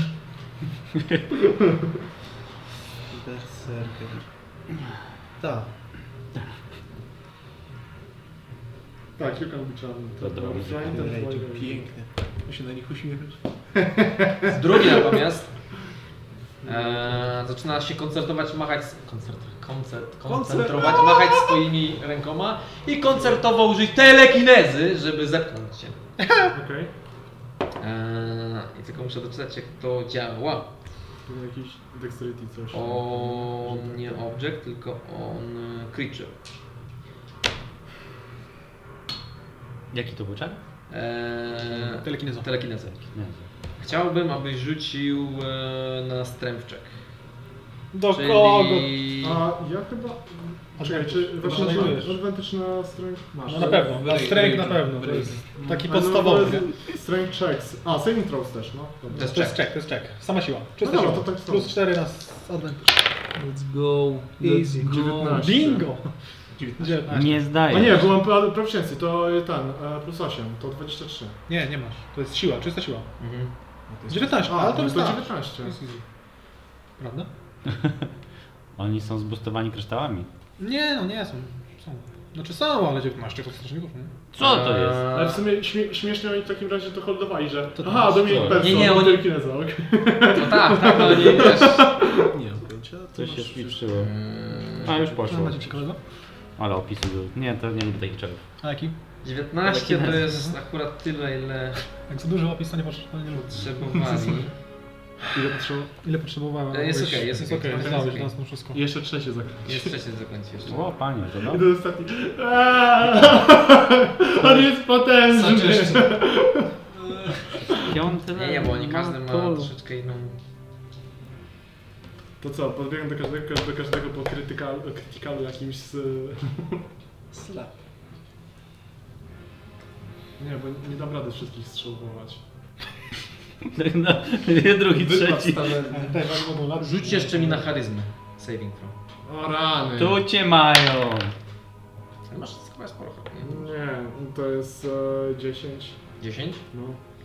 Berserker. Tak. Tak, kilka mówiczan. To dobrze. Piękne. Ja się na nich uśmiechać. Drugi natomiast e, zaczyna się koncertować, machać, koncert, koncert, koncentrować, machać swoimi rękoma i koncertowo użyć telekinezy, żeby zepchnąć się. Okej. E, I tylko muszę doczytać, jak to działa. Tu jakiś dexterity coś. On nie object, tylko on e, creature. Jaki to był czar? E, Telekineza. telekinezę. Nie. Chciałbym, abyś rzucił e, na strength check. Do Czyli... kogo? A ja chyba... Czekaj, czy właśnie Chyba znajdujesz. advantage na strength masz? No na pewno, na Wyryj, strength na wyryj, pewno. To wyryj. jest taki Ale no, podstawowy. to nie? jest Strength checks. A, saving throws też, no. Dobra. To jest To jest check. check, to jest check. Sama siła. Czysta No dobra, siła. to tak samo. Plus cztery na advantage. Let's go. Easy. dziewiętnaście. Bingo! dziewiętnaście. dziewiętnaście. Nie zdaję. A nie, bo mam proficiency, to ten, e, plus osiem, to dwadzieścia trzy. Nie, nie masz. To jest siła, czysta siła. Mhm. dziewiętnaście, A, ale to no jest to tak. dziewiętnaście. To jest easy. Prawda? Oni są zboostowani kryształami. Nie, no nie są. Są. Znaczy są, ale dziewiętnaście to strasznie dużo, nie? Co to jest? Ale w sumie śmie śmiesznie oni w takim razie to holdowali, że To aha, to Dominik jest- Persson, Nie, nie, oni- telekineza, okej. No tak, tak, no nie wiesz. Nie mam pojęcia. to Coś się masz szliczyło. Mm, A już Co poszło. macie ciekawego? Ale opisy były. Nie, to nie takich czarów. A jaki? dziewiętnaście to jest akurat tyle, ile Jak za duży opis, to nie potrzebowali. potrzebowali. Ile potrzeba? Ile potrzebowałem? Jest Byś- okej, jest jest okej. okej. Jest Znałeś okej. nas na wszystko. I jeszcze trzecie zakręcie. Jest trzecie zakończyć jeszcze. O, panie, to I no. to ostatni. Aaaa! On jest potężny! Piąty Nie, nie, bo oni każdy ma to- troszeczkę inną... To co, podbiegam do każdego, do każdego po krytykalu, krytykalu jakimś z... Slap. Nie, bo nie dam rady wszystkich strzałkować. No, nie, drugi, Wykład trzeci. stawienny. Tak, tak, mogą lat. Rzuć jeszcze mi na charyzmę. Saving throw. O rany! Tu cię mają. Ale masz chyba sporo, nie? Nie, to jest e, dziesięć. dziesięć? No.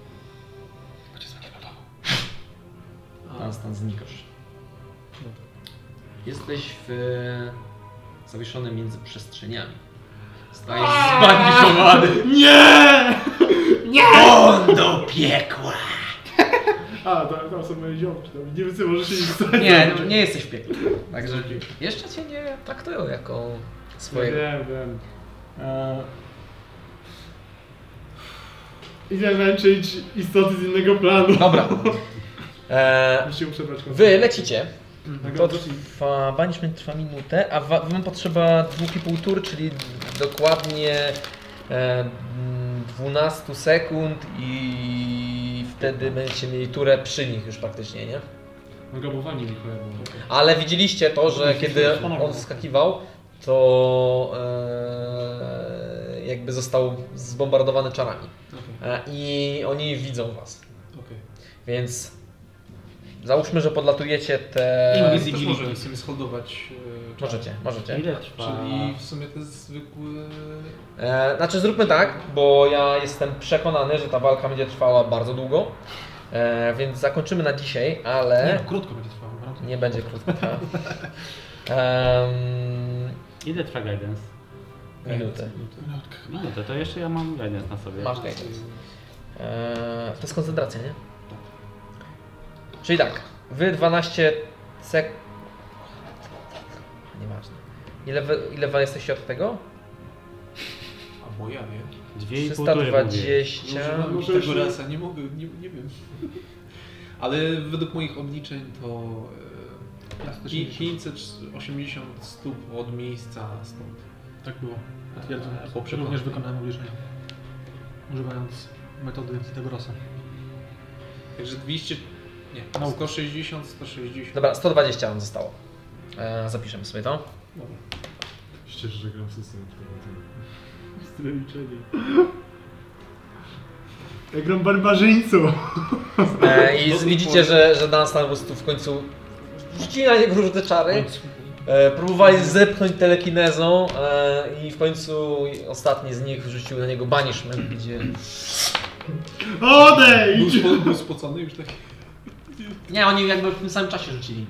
Tam stan znikasz. Jesteś w... zawieszony między przestrzeniami. Stajesz zbandyżowany. Nie! On do piekła! A, tam, tam są moje ziomki, tam nie wiem co może się nie stać. Nie, nie jesteś w piekle. Także jeszcze cię nie traktują jako swojego. Wiem, wiem. E... Idę męczyć istoty z innego planu. Dobra. Eee, Musimy przebrać wy lecicie. Mhm. To trwa, banishment trwa minutę, a wa- wam potrzeba dwóch i pół tur, czyli dokładnie e, dwanaście sekund i wtedy będziecie mieli turę przy nich już praktycznie, nie? Nagabowani mi cholerą. Ale widzieliście to, że kiedy on skakiwał, to e, jakby został zbombardowany czarami. Okej. E, I oni widzą was. Okej. Więc załóżmy, że podlatujecie te... Też możemy sobie sholdować. e, czar. Możecie, możecie. Ile trwa? Czyli w sumie to jest zwykły... E, znaczy zróbmy tak, bo ja jestem przekonany, że ta walka będzie trwała bardzo długo. E, więc zakończymy na dzisiaj, Nie, ale no, krótko będzie trwało. naprawdę. nie będzie krótko trwało. Um, Ile trwa guidance? minutę. Minutkę. Minutę, to jeszcze ja mam guidance na sobie. Masz guidance. E, to jest koncentracja, nie? Czyli tak, wy dwanaście sek... Nieważne. Ile wy, ile wy jesteście od tego? A moja nie. Dwie i pół tury mówię. Ja trzysta dwadzieścia... używam może tego jeszcze- rasa, nie mogę, nie, nie wiem. Ale według moich obliczeń to e, pi- pięćset osiemdziesiąt stóp od miejsca stąd. Tak było. Potwierdzam. Eee, po przekonaniu. Również wykonałem obliczenia. Używając metody Pythagorasa. Także dwieście, nie, No. sto sześćdziesiąt, sto sześćdziesiąt. Dobra, sto dwadzieścia wam zostało. E, zapiszemy sobie to. Dobra. Cieszę, że gram w system. Style liczenia. Ja gram barbarzyńcą. E, I widzicie, że, że Dunstan po prostu w końcu rzucili na niego różne czary. E, próbowali zepchnąć telekinezą e, i w końcu ostatni z nich rzucił na niego banishment, gdzie... Odejdź! Był, spo, był spocony już taki. Nie, oni jakby w tym samym czasie rzucili.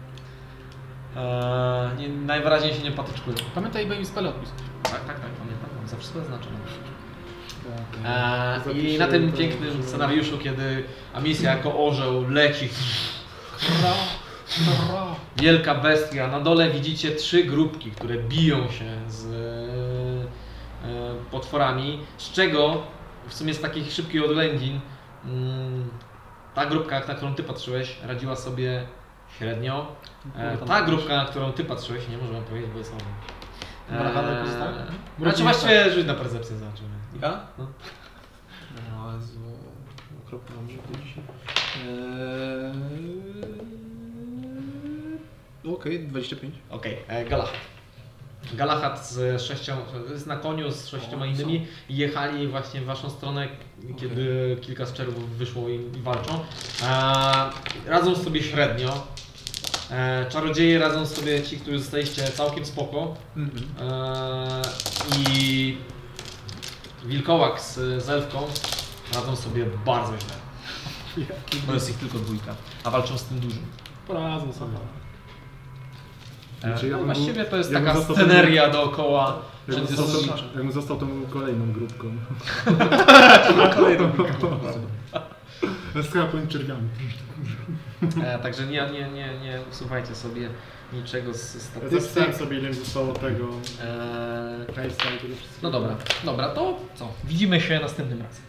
E, nie, najwyraźniej się nie patyczkują. Pamiętaj, by im spele odpisać. Tak, tak, tak, pamiętam, mam zawsze zaznaczone. E, I na tym pięknym scenariuszu, kiedy Amicia jako orzeł leci, wielka bestia, na dole widzicie trzy grupki, które biją się z e, potworami, z czego w sumie z takich szybkich oględzin mm, ta grupka, na którą ty patrzyłeś, radziła sobie średnio. E, ta grupka, na którą ty patrzyłeś, nie możemy powiedzieć, bo jest on. Eee, znaczy właściwie rzuć na percepcję zobaczymy. Ja? No. No, Jezu, okropnie mam życie dzisiaj. Eee... Okej, okay, dwadzieścia pięć. Okej, okay. Galahad. Galahad z sześcią, jest na koniu z sześcioma innymi i jechali właśnie w waszą stronę, kiedy okay. kilka z czerwów wyszło i, i walczą. Eee, radzą sobie średnio. E, czarodzieje radzą sobie ci, którzy zostaliście całkiem spoko. Mm-hmm. e, I wilkołak z, z elfką radzą sobie bardzo źle. Bo jest ich tylko dwójka, a walczą z tym dużym. Poradzą sobie. E, Znaczy, ja no, bym właściwie to jest ja taka został sceneria ten, dookoła. Ja bym został, ja bym został tą kolejną grupką. Kolejną grupką. Skapłem czerwiami. E, także nie, nie, nie, nie usuwajcie sobie niczego z Ja statystyk. zapisałem sobie, ile mi zostało tego. E, Państwa i tego wszystkiego. no dobra, dobra, to co? Widzimy się następnym razem.